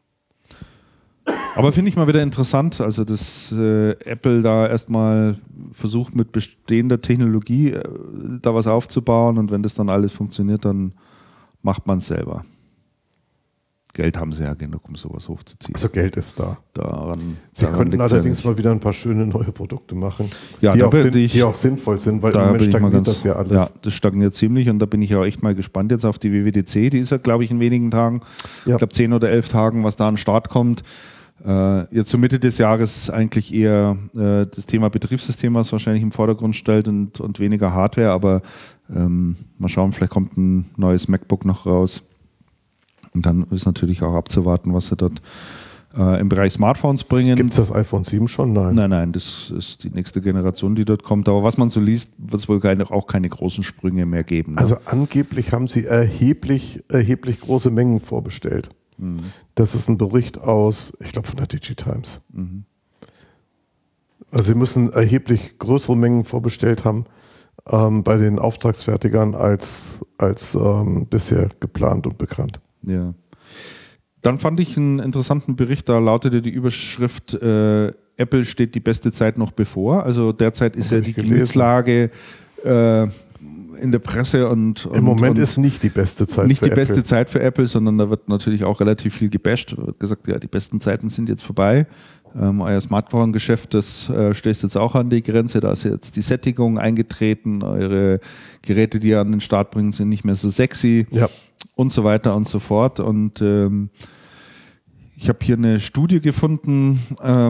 Speaker 1: Aber finde ich mal wieder interessant, also dass Apple da erstmal versucht mit bestehender Technologie da was aufzubauen und wenn das dann alles funktioniert, dann macht man es selber. Geld haben sie ja genug, um sowas hochzuziehen.
Speaker 2: Also Geld ist da. Sie
Speaker 1: daran
Speaker 2: könnten
Speaker 1: liegt's
Speaker 2: allerdings
Speaker 1: ja
Speaker 2: mal wieder ein paar schöne neue Produkte machen,
Speaker 1: ja,
Speaker 2: die auch sinnvoll sind, weil im Moment stagniert das ja alles.
Speaker 1: Ja, das stagniert ziemlich und da bin ich ja auch echt mal gespannt jetzt auf die WWDC. Die ist ja, glaube ich, in wenigen Tagen,
Speaker 2: Ja.
Speaker 1: ich glaube 10 oder 11 Tagen, was da an den Start kommt. Jetzt zur Mitte des Jahres eigentlich eher das Thema Betriebssystem, was wahrscheinlich im Vordergrund stellt und weniger Hardware, aber mal schauen, vielleicht kommt ein neues MacBook noch raus. Und dann ist natürlich auch abzuwarten, was sie dort im Bereich Smartphones bringen.
Speaker 2: Gibt es das iPhone 7 schon? Nein.
Speaker 1: Nein, das ist die nächste Generation, die dort kommt. Aber was man so liest, wird es wohl auch keine großen Sprünge mehr geben. Ne?
Speaker 2: Also angeblich haben sie erheblich große Mengen vorbestellt.
Speaker 1: Mhm.
Speaker 2: Das ist ein Bericht aus, ich glaube, von der DigiTimes.
Speaker 1: Mhm.
Speaker 2: Also sie müssen erheblich größere Mengen vorbestellt haben bei den Auftragsfertigern als bisher geplant und bekannt.
Speaker 1: Ja. Dann fand ich einen interessanten Bericht, da lautete die Überschrift Apple steht die beste Zeit noch bevor. Also derzeit ist ja die Gemütslage in der Presse und
Speaker 2: im Moment ist nicht die beste Zeit
Speaker 1: nicht
Speaker 2: für
Speaker 1: die beste Zeit für Apple, sondern da wird natürlich auch relativ viel gebasht. Da wird gesagt, ja, die besten Zeiten sind jetzt vorbei. Euer Smartphone-Geschäft, das stößt jetzt auch an die Grenze. Da ist jetzt die Sättigung eingetreten. Eure Geräte, die ihr an den Start bringen, sind nicht mehr so sexy.
Speaker 2: Ja.
Speaker 1: Und so weiter und so fort. Und ich habe hier eine Studie gefunden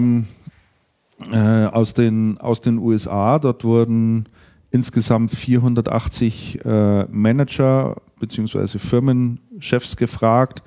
Speaker 1: aus den USA. Dort wurden insgesamt 480 Manager bzw. Firmenchefs gefragt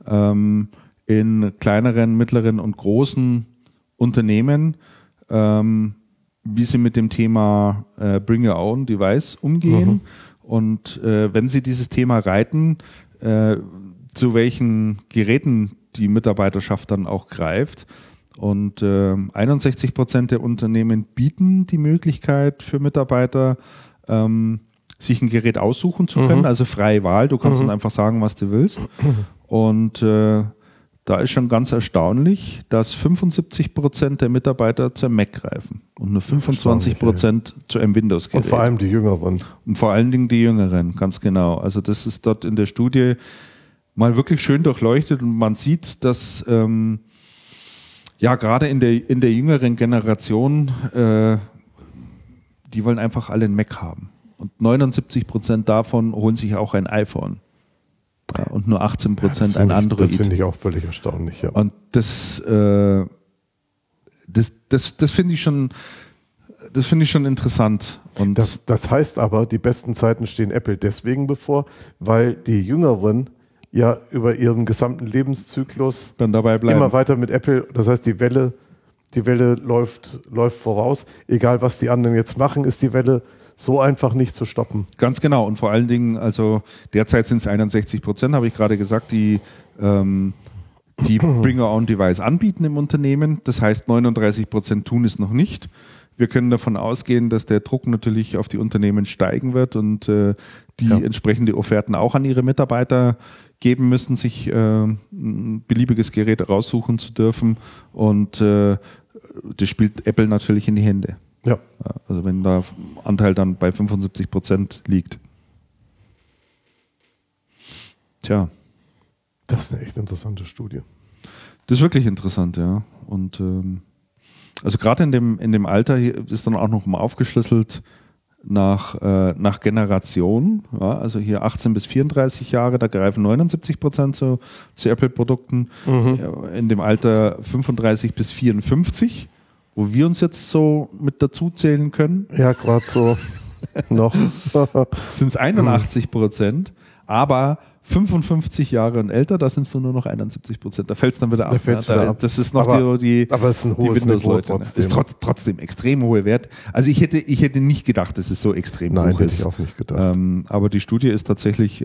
Speaker 1: in kleineren, mittleren und großen Unternehmen, wie sie mit dem Thema Bring Your Own Device umgehen.
Speaker 2: Mhm.
Speaker 1: Und wenn sie dieses Thema reiten, zu welchen Geräten die Mitarbeiterschaft dann auch greift. Und 61% der Unternehmen bieten die Möglichkeit für Mitarbeiter, sich ein Gerät aussuchen zu können, also freie Wahl. Du kannst dann einfach sagen, was du willst. Und da ist schon ganz erstaunlich, dass 75% der Mitarbeiter zur Mac greifen und nur 25% zu einem Windows-Gerät.
Speaker 2: Und vor allem die Jüngeren.
Speaker 1: Und vor allen Dingen die Jüngeren, ganz genau. Also das ist dort in der Studie mal wirklich schön durchleuchtet und man sieht, dass ja gerade in der jüngeren Generation, die wollen einfach alle einen Mac haben. Und 79% davon holen sich auch ein iPhone. Ja, und nur 18% ein Android.
Speaker 2: Das finde ich auch völlig erstaunlich, ja.
Speaker 1: Und das finde ich schon interessant. Und
Speaker 2: das heißt aber, die besten Zeiten stehen Apple deswegen bevor, weil die Jüngeren ja über ihren gesamten Lebenszyklus
Speaker 1: dann dabei bleiben.
Speaker 2: Immer weiter mit Apple. Das heißt, die Welle läuft voraus. Egal, was die anderen jetzt machen, ist die Welle so einfach nicht zu stoppen.
Speaker 1: Ganz genau. Und vor allen Dingen, also derzeit sind es 61%, habe ich gerade gesagt, die Bring Your Own Device anbieten im Unternehmen. Das heißt, 39% tun es noch nicht. Wir können davon ausgehen, dass der Druck natürlich auf die Unternehmen steigen wird und die entsprechende Offerten auch an ihre Mitarbeiter geben müssen, sich ein beliebiges Gerät raussuchen zu dürfen. Und das spielt Apple natürlich in die Hände.
Speaker 2: Ja.
Speaker 1: Also wenn der Anteil dann bei 75% liegt. Tja.
Speaker 2: Das ist eine echt interessante Studie.
Speaker 1: Das ist wirklich interessant, ja. Und also gerade in dem Alter hier ist dann auch noch mal aufgeschlüsselt nach Generation. Ja, also hier 18 bis 34 Jahre, da greifen 79% zu Apple-Produkten. In dem Alter 35 bis 54, wo wir uns jetzt so mit dazu zählen können.
Speaker 2: Ja, gerade so. Noch.
Speaker 1: Sind es 81%, aber 55 Jahre und älter, da sind es nur noch 71%. Da fällt es dann wieder ab. Das ist noch
Speaker 2: aber
Speaker 1: die
Speaker 2: es ist ein hohes
Speaker 1: Windows-Leute.
Speaker 2: Niveau
Speaker 1: Das ist trotzdem extrem hohe Wert. Also ich hätte nicht gedacht, dass es so extrem hoch ist.
Speaker 2: Nein, hätte ich auch nicht gedacht.
Speaker 1: Aber die Studie ist tatsächlich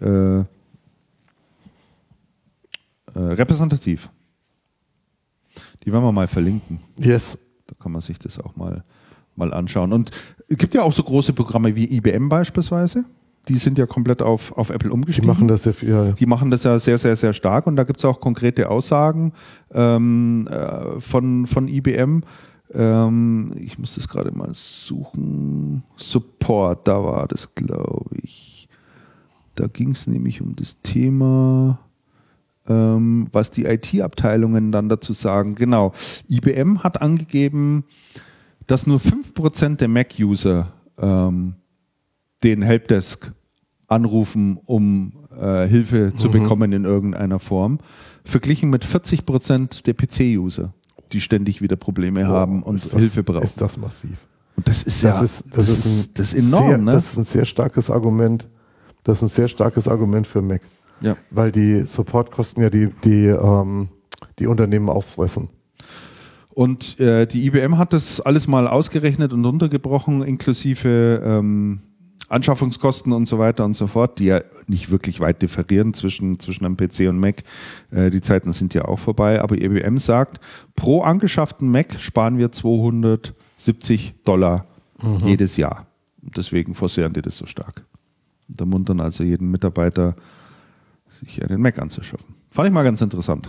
Speaker 1: repräsentativ. Die werden wir mal verlinken.
Speaker 2: Yes.
Speaker 1: Da kann man sich das auch mal anschauen. Und es gibt ja auch so große Programme wie IBM beispielsweise. Die sind ja komplett auf Apple umgestiegen.
Speaker 2: Die machen das ja viel.
Speaker 1: Die machen das ja sehr, sehr, sehr stark. Und da gibt es auch konkrete Aussagen von IBM. Ich muss das gerade mal suchen. Support, da war das, glaube ich. Da ging es nämlich um das Thema, was die IT-Abteilungen dann dazu sagen. Genau. IBM hat angegeben, dass nur 5% der Mac-User den Helpdesk anrufen, um Hilfe zu bekommen in irgendeiner Form, verglichen mit 40% der PC-User, die ständig wieder Probleme haben und Hilfe brauchen.
Speaker 2: Ist das massiv.
Speaker 1: Und das ist
Speaker 2: enorm. Das ist ein sehr starkes Argument. Das ist ein sehr starkes Argument für Mac.
Speaker 1: Ja.
Speaker 2: Weil die Supportkosten ja die Unternehmen auffressen.
Speaker 1: Und die IBM hat das alles mal ausgerechnet und runtergebrochen, inklusive Anschaffungskosten und so weiter und so fort, die ja nicht wirklich weit differieren zwischen einem PC und Mac. Die Zeiten sind ja auch vorbei. Aber IBM sagt, pro angeschafften Mac sparen wir $270 jedes Jahr. Deswegen forcieren die das so stark. Und ermuntern also jeden Mitarbeiter, sich einen Mac anzuschaffen. Fand ich mal ganz interessant.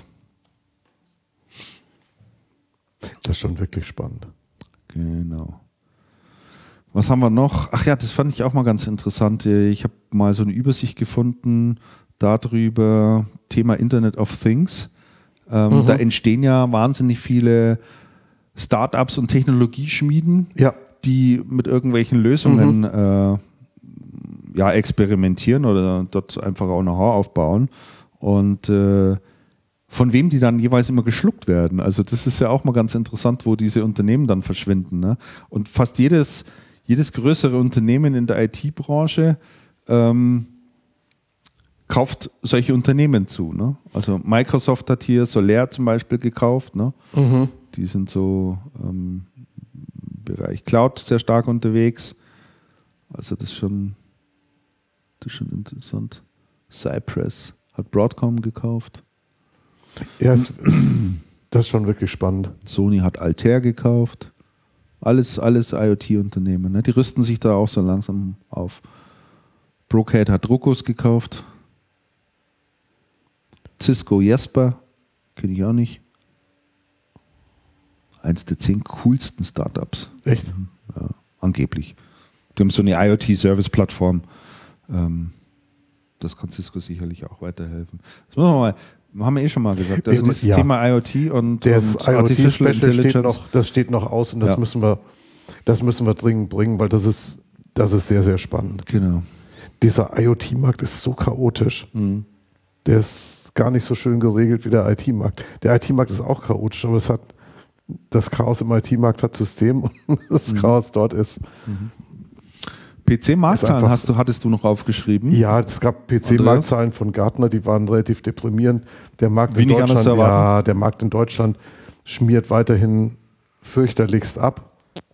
Speaker 2: Das ist schon wirklich spannend.
Speaker 1: Genau. Was haben wir noch? Ach ja, das fand ich auch mal ganz interessant. Ich habe mal so eine Übersicht gefunden darüber, Thema Internet of Things. Da entstehen ja wahnsinnig viele Startups und Technologieschmieden, die mit irgendwelchen Lösungen experimentieren oder dort einfach auch Know-how aufbauen. Und von wem die dann jeweils immer geschluckt werden. Also das ist ja auch mal ganz interessant, wo diese Unternehmen dann verschwinden. Ne? Und fast jedes größere Unternehmen in der IT-Branche kauft solche Unternehmen zu. Ne? Also Microsoft hat hier Solaire zum Beispiel gekauft. Ne? Die sind so im Bereich Cloud sehr stark unterwegs. Also das ist schon interessant. Cypress hat Broadcom gekauft.
Speaker 2: Ja, das ist schon wirklich spannend.
Speaker 1: Sony hat Altair gekauft. Alles IoT-Unternehmen. Ne? Die rüsten sich da auch so langsam auf. Brocade hat Ruckus gekauft. Cisco Jasper, kenne ich auch nicht. Eins der 10 coolsten Startups.
Speaker 2: Echt?
Speaker 1: Ja, angeblich. Die haben so eine IoT-Service-Plattform. Das kann Cisco sicherlich auch weiterhelfen. Das müssen wir mal. Haben wir schon mal gesagt. Also das Thema IoT und
Speaker 2: Artificial Intelligence, das steht noch aus und das müssen wir dringend bringen, weil das ist sehr, sehr spannend.
Speaker 1: Genau.
Speaker 2: Dieser IoT-Markt ist so chaotisch. Der ist gar nicht so schön geregelt wie der IT-Markt. Der IT-Markt ist auch chaotisch, aber das Chaos im IT-Markt hat System und das Chaos dort ist.
Speaker 1: PC-Marktzahlen hattest du noch aufgeschrieben?
Speaker 2: Ja, es gab PC-Marktzahlen von Gartner, die waren relativ deprimierend. Der Markt der Markt in Deutschland schmiert weiterhin fürchterlichst ab.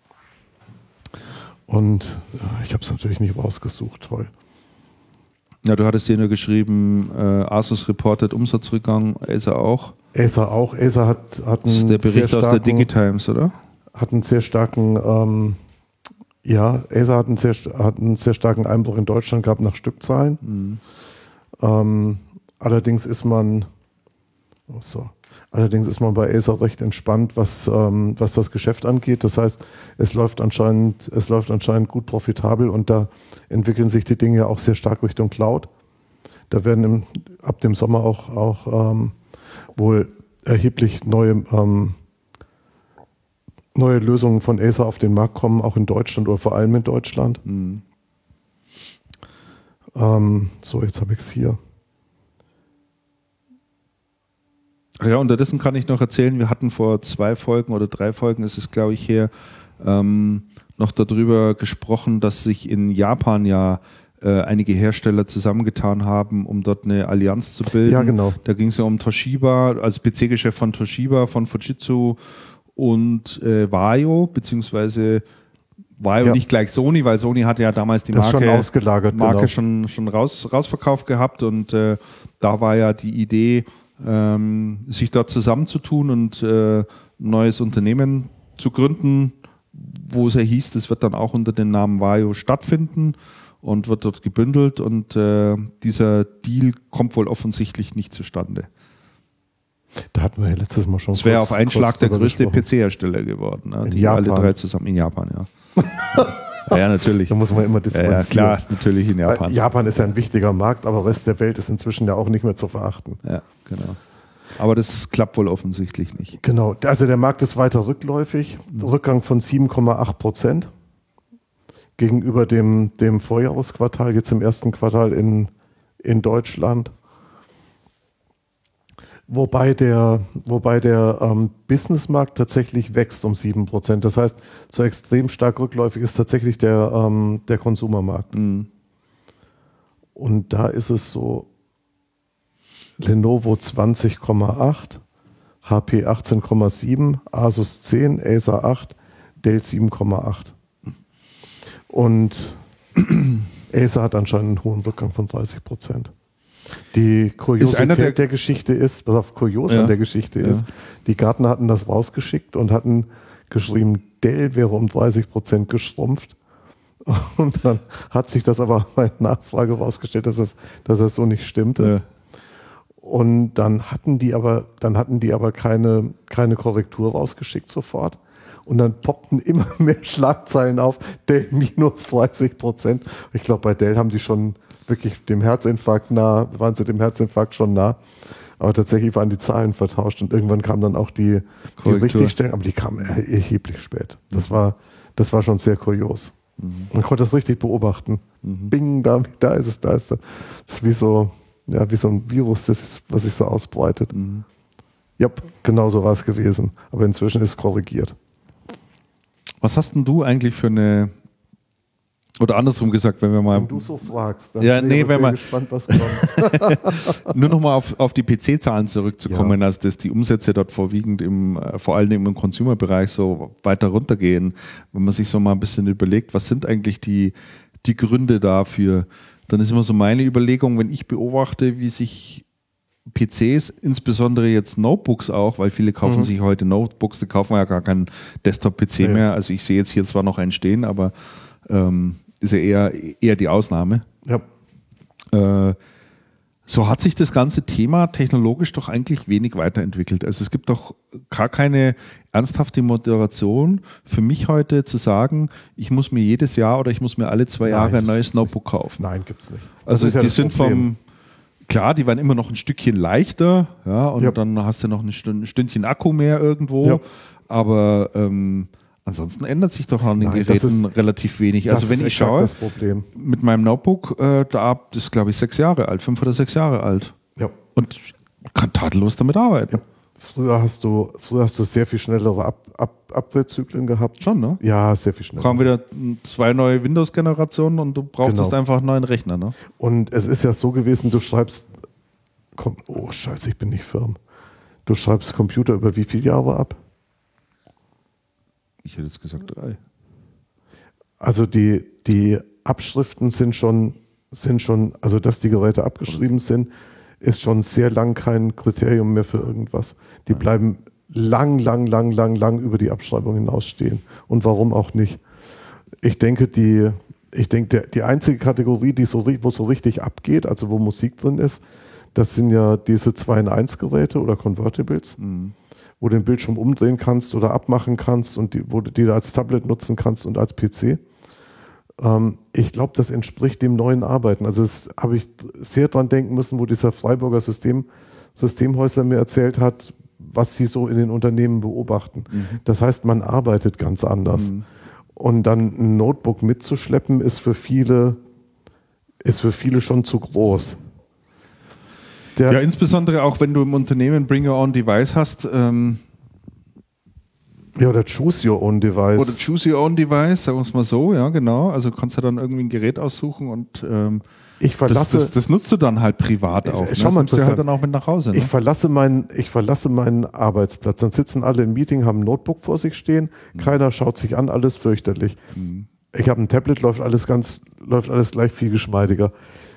Speaker 2: Und ich habe es natürlich nicht rausgesucht, toll.
Speaker 1: Ja, du hattest hier nur geschrieben, Asus reportet Umsatzrückgang, Acer auch.
Speaker 2: Acer auch. Acer hat
Speaker 1: das ist der Bericht aus der Digitimes, oder?
Speaker 2: Hat einen sehr starken Acer hat einen sehr starken Einbruch in Deutschland gehabt nach Stückzahlen. Allerdings ist man bei Acer recht entspannt, was das Geschäft angeht. Das heißt, es läuft anscheinend gut profitabel und da entwickeln sich die Dinge auch sehr stark Richtung Cloud. Da werden ab dem Sommer auch wohl erheblich neue Lösungen von Acer auf den Markt kommen, auch in Deutschland oder vor allem in Deutschland. Jetzt habe ich es hier.
Speaker 1: Ja, unterdessen kann ich noch erzählen, wir hatten vor 2 Folgen oder 3 Folgen, ist es glaube ich her, noch darüber gesprochen, dass sich in Japan ja einige Hersteller zusammengetan haben, um dort eine Allianz zu bilden.
Speaker 2: Ja, genau.
Speaker 1: Da ging es ja um Toshiba, also PC-Geschäft von Toshiba, von Fujitsu und Vaio, beziehungsweise Vaio nicht gleich Sony, weil Sony hatte ja damals die
Speaker 2: das schon ausgelagert,
Speaker 1: schon rausverkauft gehabt und da war ja die Idee, sich dort zusammenzutun und ein neues Unternehmen zu gründen, wo es ja hieß, das wird dann auch unter dem Namen Vaio stattfinden und wird dort gebündelt und dieser Deal kommt wohl offensichtlich nicht zustande.
Speaker 2: Da hatten wir ja letztes Mal schon.
Speaker 1: Es wäre auf einen Schlag der größte PC-Hersteller geworden, ne? Die
Speaker 2: Japan.
Speaker 1: alle drei zusammen in Japan, ja. Ja, natürlich.
Speaker 2: Da muss man immer differenzieren.
Speaker 1: Ja, klar, natürlich in Japan.
Speaker 2: Japan ist ja ein wichtiger Markt, aber der Rest der Welt ist inzwischen ja auch nicht mehr zu verachten.
Speaker 1: Ja, genau. Aber das klappt wohl offensichtlich nicht.
Speaker 2: Genau, also der Markt ist weiter rückläufig. Rückgang von 7,8% gegenüber dem Vorjahresquartal, jetzt im ersten Quartal in Deutschland. Wobei der Businessmarkt tatsächlich wächst um 7%. Das heißt, so extrem stark rückläufig ist tatsächlich der Konsumermarkt. Mhm. Und da ist es so, Lenovo 20,8, HP 18,7, Asus 10, Acer 8, Dell 7,8. Und Acer hat anscheinend einen hohen Rückgang von 30%. Die Kuriosität der Geschichte ist, was auf kurios an der Geschichte ist, die Gartner hatten das rausgeschickt und hatten geschrieben, Dell wäre um 30% geschrumpft. Und dann hat sich das aber bei Nachfrage rausgestellt, dass das so nicht stimmte. Ja. Und dann hatten die aber keine Korrektur rausgeschickt sofort. Und dann poppten immer mehr Schlagzeilen auf, Dell minus 30%. Ich glaube, bei Dell haben die schon wirklich waren sie dem Herzinfarkt schon nah. Aber tatsächlich waren die Zahlen vertauscht und irgendwann kam dann auch die Richtigstellung, aber die kam erheblich spät. Das war schon sehr kurios. Man konnte das richtig beobachten. Bing, da ist es. Das ist wie so ein Virus, was sich so ausbreitet. Ja, genau so war es gewesen. Aber inzwischen ist es korrigiert.
Speaker 1: Was hast denn du eigentlich für eine, oder andersrum gesagt, wenn wir mal...
Speaker 2: Wenn du so fragst, dann
Speaker 1: bin ich
Speaker 2: sehr gespannt, was kommt.
Speaker 1: Nur nochmal auf die PC-Zahlen zurückzukommen, als dass die Umsätze dort vorwiegend vor allem im Consumer-Bereich so weiter runtergehen. Wenn man sich so mal ein bisschen überlegt, was sind eigentlich die Gründe dafür, dann ist immer so meine Überlegung, wenn ich beobachte, wie sich PCs, insbesondere jetzt Notebooks auch, weil viele kaufen sich heute Notebooks, die kaufen ja gar keinen Desktop-PC mehr. Also ich sehe jetzt hier zwar noch einen stehen, aber ist ja eher die Ausnahme. Ja. So hat sich das ganze Thema technologisch doch eigentlich wenig weiterentwickelt. Also es gibt doch gar keine ernsthafte Motivation für mich heute zu sagen, ich muss mir jedes Jahr oder ich muss mir alle 2 Jahre ein neues Notebook kaufen.
Speaker 2: Nein, gibt's nicht.
Speaker 1: Also die sind klar, die werden immer noch ein Stückchen leichter, ja, und dann hast du noch ein Stündchen Akku mehr irgendwo, aber ansonsten ändert sich doch an den Geräten relativ wenig. Also wenn ich schaue,
Speaker 2: das Problem.
Speaker 1: Mit meinem Notebook, das ist glaube ich 6 Jahre alt, 5 oder 6 Jahre alt.
Speaker 2: Ja.
Speaker 1: Und kann tadellos damit arbeiten.
Speaker 2: Ja. Früher hast du sehr viel schnellere Upgrade-Zyklen gehabt.
Speaker 1: Schon, ne?
Speaker 2: Ja, sehr viel schneller.
Speaker 1: Kamen wieder 2 neue Windows-Generationen und du brauchtest einfach einen neuen Rechner, ne?
Speaker 2: Und es ist ja so gewesen, du schreibst, oh Scheiße, ich bin nicht firm. Du schreibst Computer über wie viele Jahre ab?
Speaker 1: Ich hätte jetzt gesagt 3.
Speaker 2: Also die Abschriften sind schon, also dass die Geräte abgeschrieben sind, ist schon sehr lang kein Kriterium mehr für irgendwas. Die bleiben lang über die Abschreibung hinausstehen. Und warum auch nicht? Ich denke, die einzige Kategorie, wo so richtig abgeht, also wo Musik drin ist, das sind ja diese 2-in-1 Geräte oder Convertibles, wo du den Bildschirm umdrehen kannst oder abmachen kannst und wo du die als Tablet nutzen kannst und als PC. Ich glaube, das entspricht dem neuen Arbeiten. Also das habe ich sehr dran denken müssen, wo dieser Freiburger Systemhäusler mir erzählt hat, was sie so in den Unternehmen beobachten. Das heißt, man arbeitet ganz anders. Und dann ein Notebook mitzuschleppen, ist für viele schon zu groß.
Speaker 1: Ja, insbesondere auch, wenn du im Unternehmen Bring Your Own Device hast,
Speaker 2: Ja, oder Choose Your Own Device.
Speaker 1: Oder Choose Your Own Device, sagen wir es mal so, ja genau. Also kannst du dann irgendwie ein Gerät aussuchen und
Speaker 2: ich verlasse,
Speaker 1: das nutzt du dann halt privat auch.
Speaker 2: Schau mal,
Speaker 1: das nimmst du halt dann auch mit nach Hause. Ne?
Speaker 2: Ich verlasse meinen Arbeitsplatz. Dann sitzen alle im Meeting, haben ein Notebook vor sich stehen. Keiner schaut sich an, alles fürchterlich. Ich habe ein Tablet, läuft alles gleich viel geschmeidiger.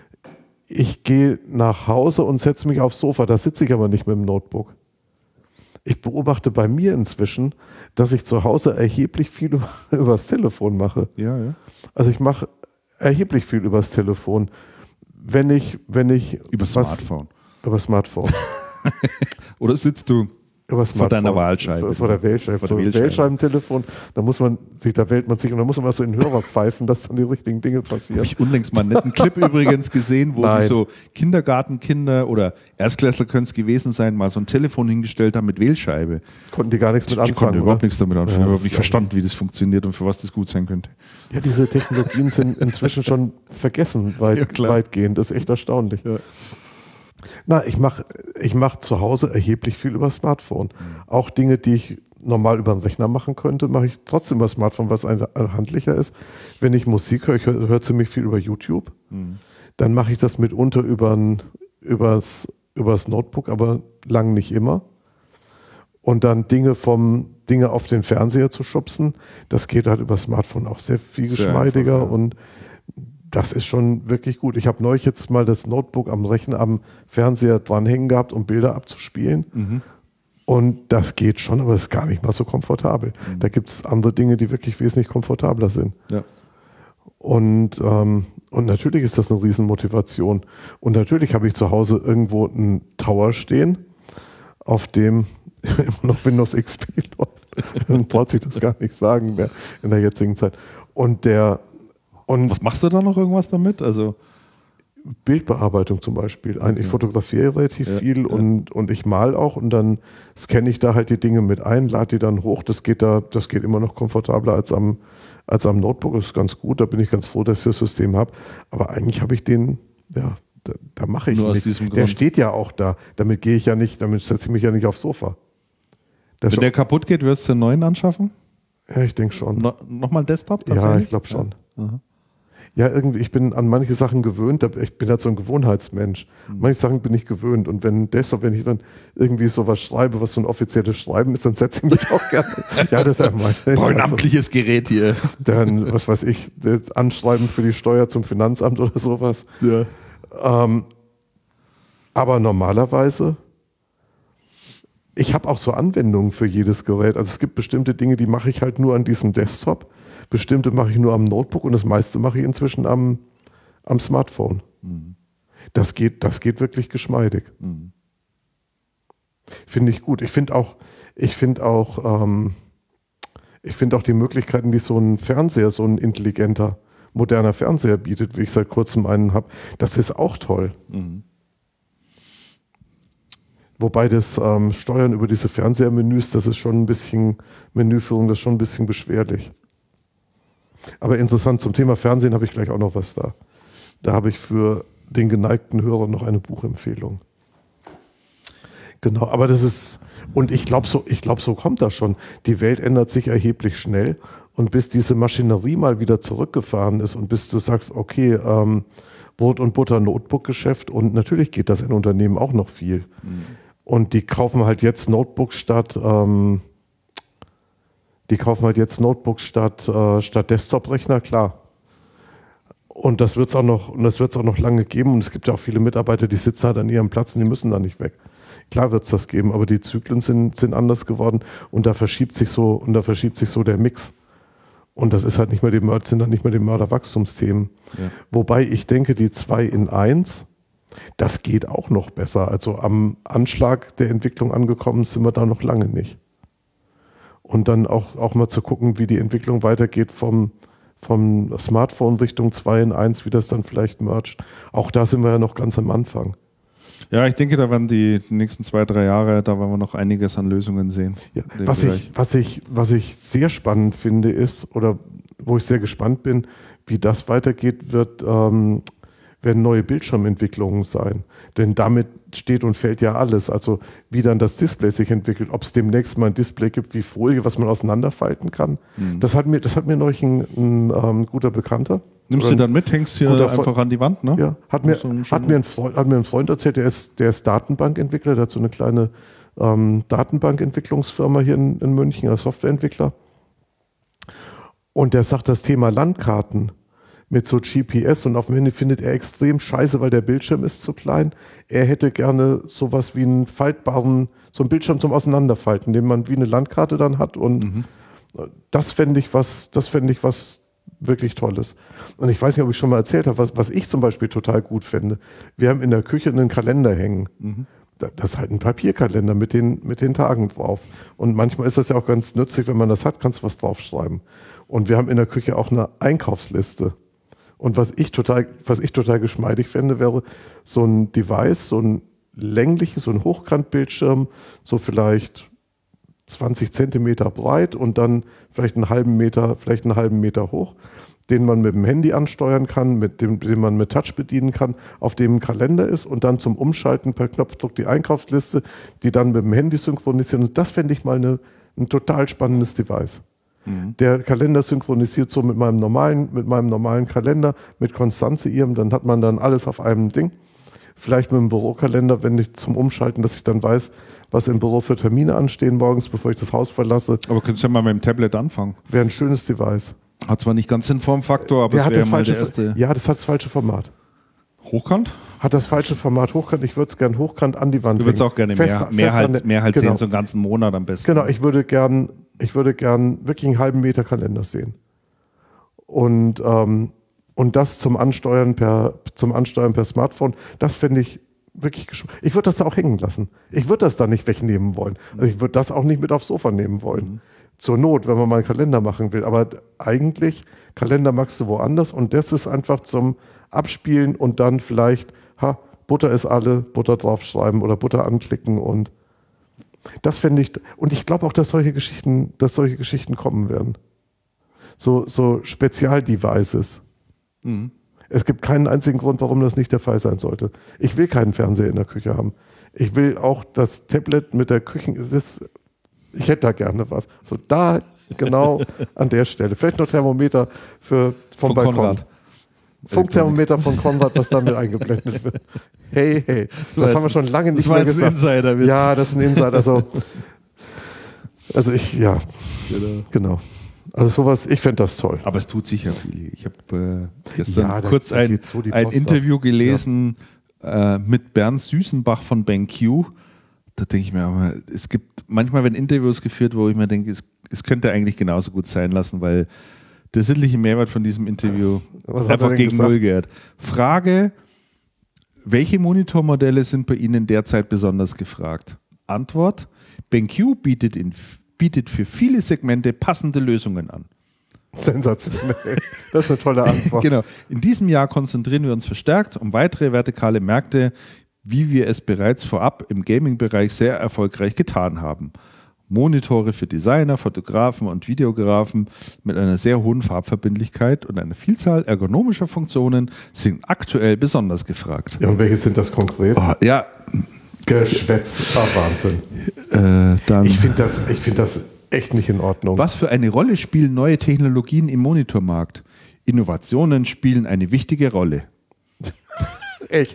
Speaker 2: Ich gehe nach Hause und setze mich aufs Sofa. Da sitze ich aber nicht mit dem Notebook. Ich beobachte bei mir inzwischen, dass ich zu Hause erheblich viel übers Telefon mache.
Speaker 1: Ja, ja.
Speaker 2: Also ich mache erheblich viel übers Telefon. Wenn ich
Speaker 1: Über Smartphone.
Speaker 2: Über Smartphone.
Speaker 1: Oder sitzt du
Speaker 2: Über
Speaker 1: vor deiner Wahlscheibe?
Speaker 2: Vor der Wählscheibe.
Speaker 1: Vor der
Speaker 2: Wählscheibentelefon. Da wählt man sich und da muss man mal so in den Hörer pfeifen, dass dann die richtigen Dinge passieren.
Speaker 1: Habe ich unlängst mal einen netten Clip übrigens gesehen, wo die so Kindergartenkinder oder Erstklässler können es gewesen sein, mal so ein Telefon hingestellt haben mit Wählscheibe.
Speaker 2: Konnten die gar nichts mit anfangen.
Speaker 1: Die konnten überhaupt nichts damit anfangen. Ich habe nicht verstanden, wie das funktioniert und für was das gut sein könnte.
Speaker 2: Ja, diese Technologien sind inzwischen schon vergessen, weitgehend. Das ist echt erstaunlich. Ja. Na, ich mach zu Hause erheblich viel über Smartphone. Auch Dinge, die ich normal über den Rechner machen könnte, mache ich trotzdem über Smartphone, was handlicher ist. Wenn ich Musik höre, ich höre ziemlich viel über YouTube, dann mache ich das mitunter übers Notebook, aber lang nicht immer. Und dann Dinge auf den Fernseher zu schubsen, das geht halt über Smartphone auch sehr viel geschmeidiger einfach, ja. Und das ist schon wirklich gut. Ich habe neulich jetzt mal das Notebook am Fernseher dranhängen gehabt, um Bilder abzuspielen. Und das geht schon, aber es ist gar nicht mal so komfortabel. Da gibt es andere Dinge, die wirklich wesentlich komfortabler sind. Ja. Und natürlich ist das eine Riesenmotivation. Und natürlich habe ich zu Hause irgendwo einen Tower stehen, auf dem immer noch Windows XP läuft. Man traut sich das gar nicht sagen mehr in der jetzigen Zeit. Und
Speaker 1: was machst du da noch irgendwas damit? Also
Speaker 2: Bildbearbeitung zum Beispiel. Ich fotografiere relativ viel und ich male auch und dann scanne ich da halt die Dinge mit ein, lade die dann hoch. Das geht immer noch komfortabler als am Notebook. Das ist ganz gut, da bin ich ganz froh, dass ich das System habe. Aber eigentlich habe ich den, da mache ich nur nichts. Der steht ja auch da. Damit setze ich mich ja nicht aufs Sofa.
Speaker 1: Wenn der kaputt geht, wirst du einen neuen anschaffen?
Speaker 2: Ja, ich denke schon.
Speaker 1: Nochmal einen Desktop?
Speaker 2: Ja, ich glaube schon. Ja. Ja, irgendwie, ich bin an manche Sachen gewöhnt, ich bin halt so ein Gewohnheitsmensch. Manche Sachen bin ich gewöhnt und wenn ich dann irgendwie sowas schreibe, was so ein offizielles Schreiben ist, dann setze ich mich auch gerne. Ja, das ist ja
Speaker 1: ein amtliches Gerät hier.
Speaker 2: Dann, was weiß ich, das Anschreiben für die Steuer zum Finanzamt oder sowas. Ja. Aber normalerweise, ich habe auch so Anwendungen für jedes Gerät. Also es gibt bestimmte Dinge, die mache ich halt nur an diesem Desktop. Bestimmte mache ich nur am Notebook und das meiste mache ich inzwischen am Smartphone. Das geht wirklich geschmeidig. Finde ich gut. Ich finde auch die Möglichkeiten, die so ein Fernseher, so ein intelligenter, moderner Fernseher bietet, wie ich seit kurzem einen habe, das ist auch toll. Wobei das Steuern über diese Fernsehermenüs, das ist schon ein bisschen Menüführung, das ist schon ein bisschen beschwerlich. Aber interessant, zum Thema Fernsehen habe ich gleich auch noch was da. Da habe ich für den geneigten Hörer noch eine Buchempfehlung. Genau, aber das ist, und ich glaube, so kommt das schon. Die Welt ändert sich erheblich schnell und bis diese Maschinerie mal wieder zurückgefahren ist und bis du sagst, okay, Brot und Butter Notebook-Geschäft und natürlich geht das in Unternehmen auch noch viel. Und die kaufen halt jetzt Notebooks statt Desktop-Rechner, klar. Und das wird es auch noch lange geben. Und es gibt ja auch viele Mitarbeiter, die sitzen halt an ihrem Platz und die müssen da nicht weg. Klar wird es das geben, aber die Zyklen sind anders geworden und da verschiebt sich so der Mix. Und das ist halt sind dann nicht mehr die Mörderwachstumsthemen. Ja. Wobei ich denke, die 2 in 1, das geht auch noch besser. Also am Anschlag der Entwicklung angekommen sind wir da noch lange nicht. Und dann auch mal zu gucken, wie die Entwicklung weitergeht vom Smartphone Richtung 2 in 1, wie das dann vielleicht mergt. Auch da sind wir ja noch ganz am Anfang.
Speaker 1: Ja, ich denke, da werden die nächsten 2-3 Jahre, da werden wir noch einiges an Lösungen sehen.
Speaker 2: Ja, was ich sehr spannend finde ist, oder wo ich sehr gespannt bin, wie das weitergeht, wird werden neue Bildschirmentwicklungen sein. Denn damit steht und fällt ja alles. Also wie dann das Display sich entwickelt, ob es demnächst mal ein Display gibt wie Folie, was man auseinanderfalten kann. Das hat mir neulich ein guter Bekannter.
Speaker 1: Nimmst du dann mit, hängst hier einfach an die Wand, ne?
Speaker 2: Ja, hat mir ein Freund erzählt, der ist Datenbankentwickler, der hat so eine kleine Datenbankentwicklungsfirma hier in München, als Softwareentwickler. Und der sagt, das Thema Landkarten mit so GPS und auf dem Handy findet er extrem scheiße, weil der Bildschirm ist zu klein. Er hätte gerne sowas wie einen faltbaren, so einen Bildschirm zum Auseinanderfalten, den man wie eine Landkarte dann hat. Und das fände ich was wirklich Tolles. Und ich weiß nicht, ob ich schon mal erzählt habe, was ich zum Beispiel total gut fände. Wir haben in der Küche einen Kalender hängen. Das ist halt ein Papierkalender mit den Tagen drauf. Und manchmal ist das ja auch ganz nützlich, wenn man das hat, kannst du was draufschreiben. Und wir haben in der Küche auch eine Einkaufsliste. Und was ich total geschmeidig fände, wäre so ein Device, so ein längliches, so ein Hochkantbildschirm, so vielleicht 20 Zentimeter breit und dann vielleicht einen halben Meter hoch, den man mit dem Handy ansteuern kann, den man mit Touch bedienen kann, auf dem ein Kalender ist und dann zum Umschalten per Knopfdruck die Einkaufsliste, die dann mit dem Handy synchronisieren. Und das fände ich mal ein total spannendes Device. Der Kalender synchronisiert so mit meinem normalen Kalender, mit Constanze ihrem, dann hat man dann alles auf einem Ding. Vielleicht mit dem Bürokalender, wenn ich zum Umschalten, dass ich dann weiß, was im Büro für Termine anstehen morgens, bevor ich das Haus verlasse.
Speaker 1: Aber könntest du ja mal mit dem Tablet anfangen.
Speaker 2: Wäre ein schönes Device.
Speaker 1: Hat zwar nicht ganz den Formfaktor, aber es wäre mal der erste.
Speaker 2: Ja, das hat das falsche Format.
Speaker 1: Hochkant?
Speaker 2: Hat das falsche Format hochkant. Ich würde es gern hochkant an die Wand
Speaker 1: Du würdest auch gerne mehr als
Speaker 2: genau.
Speaker 1: so einen ganzen Monat am besten.
Speaker 2: Genau, ich würde gern wirklich einen halben Meter Kalender sehen. Und das zum Ansteuern per Smartphone, das fände ich wirklich ich würde das da auch hängen lassen. Ich würde das da nicht wegnehmen wollen. Also ich würde das auch nicht mit aufs Sofa nehmen wollen. Zur Not, wenn man mal einen Kalender machen will. Aber eigentlich, Kalender magst du woanders und das ist einfach zum Abspielen und dann vielleicht, Butter ist alle, Butter draufschreiben oder Butter anklicken und das fände ich, und ich glaube auch, dass solche Geschichten kommen werden. So Spezialdevices. Es gibt keinen einzigen Grund, warum das nicht der Fall sein sollte. Ich will keinen Fernseher in der Küche haben. Ich will auch das Tablet mit der ich hätte da gerne was. So da genau an der Stelle. Vielleicht noch Thermometer vom Balkon.
Speaker 1: Konrad.
Speaker 2: Funkthermometer von Konrad, was damit eingeblendet wird. Hey, das haben wir schon lange nicht mehr gesagt.
Speaker 1: Das war ein Insider-Witz.
Speaker 2: Ja, das ist ein Insider. Genau. Also sowas, ich fände das toll.
Speaker 1: Aber es tut sicher viel. Ich habe gestern kurz
Speaker 2: da
Speaker 1: ein
Speaker 2: so
Speaker 1: Interview gelesen mit Bernd Süßenbach von BenQ. Da denke ich mir aber, es gibt manchmal, wenn Interviews geführt, wo ich mir denke, es könnte eigentlich genauso gut sein lassen, weil der sittliche Mehrwert von diesem Interview ist einfach gegen Null geht. Frage: Welche Monitormodelle sind bei Ihnen derzeit besonders gefragt? Antwort: BenQ bietet für viele Segmente passende Lösungen an.
Speaker 2: Sensationell. Das ist eine tolle Antwort.
Speaker 1: Genau. In diesem Jahr konzentrieren wir uns verstärkt um weitere vertikale Märkte, wie wir es bereits vorab im Gaming-Bereich sehr erfolgreich getan haben. Monitore für Designer, Fotografen und Videografen mit einer sehr hohen Farbverbindlichkeit und einer Vielzahl ergonomischer Funktionen sind aktuell besonders gefragt.
Speaker 2: Ja, und welche sind das konkret?
Speaker 1: Ja.
Speaker 2: Geschwätz. Wahnsinn. Ich finde das echt nicht in Ordnung.
Speaker 1: Was für eine Rolle spielen neue Technologien im Monitormarkt? Innovationen spielen eine wichtige Rolle.
Speaker 2: Echt.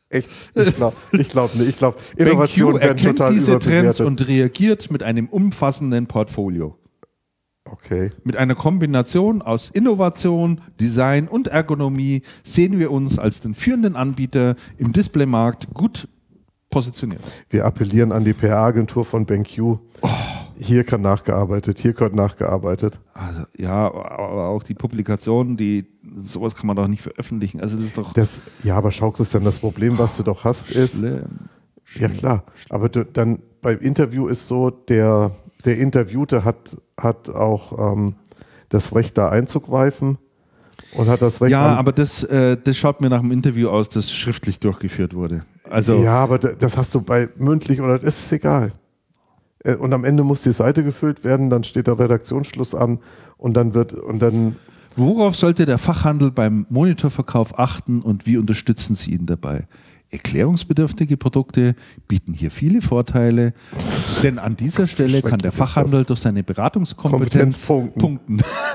Speaker 2: Ich glaube nicht. Ich glaube, Innovationen werden total
Speaker 1: erkennt diese
Speaker 2: überbewertet.
Speaker 1: Trends und reagiert mit einem umfassenden Portfolio.
Speaker 2: Okay.
Speaker 1: Mit einer Kombination aus Innovation, Design und Ergonomie sehen wir uns als den führenden Anbieter im Displaymarkt gut positioniert.
Speaker 2: Wir appellieren an die PR-Agentur von BenQ. Hier gehört nachgearbeitet.
Speaker 1: Also, ja, aber auch die Publikationen, sowas kann man doch nicht veröffentlichen. Also das ist doch.
Speaker 2: Aber schau, Christian, das Problem, was du doch hast, ist.
Speaker 1: Schlimm.
Speaker 2: Ja, klar. Aber dann beim Interview ist so, der Interviewte hat auch das Recht, da einzugreifen und hat das Recht.
Speaker 1: Ja, aber das schaut mir nach dem Interview aus, das schriftlich durchgeführt wurde. Also,
Speaker 2: ja, aber das hast du bei mündlich oder das ist egal. Und am Ende muss die Seite gefüllt werden, dann steht der Redaktionsschluss an und dann
Speaker 1: Worauf sollte der Fachhandel beim Monitorverkauf achten und wie unterstützen Sie ihn dabei? Erklärungsbedürftige Produkte bieten hier viele Vorteile, denn an dieser Stelle kann der Fachhandel durch seine Beratungskompetenz punkten.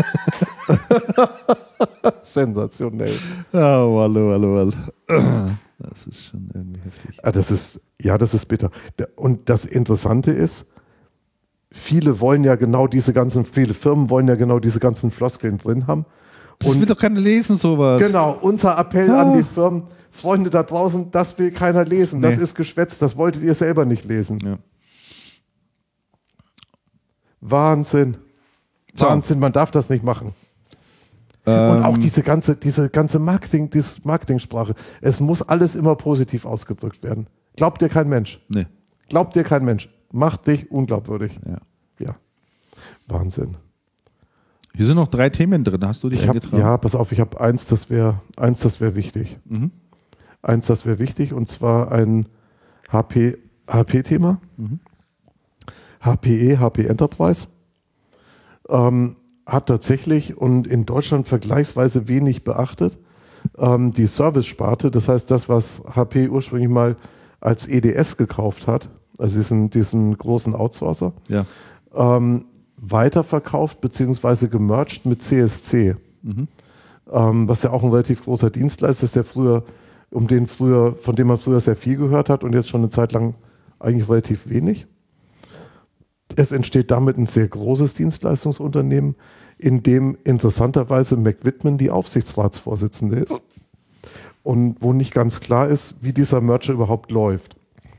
Speaker 2: Sensationell.
Speaker 1: Hallo. Das ist schon irgendwie heftig.
Speaker 2: Das ist bitter. Und das Interessante ist, viele Firmen wollen ja genau diese ganzen Floskeln drin haben.
Speaker 1: Das will doch keiner lesen, sowas.
Speaker 2: Genau, unser Appell an die Firmen, Freunde da draußen, das will keiner lesen. Das ist Geschwätz, das wolltet ihr selber nicht lesen.
Speaker 1: Ja.
Speaker 2: Wahnsinn. Wahnsinn, man darf das nicht machen. Und auch diese ganze Marketingsprache. Es muss alles immer positiv ausgedrückt werden. Glaubt dir kein Mensch.
Speaker 1: Nee.
Speaker 2: Glaubt dir kein Mensch. Macht dich unglaubwürdig. Ja. Wahnsinn.
Speaker 1: Hier sind noch 3 Themen drin. Hast du dich eingetragen?
Speaker 2: Ja, pass auf, ich habe eins, das wäre wichtig.
Speaker 1: Mhm.
Speaker 2: Eins, das wäre wichtig, und zwar ein HP-Thema.
Speaker 1: Mhm.
Speaker 2: HP Enterprise. Hat tatsächlich und in Deutschland vergleichsweise wenig beachtet. Die Service-Sparte, das heißt das, was HP ursprünglich mal als EDS gekauft hat, also diesen großen Outsourcer, weiterverkauft bzw. gemerged mit CSC, was ja auch ein relativ großer Dienstleister ist, von dem man früher sehr viel gehört hat und jetzt schon eine Zeit lang eigentlich relativ wenig. Es entsteht damit ein sehr großes Dienstleistungsunternehmen, in dem interessanterweise McWhitman die Aufsichtsratsvorsitzende ist und wo nicht ganz klar ist, wie dieser Merger überhaupt läuft.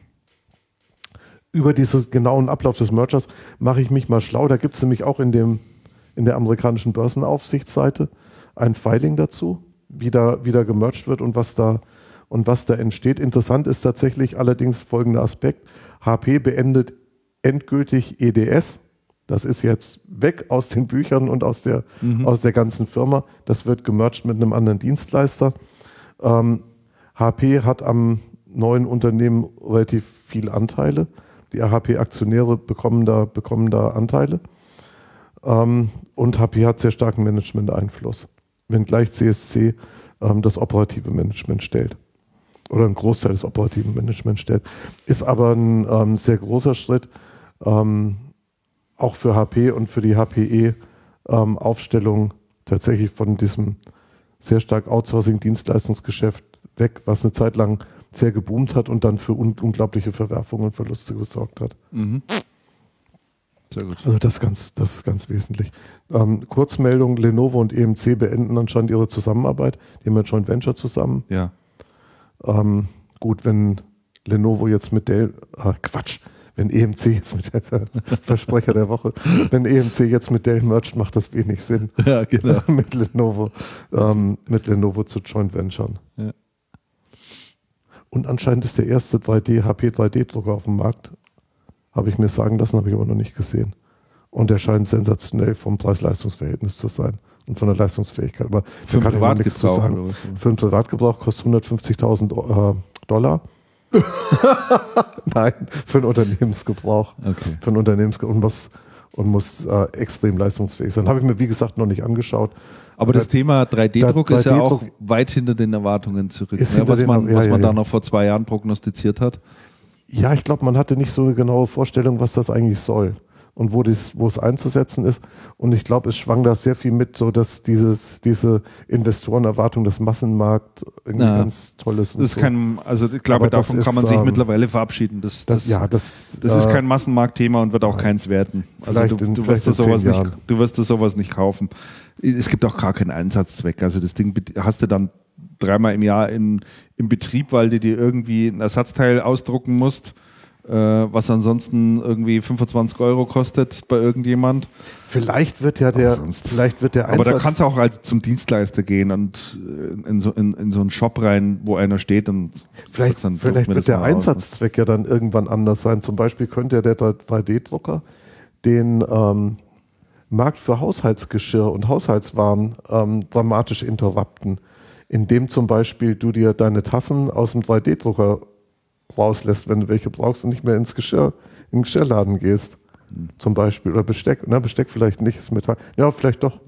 Speaker 2: Über diesen genauen Ablauf des Mergers mache ich mich mal schlau. Da gibt es nämlich auch in der amerikanischen Börsenaufsichtsseite ein Filing dazu, wie da gemerged wird und was da entsteht. Interessant ist tatsächlich allerdings folgender Aspekt. HP beendet endgültig EDS. Das ist jetzt weg aus den Büchern und aus der ganzen Firma. Das wird gemerged mit einem anderen Dienstleister. HP hat am neuen Unternehmen relativ viele Anteile. Die HP-Aktionäre bekommen da Anteile. Und HP hat sehr starken Management-Einfluss, wenngleich CSC das operative Management stellt. Oder einen Großteil des operativen Managements stellt. Ist aber ein sehr großer Schritt, auch für HP und für die HPE-Aufstellung tatsächlich von diesem sehr stark Outsourcing-Dienstleistungsgeschäft weg, was eine Zeit lang sehr geboomt hat und dann für unglaubliche Verwerfungen und Verluste gesorgt hat.
Speaker 1: Mhm. Sehr gut.
Speaker 2: Also das ist ganz wesentlich. Kurzmeldung, Lenovo und EMC beenden anscheinend ihre Zusammenarbeit. Die haben ein Joint Venture zusammen.
Speaker 1: Ja.
Speaker 2: Gut, wenn Lenovo jetzt mit Dell, wenn EMC jetzt mit Versprecher der Woche, wenn EMC jetzt mit Dell mercht, macht das wenig Sinn.
Speaker 1: Ja, genau.
Speaker 2: mit Lenovo zu Joint Venturen.
Speaker 1: Ja.
Speaker 2: Und anscheinend ist der erste HP 3D-Drucker auf dem Markt. Habe ich mir sagen lassen, habe ich aber noch nicht gesehen. Und der scheint sensationell vom Preis-Leistungs-Verhältnis zu sein und von der Leistungsfähigkeit. Aber
Speaker 1: für einen Privatgebrauch
Speaker 2: oder was? Für einen Privatgebrauch kostet $150.000. Nein, für einen Unternehmensgebrauch.
Speaker 1: Okay.
Speaker 2: Für einen Unternehmensgebrauch und muss extrem leistungsfähig sein. Habe ich mir, wie gesagt, noch nicht angeschaut.
Speaker 1: Aber das Thema 3D-Druck ist ja auch weit hinter den Erwartungen zurück, was man da noch vor 2 Jahren prognostiziert hat.
Speaker 2: Ja, ich glaube, man hatte nicht so eine genaue Vorstellung, was das eigentlich soll und wo es einzusetzen ist. Und ich glaube, es schwang da sehr viel mit, so dass diese Investorenerwartung, das Massenmarkt irgendwie ganz toll ist.
Speaker 1: Das ist ich glaube, davon kann man sich mittlerweile verabschieden. Das ist kein Massenmarktthema und wird auch keins werden. Also du wirst sowas nicht kaufen. Es gibt auch gar keinen Einsatzzweck. Also das Ding hast du dann 3-mal im Jahr im Betrieb, weil du dir irgendwie ein Ersatzteil ausdrucken musst, was ansonsten irgendwie 25 € kostet bei irgendjemand.
Speaker 2: Vielleicht wird der Einsatz...
Speaker 1: Aber da kannst du auch zum Dienstleister gehen und in so einen Shop rein, wo einer steht und
Speaker 2: vielleicht wird der Einsatzzweck ja dann irgendwann anders sein. Zum Beispiel könnte der 3D-Drucker den Markt für Haushaltsgeschirr und Haushaltswaren dramatisch interrupten, indem zum Beispiel du dir deine Tassen aus dem 3D-Drucker rauslässt, wenn du welche brauchst und nicht mehr in den Geschirrladen gehst. Zum Beispiel. Oder Besteck. Besteck vielleicht nicht, ist Metall. Ja, vielleicht doch.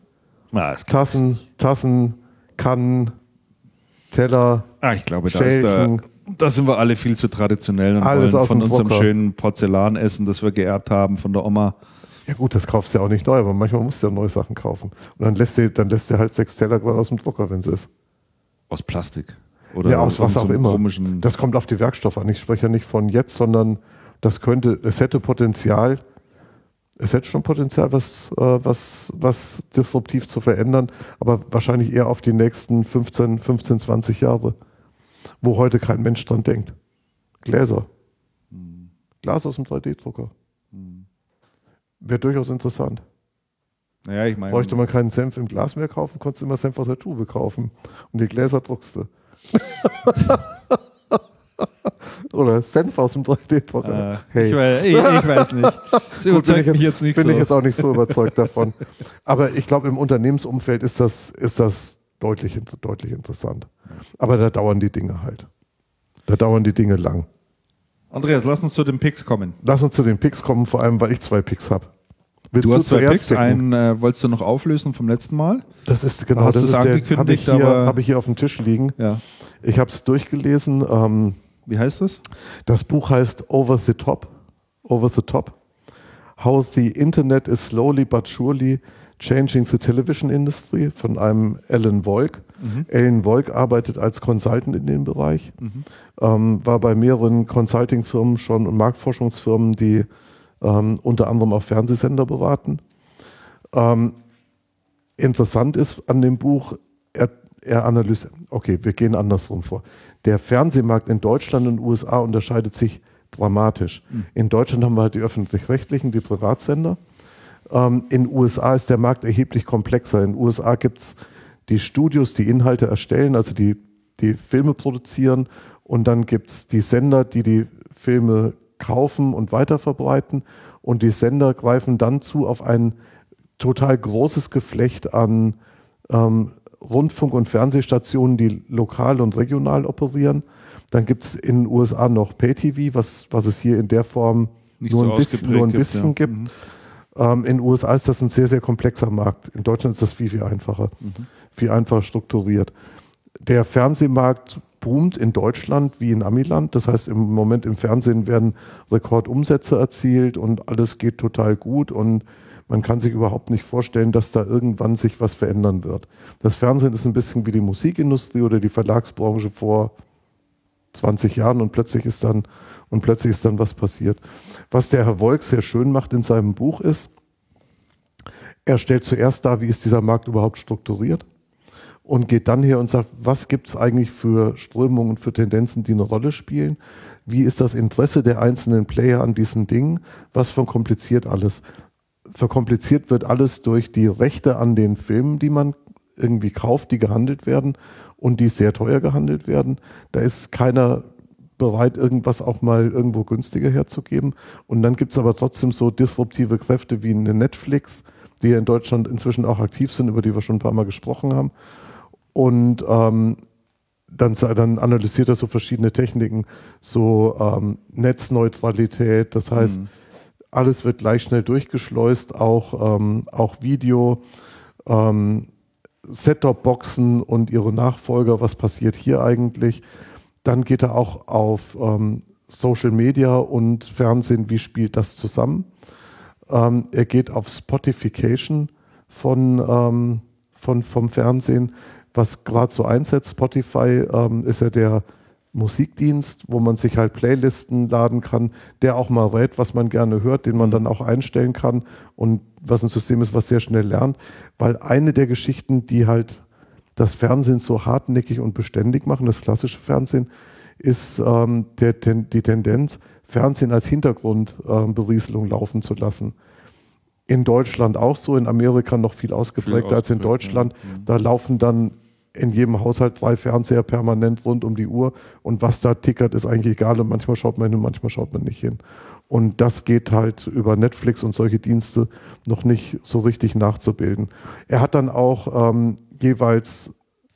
Speaker 2: Tassen, Kannen, Teller,
Speaker 1: ich glaube,
Speaker 2: Schälchen.
Speaker 1: Da sind wir alle viel zu traditionell und
Speaker 2: alles
Speaker 1: wollen von unserem
Speaker 2: Drucker.
Speaker 1: schönen Porzellanessen, das wir geerbt haben von der Oma.
Speaker 2: Ja gut, das kaufst du ja auch nicht neu, aber manchmal musst du ja neue Sachen kaufen. Und dann lässt du halt 6 Teller gerade aus dem Drucker, wenn es ist.
Speaker 1: Aus Plastik. Oder
Speaker 2: Ja, aus was auch immer.
Speaker 1: Komischen
Speaker 2: Das kommt auf die Werkstoffe an. Ich spreche ja nicht von jetzt, sondern es hätte schon Potenzial, was disruptiv zu verändern, aber wahrscheinlich eher auf die nächsten 15, 20 Jahre, wo heute kein Mensch dran denkt. Gläser. Glas aus dem 3D-Drucker. Wäre durchaus interessant.
Speaker 1: Naja, ich meine,
Speaker 2: Bräuchte man keinen Senf im Glas mehr kaufen, konntest du immer Senf aus der Tube kaufen. Und die Gläser druckst du. Oder Senf aus dem 3D-Drucker.
Speaker 1: Ich weiß nicht. Das überzeugt mich jetzt nicht so.
Speaker 2: Bin ich jetzt auch nicht so überzeugt davon. Aber ich glaube, im Unternehmensumfeld ist das deutlich interessant. Aber da dauern die Dinge halt. Da dauern die Dinge lang.
Speaker 1: Andreas, lass uns zu den Picks kommen.
Speaker 2: Lass uns zu den Picks kommen, vor allem, weil ich 2 Picks habe.
Speaker 1: Du hast 2 Picks, einen wolltest du noch auflösen vom letzten Mal?
Speaker 2: Das ist genau,
Speaker 1: das ist angekündigt,
Speaker 2: habe ich hier auf dem Tisch liegen.
Speaker 1: Ja.
Speaker 2: Ich habe es durchgelesen.
Speaker 1: Wie heißt das?
Speaker 2: Das Buch heißt Over the Top. How the Internet is slowly but surely changing the television industry von einem Alan Wolk. Alan Wolk arbeitet als Consultant in dem Bereich, war bei mehreren Consulting-Firmen schon und Marktforschungsfirmen, die unter anderem auch Fernsehsender beraten. Interessant ist an dem Buch, er analysiert, okay, wir gehen andersrum vor. Der Fernsehmarkt in Deutschland und USA unterscheidet sich dramatisch. In Deutschland haben wir halt die öffentlich-rechtlichen, die Privatsender. In den USA ist der Markt erheblich komplexer. In den USA gibt es die Studios, die Inhalte erstellen, also die Filme produzieren, und dann gibt es die Sender, die Filme kaufen und weiterverbreiten, und die Sender greifen dann zu auf ein total großes Geflecht an Rundfunk- und Fernsehstationen, die lokal und regional operieren. Dann gibt es in den USA noch Pay-TV, was es hier in der Form nur ein bisschen gibt. In den USA ist das ein sehr, sehr komplexer Markt. In Deutschland ist das viel, viel einfacher. Viel einfacher strukturiert. Der Fernsehmarkt boomt in Deutschland wie in Amiland. Das heißt, im Moment im Fernsehen werden Rekordumsätze erzielt und alles geht total gut, und man kann sich überhaupt nicht vorstellen, dass da irgendwann sich was verändern wird. Das Fernsehen ist ein bisschen wie die Musikindustrie oder die Verlagsbranche vor 20 Jahren, und plötzlich ist dann was passiert. Was der Herr Wolk sehr schön macht in seinem Buch ist, er stellt zuerst dar, wie ist dieser Markt überhaupt strukturiert, und geht dann her und sagt, was gibt es eigentlich für Strömungen und für Tendenzen, die eine Rolle spielen? Wie ist das Interesse der einzelnen Player an diesen Dingen? Was verkompliziert alles? Verkompliziert wird alles durch die Rechte an den Filmen, die man irgendwie kauft, die gehandelt werden und die sehr teuer gehandelt werden. Da ist keiner bereit, irgendwas auch mal irgendwo günstiger herzugeben. Und dann gibt es aber trotzdem so disruptive Kräfte wie eine Netflix, die ja in Deutschland inzwischen auch aktiv sind, über die wir schon ein paar Mal gesprochen haben. Und dann analysiert er so verschiedene Techniken, so Netzneutralität, das heißt, alles wird gleich schnell durchgeschleust, auch Video, Set-Top-Boxen und ihre Nachfolger, was passiert hier eigentlich. Dann geht er auch auf Social Media und Fernsehen, wie spielt das zusammen. Er geht auf Spotification vom Fernsehen, was gerade so einsetzt. Spotify ist ja der Musikdienst, wo man sich halt Playlisten laden kann, der auch mal rät, was man gerne hört, den man dann auch einstellen kann, und was ein System ist, was sehr schnell lernt. Weil eine der Geschichten, die halt das Fernsehen so hartnäckig und beständig machen, das klassische Fernsehen, ist die Tendenz, Fernsehen als Hintergrundberieselung laufen zu lassen. In Deutschland auch so, in Amerika noch viel ausgeprägter als in Deutschland. Ja. Da laufen dann in jedem Haushalt 3 Fernseher permanent rund um die Uhr, und was da tickert, ist eigentlich egal, und manchmal schaut man hin, manchmal schaut man nicht hin. Und das geht halt über Netflix und solche Dienste noch nicht so richtig nachzubilden. Er hat dann auch jeweils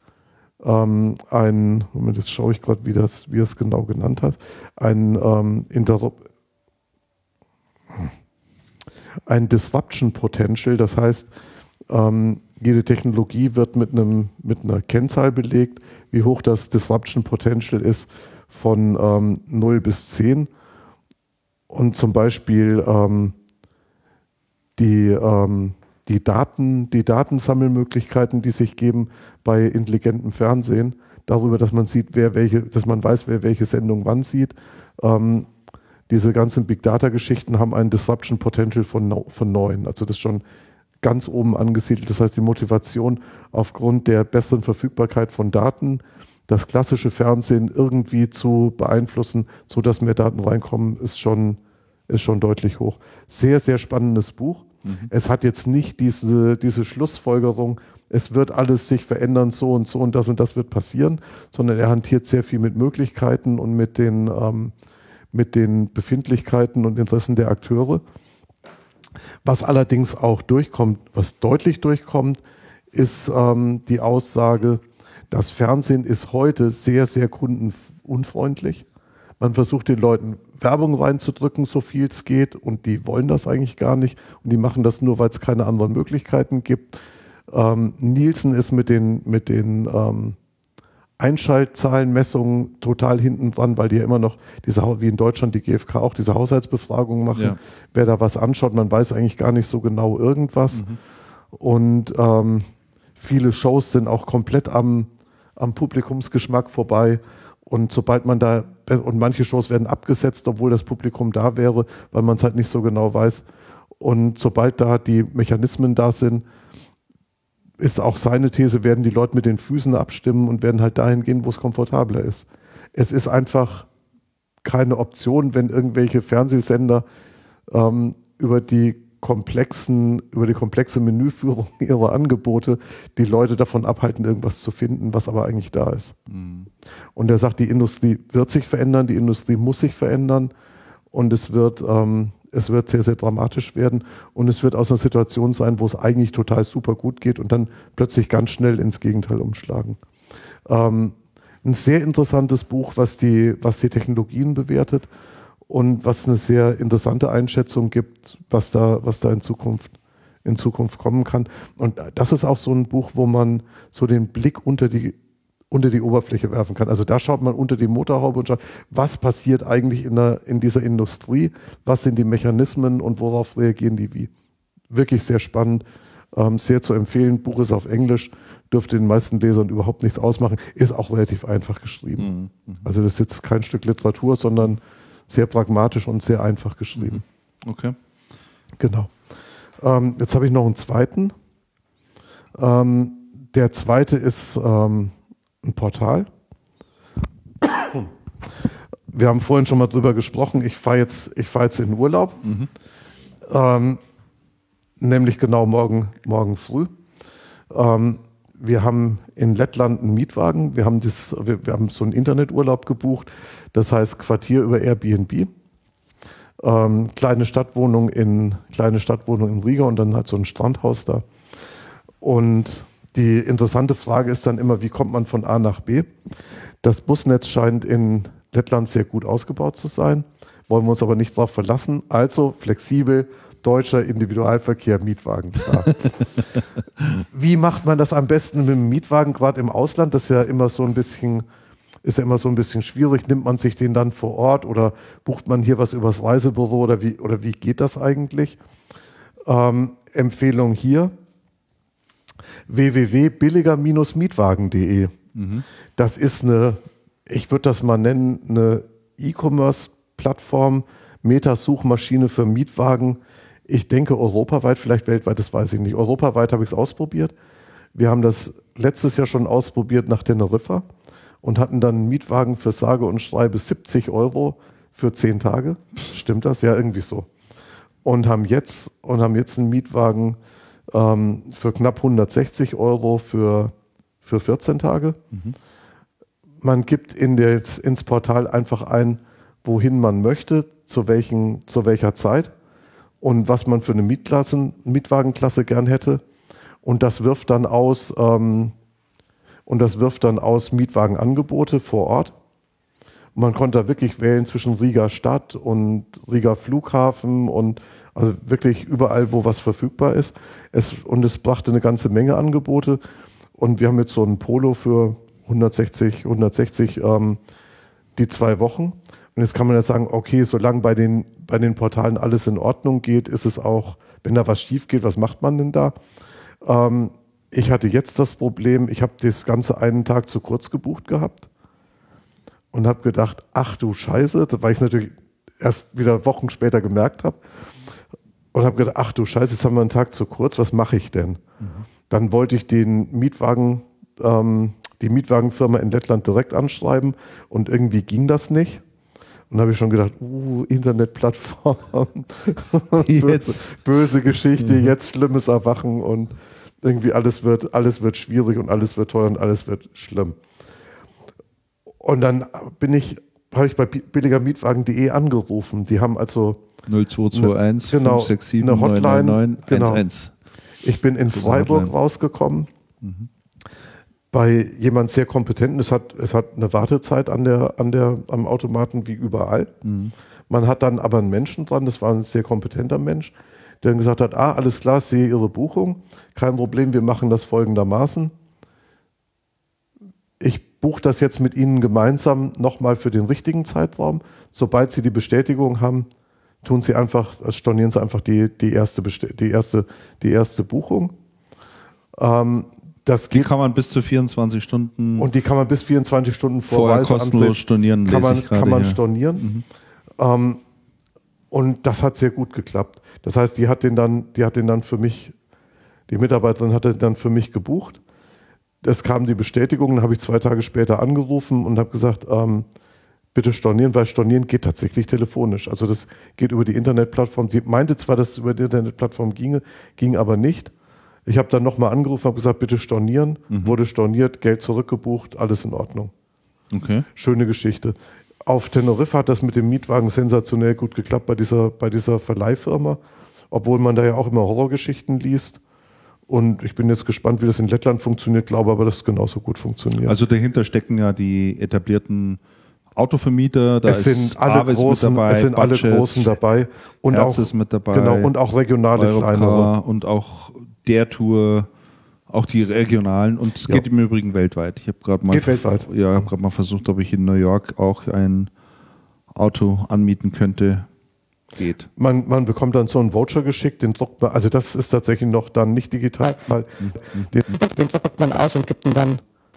Speaker 2: Moment, jetzt schaue ich gerade, wie er es genau genannt hat, ein Disruption Potential, das heißt, Jede Technologie wird mit einer Kennzahl belegt, wie hoch das Disruption Potential ist von 0 bis 10. Und zum Beispiel die Datensammelmöglichkeiten, die sich geben bei intelligentem Fernsehen, darüber, dass man sieht, dass man weiß, wer welche Sendung wann sieht. Diese ganzen Big Data Geschichten haben ein Disruption Potential von 9. Also das ist schon ganz oben angesiedelt. Das heißt, die Motivation aufgrund der besseren Verfügbarkeit von Daten, das klassische Fernsehen irgendwie zu beeinflussen, sodass mehr Daten reinkommen, ist schon deutlich hoch. Sehr, sehr spannendes Buch. Es hat jetzt nicht diese Schlussfolgerung, es wird alles sich verändern, so und das wird passieren, sondern er hantiert sehr viel mit Möglichkeiten und mit den Befindlichkeiten und Interessen der Akteure. Was allerdings auch durchkommt, was deutlich durchkommt, ist die Aussage, das Fernsehen ist heute sehr, sehr kundenunfreundlich. Man versucht den Leuten Werbung reinzudrücken, so viel es geht, und die wollen das eigentlich gar nicht. Und die machen das nur, weil es keine anderen Möglichkeiten gibt. Nielsen ist mit den Einschaltzahlenmessungen total hinten dran, weil die ja immer noch wie in Deutschland die GfK auch diese Haushaltsbefragung machen. Ja. Wer da was anschaut, man weiß eigentlich gar nicht so genau irgendwas. Und viele Shows sind auch komplett am Publikumsgeschmack vorbei. Und sobald man und manche Shows werden abgesetzt, obwohl das Publikum da wäre, weil man es halt nicht so genau weiß. Und sobald da die Mechanismen da sind, ist auch seine These, werden die Leute mit den Füßen abstimmen und werden halt dahin gehen, wo es komfortabler ist. Es ist einfach keine Option, wenn irgendwelche Fernsehsender über die komplexe Menüführung ihrer Angebote die Leute davon abhalten, irgendwas zu finden, was aber eigentlich da ist. Und er sagt, die Industrie wird sich verändern, die Industrie muss sich verändern, und es wird sehr, sehr dramatisch werden, und es wird aus einer Situation sein, wo es eigentlich total super gut geht und dann plötzlich ganz schnell ins Gegenteil umschlagen. Ein sehr interessantes Buch, was die Technologien bewertet und was eine sehr interessante Einschätzung gibt, was da in Zukunft kommen kann. Und das ist auch so ein Buch, wo man so den Blick unter die Oberfläche werfen kann. Also da schaut man unter die Motorhaube und schaut, was passiert eigentlich in dieser Industrie, was sind die Mechanismen und worauf reagieren die wie. Wirklich sehr spannend, sehr zu empfehlen. Buch ist auf Englisch, dürfte den meisten Lesern überhaupt nichts ausmachen, ist auch relativ einfach geschrieben. Also das ist jetzt kein Stück Literatur, sondern sehr pragmatisch und sehr einfach geschrieben.
Speaker 1: Okay.
Speaker 2: Genau. Jetzt habe ich noch einen zweiten. Der zweite ist ein Portal. Wir haben vorhin schon mal drüber gesprochen. Ich fahre jetzt in den Urlaub. Nämlich genau morgen früh. Wir haben in Lettland einen Mietwagen. Wir haben so einen Interneturlaub gebucht. Das heißt Quartier über Airbnb. Kleine Stadtwohnung in Riga und dann halt so ein Strandhaus da. Und die interessante Frage ist dann immer, wie kommt man von A nach B? Das Busnetz scheint in Lettland sehr gut ausgebaut zu sein. Wollen wir uns aber nicht darauf verlassen. Also flexibel, deutscher Individualverkehr, Mietwagen. Klar. Wie macht man das am besten mit dem Mietwagen, gerade im Ausland? Das ist ja immer so ein bisschen schwierig. Nimmt man sich den dann vor Ort oder bucht man hier was übers Reisebüro oder wie geht das eigentlich? Empfehlung hier: www.billiger-mietwagen.de. Das ist ich würde das mal nennen, eine E-Commerce-Plattform, Meta-Suchmaschine für Mietwagen. Ich denke europaweit, vielleicht weltweit, das weiß ich nicht. Europaweit habe ich es ausprobiert. Wir haben das letztes Jahr schon ausprobiert nach Teneriffa und hatten dann einen Mietwagen für sage und schreibe 70 € für 10 Tage. Stimmt das? Ja, irgendwie so. Und haben jetzt einen Mietwagen für knapp 160 € für 14 Tage. Man gibt ins Portal einfach ein, wohin man möchte, zu welcher Zeit und was man für eine Mietwagenklasse gern hätte. Und das wirft dann aus Mietwagenangebote vor Ort. Und man konnte da wirklich wählen zwischen Riga Stadt und Riga Flughafen und Also wirklich überall, wo was verfügbar ist. Und es brachte eine ganze Menge Angebote. Und wir haben jetzt so einen Polo für 160 die 2 Wochen. Und jetzt kann man ja sagen, okay, solange bei den Portalen alles in Ordnung geht, ist es auch, wenn da was schief geht, was macht man denn da? Ich hatte jetzt das Problem, ich habe das Ganze einen Tag zu kurz gebucht gehabt und habe gedacht, ach du Scheiße, weil ich es natürlich erst wieder Wochen später gemerkt habe und habe gedacht, ach du Scheiße, jetzt haben wir einen Tag zu kurz, was mache ich denn? Dann wollte ich die Mietwagenfirma in Lettland direkt anschreiben und irgendwie ging das nicht. Und habe ich schon gedacht, Internetplattform, böse Geschichte, jetzt schlimmes Erwachen und irgendwie alles wird schwierig und alles wird teuer und alles wird schlimm. Und dann habe ich bei billigermietwagen.de angerufen. Die haben also
Speaker 3: 0221 567
Speaker 2: eine Hotline,
Speaker 3: 999 11.
Speaker 2: Ich bin in Freiburg rausgekommen. Bei jemand sehr kompetenten. Es hat eine Wartezeit am Automaten wie überall. Man hat dann aber einen Menschen dran, das war ein sehr kompetenter Mensch, der dann gesagt hat, alles klar, ich sehe Ihre Buchung, kein Problem, wir machen das folgendermaßen. Ich buche das jetzt mit Ihnen gemeinsam nochmal für den richtigen Zeitraum. Sobald Sie die Bestätigung haben, stornieren Sie einfach die erste Buchung.
Speaker 3: Die kann man bis zu 24 Stunden.
Speaker 2: Und die kann man bis 24 Stunden
Speaker 3: vorher kostenlos stornieren.
Speaker 2: Kann man stornieren. Und das hat sehr gut geklappt. Das heißt, die hat den dann für mich, die Mitarbeiterin hat den dann für mich gebucht. Es kam die Bestätigung, dann habe ich 2 Tage später angerufen und habe gesagt, bitte stornieren, weil stornieren geht tatsächlich telefonisch. Also das geht über die Internetplattform. Sie meinte zwar, dass es über die Internetplattform ging aber nicht. Ich habe dann nochmal angerufen, habe gesagt, bitte stornieren. Wurde storniert, Geld zurückgebucht, alles in Ordnung.
Speaker 3: Okay.
Speaker 2: Schöne Geschichte. Auf Teneriffa hat das mit dem Mietwagen sensationell gut geklappt bei dieser Verleihfirma, obwohl man da ja auch immer Horrorgeschichten liest. Und ich bin jetzt gespannt, wie das in Lettland funktioniert, glaube aber, dass es genauso gut funktioniert.
Speaker 3: Also dahinter stecken ja die etablierten Autovermieter,
Speaker 2: es sind alle Großen dabei und
Speaker 3: Herz
Speaker 2: auch
Speaker 3: ist mit dabei,
Speaker 2: genau, und auch regionale
Speaker 3: Europcar,
Speaker 2: kleinere
Speaker 3: und auch der Tour, auch die regionalen, und es geht im Übrigen weltweit. Ich habe gerade mal versucht, ob ich in New York auch ein Auto anmieten könnte. Geht.
Speaker 2: Man bekommt dann so einen Voucher geschickt, den druckt man, also das ist tatsächlich noch dann nicht digital, weil den druckt man aus und gibt ihn dann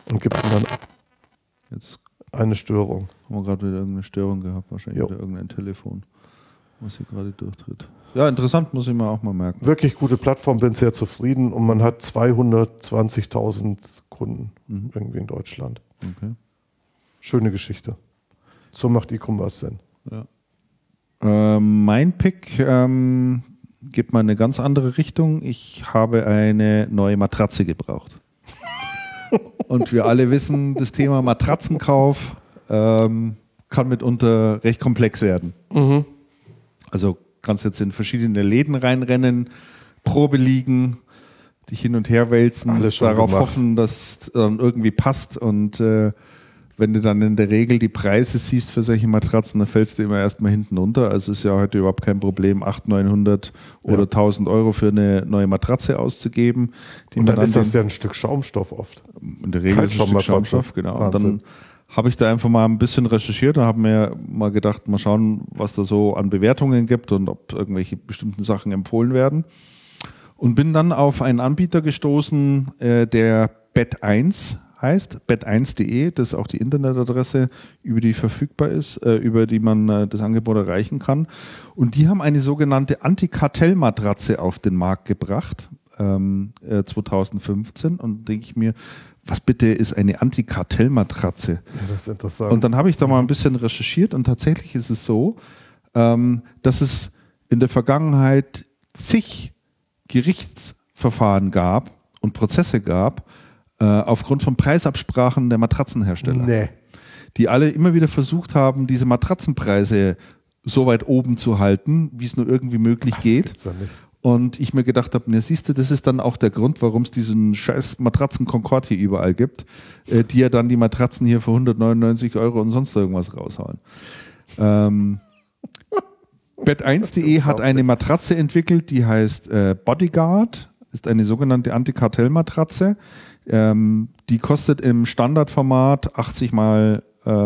Speaker 3: Jetzt
Speaker 2: eine Störung.
Speaker 3: Haben wir gerade wieder irgendeine Störung gehabt, wahrscheinlich wieder irgendein Telefon, was hier gerade durchtritt. Ja, interessant, muss ich mir auch mal merken.
Speaker 2: Wirklich gute Plattform, bin sehr zufrieden und man hat 220.000 Kunden irgendwie in Deutschland.
Speaker 3: Okay.
Speaker 2: Schöne Geschichte. So macht E-Commerce Sinn.
Speaker 3: Ja. Mein Pick geht mal in eine ganz andere Richtung. Ich habe eine neue Matratze gebraucht. Und wir alle wissen, das Thema Matratzenkauf kann mitunter recht komplex werden. Also kannst jetzt in verschiedene Läden reinrennen, Probe liegen, dich hin und her wälzen, darauf hoffen, dass es dann irgendwie passt. Und wenn du dann in der Regel die Preise siehst für solche Matratzen, dann fällst du immer erstmal hinten runter. Also ist ja heute überhaupt kein Problem, 800, 900 oder 1000 Euro für eine neue Matratze auszugeben.
Speaker 2: Und dann ist das ja ein Stück Schaumstoff oft.
Speaker 3: In der Regel ist es ein Stück Schaumstoff, genau. Und dann habe ich da einfach mal ein bisschen recherchiert und habe mir mal gedacht, mal schauen, was da so an Bewertungen gibt und ob irgendwelche bestimmten Sachen empfohlen werden. Und bin dann auf einen Anbieter gestoßen, der Bet1 heißt, bet1.de, das ist auch die Internetadresse, über die verfügbar ist, über die man das Angebot erreichen kann. Und die haben eine sogenannte Antikartellmatratze auf den Markt gebracht, 2015. Und denke ich mir, was bitte ist eine Antikartellmatratze?
Speaker 2: Ja, das ist interessant.
Speaker 3: Und dann habe ich da mal ein bisschen recherchiert und tatsächlich ist es so, dass es in der Vergangenheit zig Gerichtsverfahren gab und Prozesse gab, aufgrund von Preisabsprachen der Matratzenhersteller, die alle immer wieder versucht haben, diese Matratzenpreise so weit oben zu halten, wie es nur irgendwie möglich geht.
Speaker 2: Das gibt's ja nicht.
Speaker 3: Und ich mir gedacht habe, na siehst du, das ist dann auch der Grund, warum es diesen scheiß Matratzen-Concorde hier überall gibt, die ja dann die Matratzen hier für 199 Euro und sonst irgendwas raushauen.
Speaker 1: Bet1.de hat eine Matratze entwickelt, die heißt Bodyguard, ist eine sogenannte Antikartellmatratze. Die kostet im Standardformat 80 mal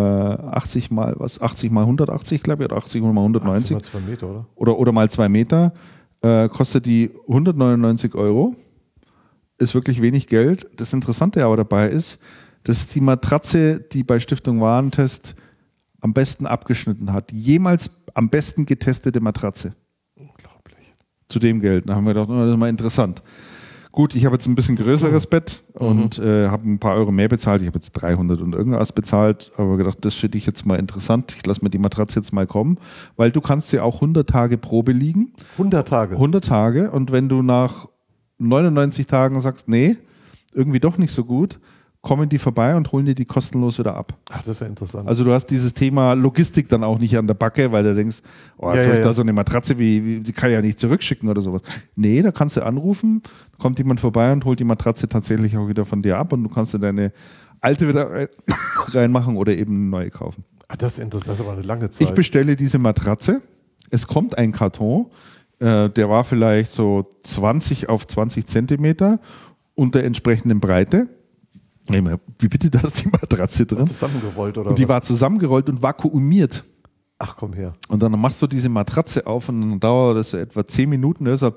Speaker 1: 180, glaube ich, oder 80 mal 190.
Speaker 2: 80 mal 2 Meter, oder?
Speaker 1: Oder mal 2 Meter. Kostet die 199 €. Ist wirklich wenig Geld. Das Interessante aber dabei ist, das ist die Matratze, die bei Stiftung Warentest am besten abgeschnitten hat. Jemals am besten getestete Matratze.
Speaker 2: Unglaublich.
Speaker 1: Zu dem Geld. Da haben wir gedacht, das ist mal interessant. Gut, ich habe jetzt ein bisschen größeres Bett und habe ein paar Euro mehr bezahlt. Ich habe jetzt 300 und irgendwas bezahlt, aber gedacht, das finde ich jetzt mal interessant. Ich lasse mir die Matratze jetzt mal kommen, weil du kannst sie auch 100 Tage Probe liegen.
Speaker 2: 100 Tage?
Speaker 1: 100 Tage und wenn du nach 99 Tagen sagst, nee, irgendwie doch nicht so gut, kommen die vorbei und holen dir die kostenlos wieder ab.
Speaker 2: Ach, das ist ja interessant.
Speaker 1: Also du hast dieses Thema Logistik dann auch nicht an der Backe, weil du denkst, oh, jetzt habe ich da so eine Matratze, die kann ich ja nicht zurückschicken oder sowas. Nee, da kannst du anrufen, kommt jemand vorbei und holt die Matratze tatsächlich auch wieder von dir ab und du kannst dir deine alte wieder reinmachen oder eben eine neue kaufen.
Speaker 2: Ach, das ist interessant, das ist aber eine lange Zeit.
Speaker 1: Ich bestelle diese Matratze, es kommt ein Karton, der war vielleicht so 20 auf 20 Zentimeter und der entsprechenden Breite. Wie bitte, da ist die Matratze drin?
Speaker 2: Zusammengerollt oder
Speaker 1: und die
Speaker 2: was?
Speaker 1: war zusammengerollt und vakuumiert.
Speaker 2: Ach, komm her.
Speaker 1: Und dann machst du diese Matratze auf und dann dauert das so etwa 10 Minuten. So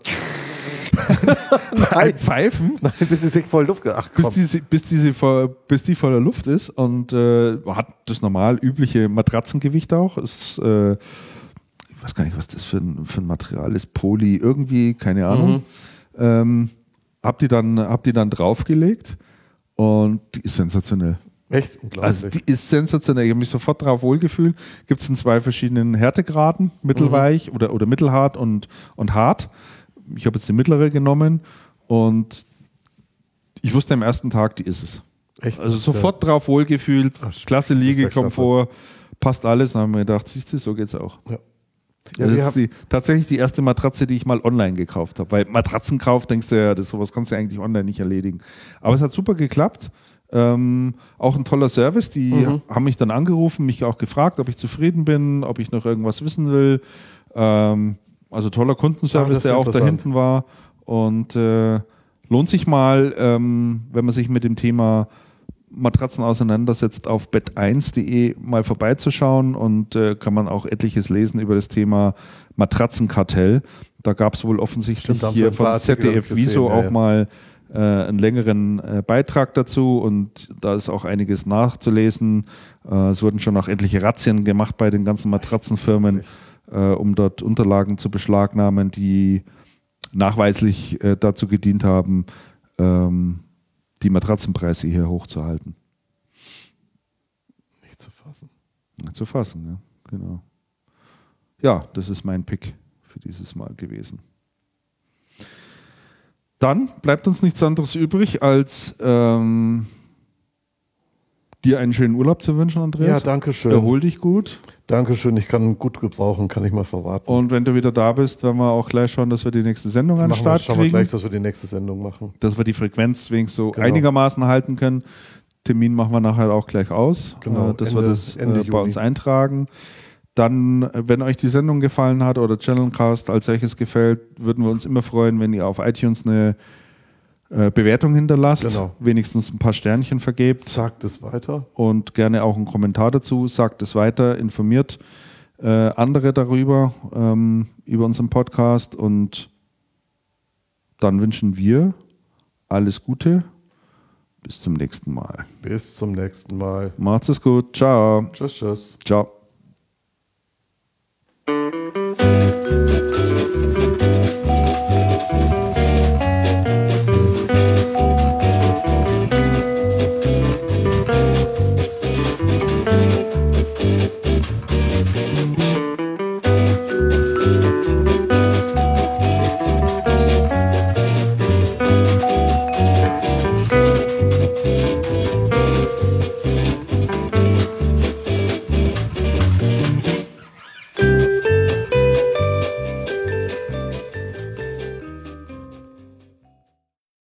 Speaker 1: ein Pfeifen.
Speaker 2: Nein, bis sie sich voll Luft... Ach, komm.
Speaker 1: Bis die voller Luft ist und hat das normal übliche Matratzengewicht auch. Ist, ich weiß gar nicht, was das für ein Material ist. Poly, irgendwie, keine Ahnung. Hab die dann draufgelegt. Und die ist sensationell.
Speaker 2: Echt? Unglaublich.
Speaker 1: Also die ist sensationell. Ich habe mich sofort darauf wohlgefühlt. Gibt es in 2 verschiedenen Härtegraden, mittelweich oder mittelhart und hart. Ich habe jetzt die mittlere genommen und ich wusste am ersten Tag, die ist es.
Speaker 2: Echt?
Speaker 1: Also sofort drauf wohlgefühlt, klasse Liegekomfort, passt alles. Dann haben wir gedacht, siehst du, so geht's auch.
Speaker 2: Ja.
Speaker 1: Ja, das ist tatsächlich die erste Matratze, die ich mal online gekauft habe. Weil Matratzenkauf, denkst du ja, sowas kannst du eigentlich online nicht erledigen. Aber es hat super geklappt. Auch ein toller Service. Die haben mich dann angerufen, mich auch gefragt, ob ich zufrieden bin, ob ich noch irgendwas wissen will. Also toller Kundenservice, der auch da hinten war. Und lohnt sich mal, wenn man sich mit dem Thema Matratzen auseinandersetzt, auf bet1.de mal vorbeizuschauen und kann man auch etliches lesen über das Thema Matratzenkartell. Da gab es wohl offensichtlich hier von ZDF Wieso auch mal einen längeren Beitrag dazu und da ist auch einiges nachzulesen. Es wurden schon auch etliche Razzien gemacht bei den ganzen Matratzenfirmen, um dort Unterlagen zu beschlagnahmen, die nachweislich dazu gedient haben, die Matratzenpreise hier hochzuhalten.
Speaker 2: Nicht zu fassen.
Speaker 1: Nicht zu fassen, ja, genau. Ja, das ist mein Pick für dieses Mal gewesen. Dann bleibt uns nichts anderes übrig, als dir einen schönen Urlaub zu wünschen, Andreas.
Speaker 2: Ja, danke schön.
Speaker 1: Erhol dich gut.
Speaker 2: Dankeschön, ich kann gut gebrauchen, kann ich mal verraten.
Speaker 1: Und wenn du wieder da bist, werden wir auch gleich schauen, dass wir die nächste Sendung an den Start kriegen.
Speaker 2: Schauen wir gleich, dass wir die nächste Sendung machen.
Speaker 1: Dass wir die Frequenz wenigstens so einigermaßen halten können. Termin machen wir nachher auch gleich aus, dass wir das bei uns eintragen. Dann, wenn euch die Sendung gefallen hat oder Channelcast als solches gefällt, würden wir uns immer freuen, wenn ihr auf iTunes eine Bewertung hinterlasst, wenigstens ein paar Sternchen vergebt.
Speaker 2: Sagt es weiter.
Speaker 1: Und gerne auch einen Kommentar dazu, sagt es weiter, informiert andere darüber, über unseren Podcast und dann wünschen wir alles Gute. Bis zum nächsten Mal.
Speaker 2: Bis zum nächsten Mal.
Speaker 1: Macht's es gut. Ciao.
Speaker 2: Tschüss, tschüss.
Speaker 1: Ciao.